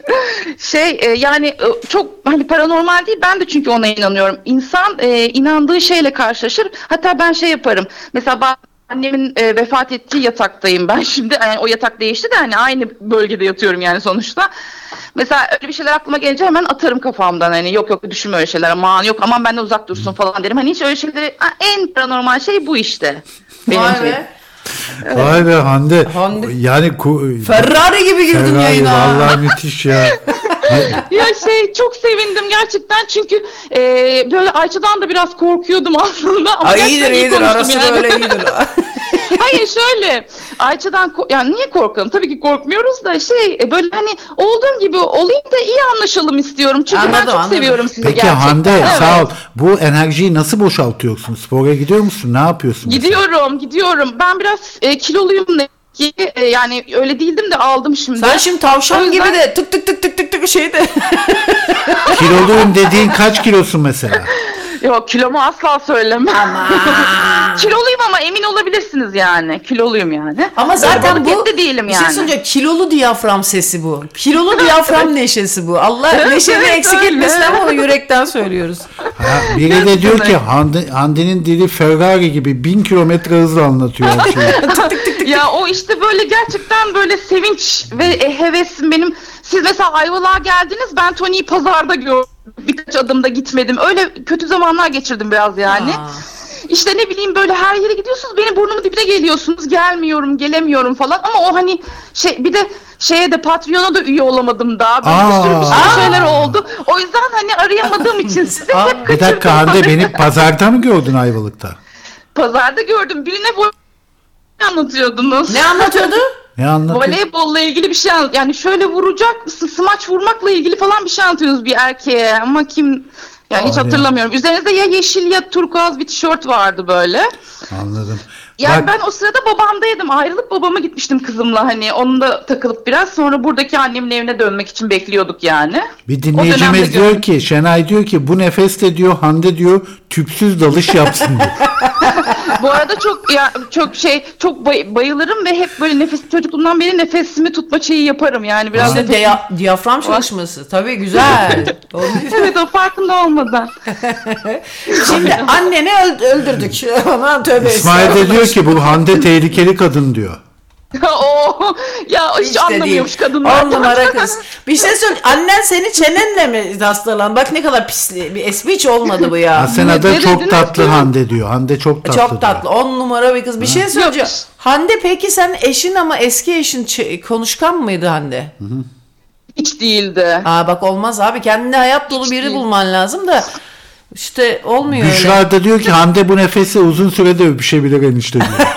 Şey e, yani e, çok hani paranormal değil, ben de çünkü ona inanıyorum. İnsan e, inandığı şeyle karşılaşır. Hatta ben şey yaparım. Mesela ben annemin e, vefat ettiği yataktayım ben şimdi. Yani o yatak değişti de hani aynı bölgede yatıyorum yani sonuçta. Mesela öyle bir şeyler aklıma gelince hemen atarım kafamdan. Hani yok yok düşünme öyle şeyler, aman yok aman benden uzak dursun falan derim. Hani hiç öyle şeyleri, en paranormal şey bu işte. Benim Vay şey. be. Evet. Vay be Hande. Hande. Yani ku- Ferrari gibi girdin Ferrari, yayına. vallahi müthiş ya. Ya şey çok sevindim gerçekten çünkü e, böyle Ayça'dan da biraz korkuyordum aslında. Ama Ay iyidir iyidir, arası yani. böyle iyidir. Hayır şöyle, Ayça'dan yani niye korkalım? Tabii ki korkmuyoruz da şey böyle hani olduğum gibi olayım da iyi anlaşalım istiyorum. Çünkü Anladım, ben çok anladım. seviyorum sizi Peki gerçekten. Hande Evet. sağ ol. Bu enerjiyi nasıl boşaltıyorsun? Spora gidiyor musun? Ne yapıyorsun? Gidiyorum mesela? gidiyorum. Ben biraz e, kiloluyum ne ki e, yani öyle değildim de aldım şimdi. Sen şimdi tavşan yüzden... gibi de tık tık tık tık tık tık şeyde. Kiloluyum dediğin kaç kilosun mesela? Yok kilomu asla söylemem. Kiloluyum ama emin olabilirsiniz yani. Kiloluyum yani. Ama zaten bu de değilim bir yani. şey söyleyeceğim, kilolu diyafram sesi bu. Kilolu diyafram neşesi bu. Allah Evet, neşeni evet, eksik öyle. etmesin ama onu yürekten söylüyoruz. Ha, biri de diyor ki Hande, Hande'nin dili Ferrari gibi bin kilometre hızla anlatıyor her şeyi. Ya o işte böyle gerçekten böyle sevinç ve e, hevesim benim. Siz mesela Ayvalık'a geldiniz, ben Tony'yi pazarda gördüm. Birkaç adımda gitmedim. Öyle kötü zamanlar geçirdim biraz yani. Aa. İşte ne bileyim böyle her yere gidiyorsunuz, benim burnumun dibine geliyorsunuz, gelmiyorum, gelemiyorum falan. Ama o hani şey, bir de şeye de Patreon'a da üye olamadım daha. Böyle bir sürü, bir sürü şeyler oldu. O yüzden hani arayamadığım için sizi Aa, hep kaçırdım. Bir dakika Hande, beni pazarda mı gördün Ayvalık'ta? Pazarda gördüm. Birine bu anlatıyordunuz. Ne anlatıyordu? Ne anlatıyor? Voleybolla ilgili bir şey anlat. Yani şöyle vuracak mısın? Smaç vurmakla ilgili falan bir şey anlatıyorsunuz bir erkeğe. Ama kim... Yani Aa, hiç hatırlamıyorum. Ya. Üzerinizde ya yeşil ya turkuaz bir tişört vardı böyle. Anladım. Yani Bak, ben o sırada babamdaydım. Ayrılıp babama gitmiştim kızımla. Hani onunla takılıp biraz. Sonra buradaki annemin evine dönmek için bekliyorduk yani. Bir dinleyicimiz diyor gördüm. ki, Şenay diyor ki bu nefeste diyor Hande diyor tüpsüz dalış yapsın diyor. Bu arada çok ya çok şey çok bay, bayılırım ve hep böyle nefes çocukluğumdan beri nefesimi tutma şeyi yaparım yani biraz işte dia, diyafram çalışması. Tabii güzel. Evet, o farkında olmadan. Şimdi anneni öld- öldürdük. Aman tövbe. İsmail de diyor ki bu Hande tehlikeli kadın diyor. Oo, ya hiç işte anlamıyormuş değil. kadınlar. On numara kız. Bir şey söyle. Annen seni çenenle mi hastalan? Bak ne kadar pisli. Bir espri hiç olmadı bu ya. Asena da çok tatlı ki? Hande diyor. Hande çok tatlı. Çok tatlı. On numara bir kız. Bir ha. şey söyleyeceğim. Hande peki sen eşin ama eski eşin ç- konuşkan mıydı Hande? Hı hı. Hiç değildi. Aa bak olmaz abi. Kendine hayat dolu hiç biri değil. bulman lazım da. İşte olmuyor Büşra öyle. da diyor ki Hande bu nefesi uzun sürede öpüşebilir enişte diyor.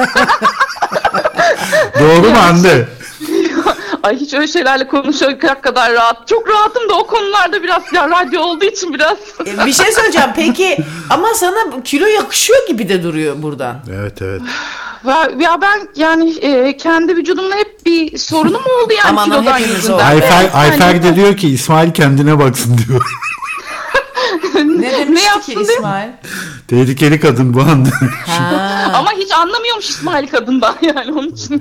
Doğru mu Hande? Ay hiç öyle şeylerle konuşacak kadar rahat. Çok rahatım da o konularda biraz ya radyo olduğu için biraz. Bir şey söyleyeceğim peki ama sana kilo yakışıyor gibi de duruyor buradan. Evet evet. Ya ben yani e, kendi vücudumla hep bir sorunum oldu yani aman kilodan yüzünden. Ayfer, Ayfer de diyor ki İsmail kendine baksın diyor. Ne demişti ne ki İsmail? Tehlikeli kadın bu anda. Ha, Ama hiç anlamıyormuş İsmail kadından yani onun için.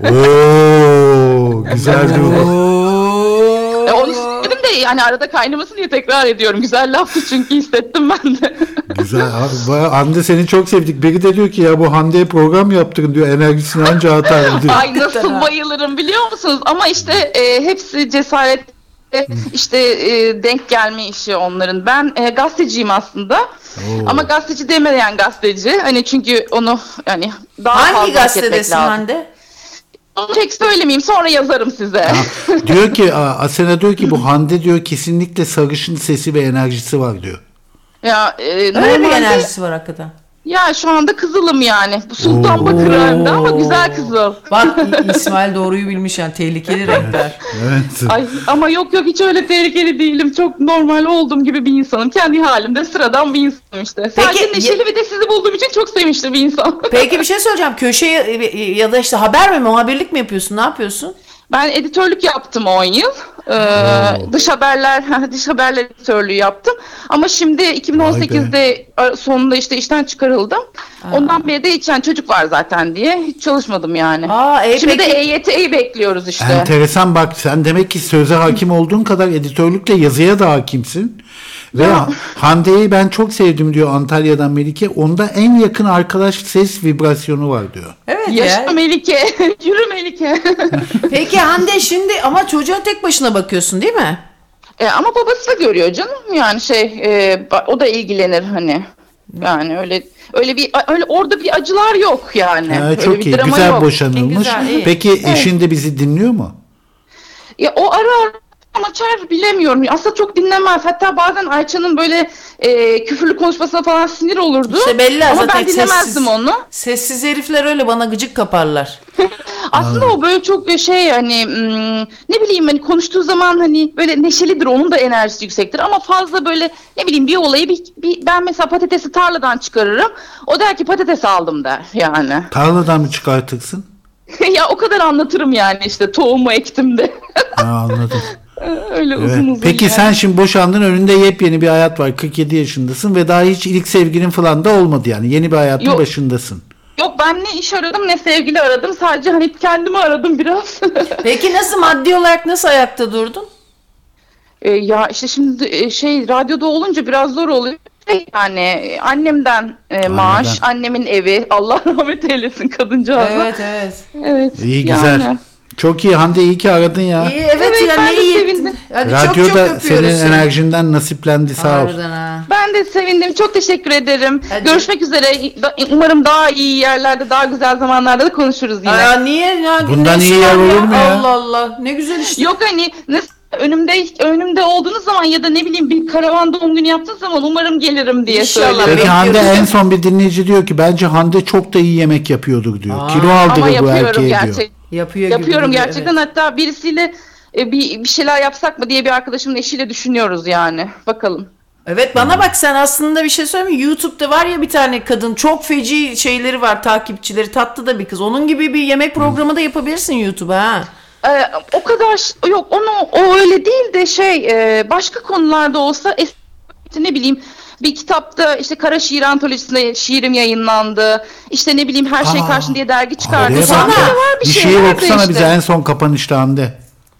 Oo, güzel bir E, onu istedim de yani arada kaynamasın diye tekrar ediyorum. Güzel laftı çünkü hissettim ben de. Güzel. Abi, Hande seni çok sevdik. Biri de diyor ki ya bu Hande'ye program yaptırın diyor. Enerjisini anca atar diyor. Ay nasıl bayılırım biliyor musunuz? Ama işte e, hepsi cesaret işte e, denk gelme işi onların. Ben e, gazeteciyim aslında. Oo. Ama gazeteci demeyen gazeteci. Hani çünkü onu yani daha hangi fazla gazetedesin Hande? Onu tek söylemeyeyim sonra yazarım size. Ya, diyor ki Asena diyor ki bu Hande diyor kesinlikle sarışın sesi ve enerjisi var diyor. Ya e, öyle normalde, bir enerjisi var hakikaten. Ya şu anda kızılım yani. Bu Sultan Bakır halinde ama güzel kızıl. Bak İsmail doğruyu bilmiş yani tehlikeli renkler. Evet. Ay, ama yok yok hiç öyle tehlikeli değilim. Çok normal olduğum gibi bir insanım. Kendi halimde sıradan bir insanım işte. Peki, Sadece neşeli ya... bir de sizi bulduğum için çok sevinçli bir insan. Peki bir şey söyleyeceğim. Köşe ya da işte haber mi muhabirlik mi yapıyorsun? Ne yapıyorsun? Ben editörlük yaptım on yıl. Ee, dış haberler, dış haberler editörlüğü yaptım. Ama şimdi iki bin on sekizde sonunda işte işten çıkarıldım. Aa. Ondan beri de hiç yani çocuk var zaten diye hiç çalışmadım yani. Aa, e, şimdi peki... de E Y T'yi bekliyoruz işte. Enteresan bak sen demek ki söze hakim olduğun kadar editörlükle yazıya da hakimsin. Ve Hande'yi ben çok sevdim diyor Antalya'dan Melike. Onda en yakın arkadaş ses vibrasyonu var diyor. Evet yaşa ya. Melike. Yürü Melike. Peki Hande şimdi ama çocuğa tek başına bakıyorsun değil mi? E, ama babası da görüyor canım. Yani şey e, o da ilgilenir hani. Yani öyle öyle bir öyle orada bir acılar yok yani. Ha, çok öyle iyi. Bir güzel yok. boşanılmış. Güzel, iyi. Peki evet. Eşin de bizi dinliyor mu? Ya o ara açar bilemiyorum. Aslında çok dinlemez. Hatta bazen Ayça'nın böyle e, küfürlü konuşmasına falan sinir olurdu. İşte belli ama zaten ben dinlemezdim sessiz, onu. Sessiz herifler öyle bana gıcık kaparlar. Aslında o böyle çok şey hani ne bileyim hani konuştuğu zaman hani böyle neşelidir, onun da enerjisi yüksektir ama fazla böyle ne bileyim bir olayı bir, bir ben mesela patatesi tarladan çıkarırım. O der ki patates aldım der yani. Tarladan mı çıkartırsın? Ya o kadar anlatırım yani işte tohumu ektim de. Ha, anladım. Öyle Evet. uzun uzun. Peki yani. sen şimdi boşandın, önünde yepyeni bir hayat var. kırk yedi yaşındasın ve daha hiç ilk sevgilin falan da olmadı yani. Yeni bir hayatın Yok. başındasın. Yok, ben ne iş aradım ne sevgili aradım. Sadece hani kendimi aradım biraz. Peki nasıl, maddi olarak nasıl ayakta durdun? E, ya işte şimdi e, şey radyoda olunca biraz zor oluyor. Yani annemden e, maaş, Anneden. annemin evi. Allah rahmet eylesin kadıncağıza. Evet evet. Evet. İyi güzel. Yani. Çok iyi Hande, iyi ki aradın ya. İyi, evet, Evet, ya ben ne de iyi sevindim. ettin. Hadi Radyoda çok çok öpüyoruz senin seni. enerjinden nasiplendi, sağ ol. Harbiden ha. Ben de sevindim. Çok teşekkür ederim. Hadi. Görüşmek üzere. Umarım daha iyi yerlerde, daha güzel zamanlarda da konuşuruz yine. Aa, niye ya? Bundan Nesi iyi yer var olur mu ya? Allah Allah. Ne güzel işte. Yok hani ne, önümde önümde olduğunuz zaman ya da ne bileyim bir karavan doğum günü yaptığınız zaman umarım gelirim diye İnşallah. söylüyorum. Peki Hande, Bekliyoruz. en son bir dinleyici diyor ki bence Hande çok da iyi yemek yapıyordur diyor. Aa. Kilo Ama aldırır bu yapıyorum erkeğe diyor. gerçekten. Yapıyor gibi Yapıyorum duruyor, gerçekten. evet. Hatta birisiyle e, bir bir şeyler yapsak mı diye bir arkadaşımın eşiyle düşünüyoruz yani. Bakalım. Evet, bana bak, sen aslında bir şey söyleyeyim mi? YouTube'da var ya bir tane kadın, çok feci şeyleri var, takipçileri, tatlı da bir kız. Onun gibi bir yemek programı da yapabilirsin YouTube'a ha. Ee, o kadar ş- yok, onu o öyle değil de şey e, başka konularda olsa es- ne bileyim bir kitapta işte Kara Şiir Antolojisi'nde şiirim yayınlandı. İşte ne bileyim Her Şey Aa, Karşın diye dergi çıkardı. Hadi Sonra bak ya. var bir, bir şey şiir vardı okusana işte. bize en son kapanışta Hande.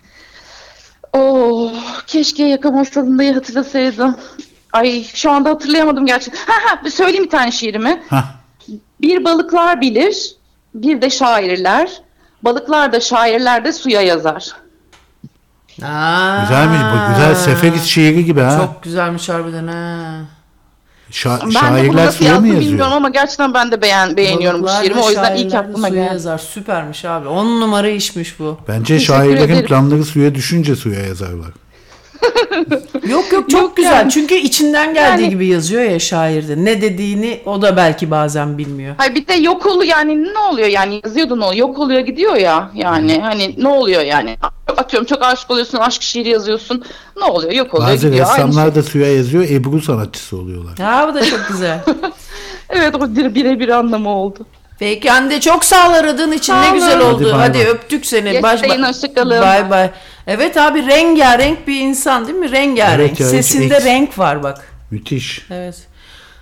Oh, keşke Yakamoz tadındayı hatırlasaydım. Ay şu anda hatırlayamadım gerçekten. Ha ha, söyleyeyim bir tane şiirimi. Hah. Bir balıklar bilir, bir de şairler. Balıklar da şairler de suya yazar. Aa, Güzelmiş bu, güzel Seferiz şiiri gibi ha. Çok güzelmiş harbiden ha. Şa- Ben de bunu şairler nasıl suya mı yazdım yazıyor? bilmiyorum ama gerçekten ben de beğen beğeniyorum bu Balıklar şiirimi. ve O yüzden ilk şairler de aklıma suya geldi. yazar. Süpermiş abi. On numara işmiş bu. Bence Teşekkür şairlerin ederim. planları suya düşünce suya yazarlar. Yok yok, çok Yok güzel. yani. Çünkü içinden geldiği Yani- gibi yazıyor ya şairde. Ne dediğini o da belki bazen bilmiyor. Hayır bir de yok oluyor yani ne oluyor yani yazıyordu ne oluyor yok oluyor gidiyor ya yani hani ne oluyor yani atıyorum çok aşık oluyorsun aşk şiiri yazıyorsun ne oluyor yok oluyor Bazı gidiyor. Aynı ressamlar şey. da suya yazıyor, Ebru sanatçısı oluyorlar. Ha, bu da çok güzel. Evet o bir- birebir anlamı oldu. Peki Hande, çok sağ ol aradığın için, Sağ ne olun. güzel oldu. Hadi Hadi, bay bay. öptük seni. Yaşayın, hoşça kalın. Bay bay. Evet abi, rengarenk bir insan değil mi? Rengarenk. Evet ya, hiç Sesinde eks- renk var bak. Müthiş. Evet.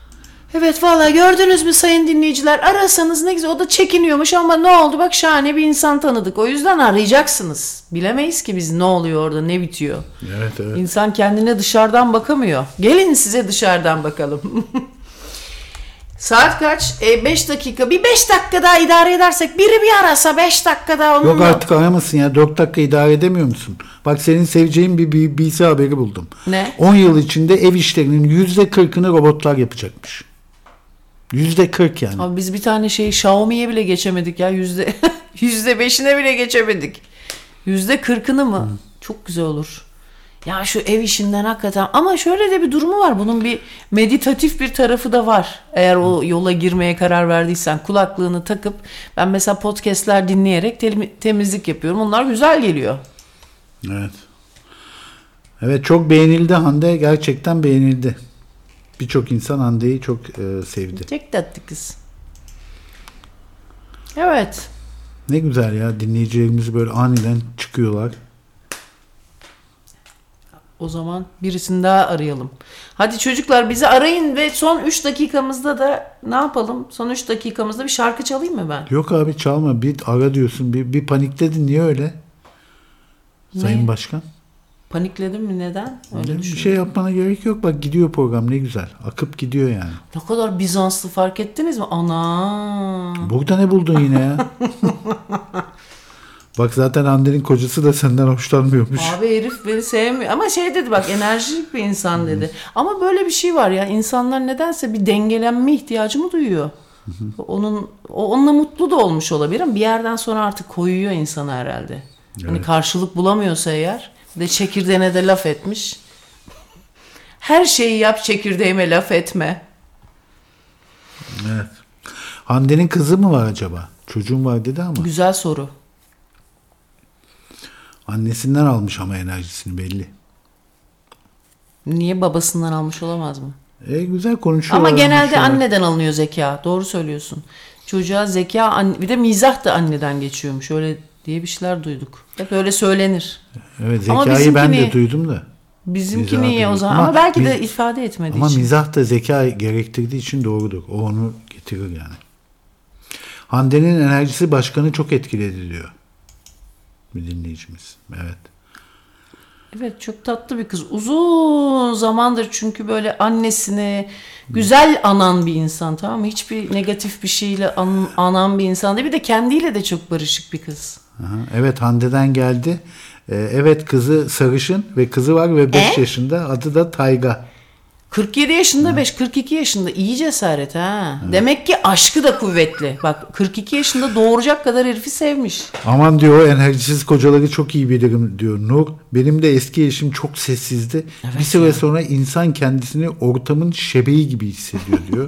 Evet vallahi gördünüz mü sayın dinleyiciler, arasanız ne güzel, o da çekiniyormuş ama ne oldu bak, şahane bir insan tanıdık. O yüzden arayacaksınız. Bilemeyiz ki biz ne oluyor orada, ne bitiyor. Evet evet. İnsan kendine dışarıdan bakamıyor. Gelin size dışarıdan bakalım. Saat kaç? beş dakika. Bir beş dakika daha idare edersek, biri bir arasa beş dakika daha onunla. Yok artık aramasın ya. dört dakika idare edemiyor musun? Bak senin seveceğin bir B B C haberi buldum. Ne? on yıl içinde ev işlerinin yüzde kırkını robotlar yapacakmış. yüzde kırk yani. Abi biz bir tane şey Xiaomi'ye bile geçemedik ya. Yüzde yüzde beşine bile geçemedik. Yüzde kırkını mı? Hmm. Çok güzel olur. Ya şu ev işinden hakikaten, ama şöyle de bir durumu var. Bunun bir meditatif bir tarafı da var. Eğer o yola girmeye karar verdiysen, kulaklığını takıp, ben mesela podcastler dinleyerek te- temizlik yapıyorum. Onlar güzel geliyor. Evet. Evet, çok beğenildi Hande. Gerçekten beğenildi. Birçok insan Hande'yi çok e, sevdi. Çok tatlı kız. Evet. Ne güzel ya, dinleyicilerimiz böyle aniden çıkıyorlar. O zaman birisini daha arayalım. Hadi çocuklar bizi arayın ve son üç dakikamızda da ne yapalım? Son üç dakikamızda bir şarkı çalayım mı ben? Yok abi çalma, bir ara diyorsun, bir, bir panikledin, niye öyle? Ne? Sayın Başkan. Panikledin mi, neden? Öyle bir şey yapmana gerek yok, bak gidiyor program, ne güzel. Akıp gidiyor yani. Ne kadar Bizanslı, fark ettiniz mi? Ana. Burada ne buldun yine ya? Bak zaten Hande'nin kocası da senden hoşlanmıyormuş. Abi herif beni sevmiyor. Ama şey dedi bak, enerjik bir insan dedi. Ama böyle bir şey var ya, insanlar nedense bir dengelenme ihtiyacı mı duyuyor? Onun o onunla mutlu da olmuş olabilir ama bir yerden sonra artık koyuyor insana herhalde. Evet. Hani karşılık bulamıyorsa eğer, de çekirdeğine de laf etmiş. Her şeyi yap, çekirdeğime laf etme. Evet. Hande'nin kızı mı var acaba? Çocuğum var dedi ama. Güzel soru. Annesinden almış ama enerjisini belli. Niye babasından almış olamaz mı? E güzel konuşuyor. Ama genelde anneden alınıyor zeka. Doğru söylüyorsun. Çocuğa zeka, bir de mizah da anneden geçiyormuş. Öyle diye bir şeyler duyduk. Hep öyle söylenir. Evet, zekayı ben de duydum da. Bizimki niye o zaman? Ama, ama belki de ifade etmediği ama için. Ama mizah da zeka gerektirdiği için doğrudur. O onu getirir yani. Hande'nin enerjisi başkanı çok etkiledi diyor bir dinleyicimiz. Evet. Evet, çok tatlı bir kız. Uzun zamandır çünkü böyle annesini güzel anan bir insan, tamam mı? Hiçbir negatif bir şeyle an, anan bir insan değil. Bir de kendiyle de çok barışık bir kız. Aha, evet, Hande'den geldi. Ee, evet, kızı sarışın ve kızı var ve beş e? yaşında. Adı da Tayga. kırk yedi yaşında, beş, kırk iki yaşında, iyi cesaret ha. Evet. Demek ki aşkı da kuvvetli. Bak kırk iki yaşında doğuracak kadar herifi sevmiş. Aman diyor, o enerjisiz kocaları çok iyi bilirim diyor Nur. Benim de eski eşim çok sessizdi. Evet, bir süre ya. sonra insan kendisini ortamın şebeği gibi hissediyor diyor.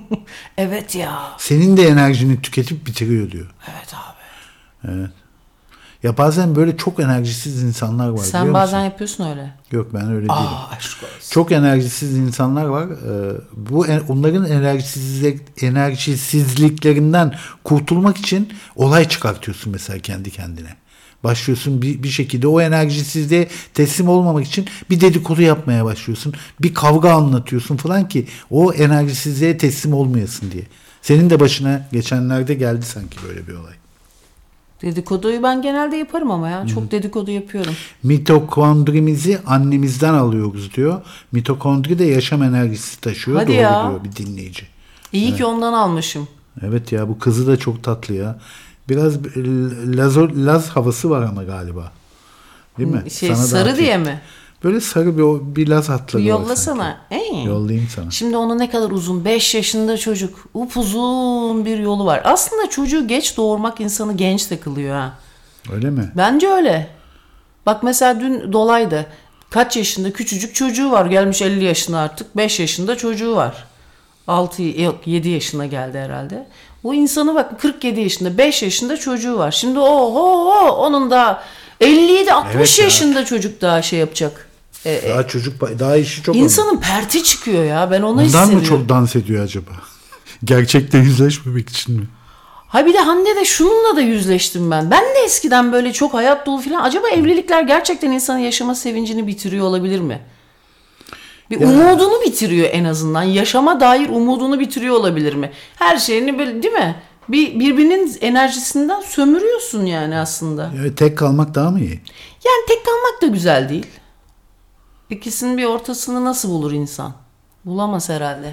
Evet ya. Senin de enerjini tüketip bitiriyor diyor. Evet abi. Evet. Ya bazen böyle çok enerjisiz insanlar var. Sen bazen musun? Yapıyorsun öyle. Yok, ben öyle Aa, değilim. aşk olsun. Çok enerjisiz insanlar var. Ee, bu onların enerjisizlik, enerjisizliklerinden kurtulmak için olay çıkartıyorsun mesela kendi kendine. Başlıyorsun bir, bir şekilde o enerjisizliğe teslim olmamak için bir dedikodu yapmaya başlıyorsun. Bir kavga anlatıyorsun falan ki o enerjisizliğe teslim olmayasın diye. Senin de başına geçenlerde geldi sanki böyle bir olay. Dedikoduyu ben genelde yaparım ama ya. Çok Hı-hı. dedikodu yapıyorum. Mitokondrimizi annemizden alıyoruz diyor. Mitokondri de yaşam enerjisi taşıyor. Hadi Doğru ya. diyor bir dinleyici. İyi evet. ki ondan almışım. Evet ya, bu kızı da çok tatlı ya. Biraz Laz, Laz havası var ama galiba. Değil mi? Şey, sana sarı diye mi? Böyle sarı bir, bir Laz hatları var yollasana. Ee. Yollayayım sana. Şimdi onu ne kadar uzun. beş yaşında çocuk. Upuzun bir yolu var. Aslında çocuğu geç doğurmak insanı genç de kılıyor ha. Öyle mi? Bence öyle. Bak mesela dün dolaydı. Kaç yaşında küçücük çocuğu var. Gelmiş elli yaşında artık. beş yaşında çocuğu var. altı yok yedi yaşına geldi herhalde. Bu insanı bak, kırk yedi yaşında, beş yaşında çocuğu var. Şimdi oho onun da elli yedi altmış evet yaşında çocuk daha şey yapacak. Daha ee, çocuk daha işi çok. İnsanın onun perti çıkıyor ya. Ben onu Ondan hissediyorum. Ondan mı çok dans ediyor acaba? Gerçekte yüzleşmemek için mi? Ha bir de Hande de şununla da yüzleştim ben. Ben de eskiden böyle çok hayat dolu falan. Acaba evlilikler gerçekten insanın yaşama sevincini bitiriyor olabilir mi? Bir Ya. umudunu bitiriyor en azından. Yaşama dair umudunu bitiriyor olabilir mi? Her şeyini böyle, değil mi? Bir birbirinin enerjisinden sömürüyorsun yani aslında. Ya, tek kalmak daha mı iyi? Yani tek kalmak da güzel değil. İkisinin bir ortasını nasıl bulur insan? Bulamaz herhalde.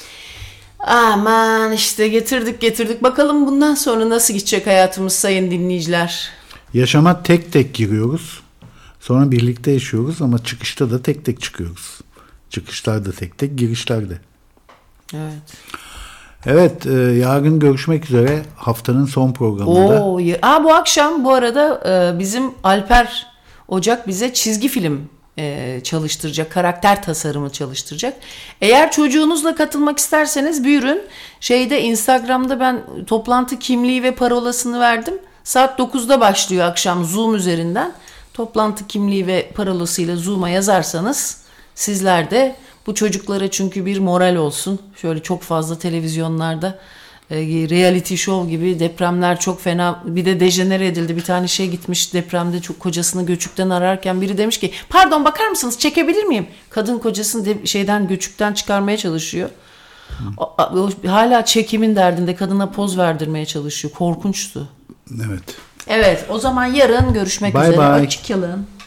Aman işte getirdik getirdik. Bakalım bundan sonra nasıl gidecek hayatımız sayın dinleyiciler. Yaşama tek tek giriyoruz. Sonra birlikte yaşıyoruz ama çıkışta da tek tek çıkıyoruz. Çıkışlar da tek tek, girişler de. Evet. Evet, e, yarın görüşmek üzere haftanın son programında. Oo, ya- Aa, bu akşam bu arada e, bizim Alper Ocak bize çizgi film e, çalıştıracak, karakter tasarımı çalıştıracak. Eğer çocuğunuzla katılmak isterseniz buyurun. Şeyde Instagram'da ben toplantı kimliği ve parolasını verdim. Saat dokuzda başlıyor akşam Zoom üzerinden. Toplantı kimliği ve parolasıyla Zoom'a yazarsanız sizler de bu çocuklara çünkü bir moral olsun. Şöyle çok fazla televizyonlarda e, reality show gibi depremler çok fena, bir de dejenere edildi. Bir tane şey gitmiş depremde, çok kocasını göçükten ararken biri demiş ki pardon bakar mısınız çekebilir miyim? Kadın kocasını de, şeyden göçükten çıkarmaya çalışıyor. O, o, hala çekimin derdinde, kadına poz verdirmeye çalışıyor. Korkunçtu. Evet. Evet, o zaman yarın görüşmek Bye üzere. bye. Hoşçakalın.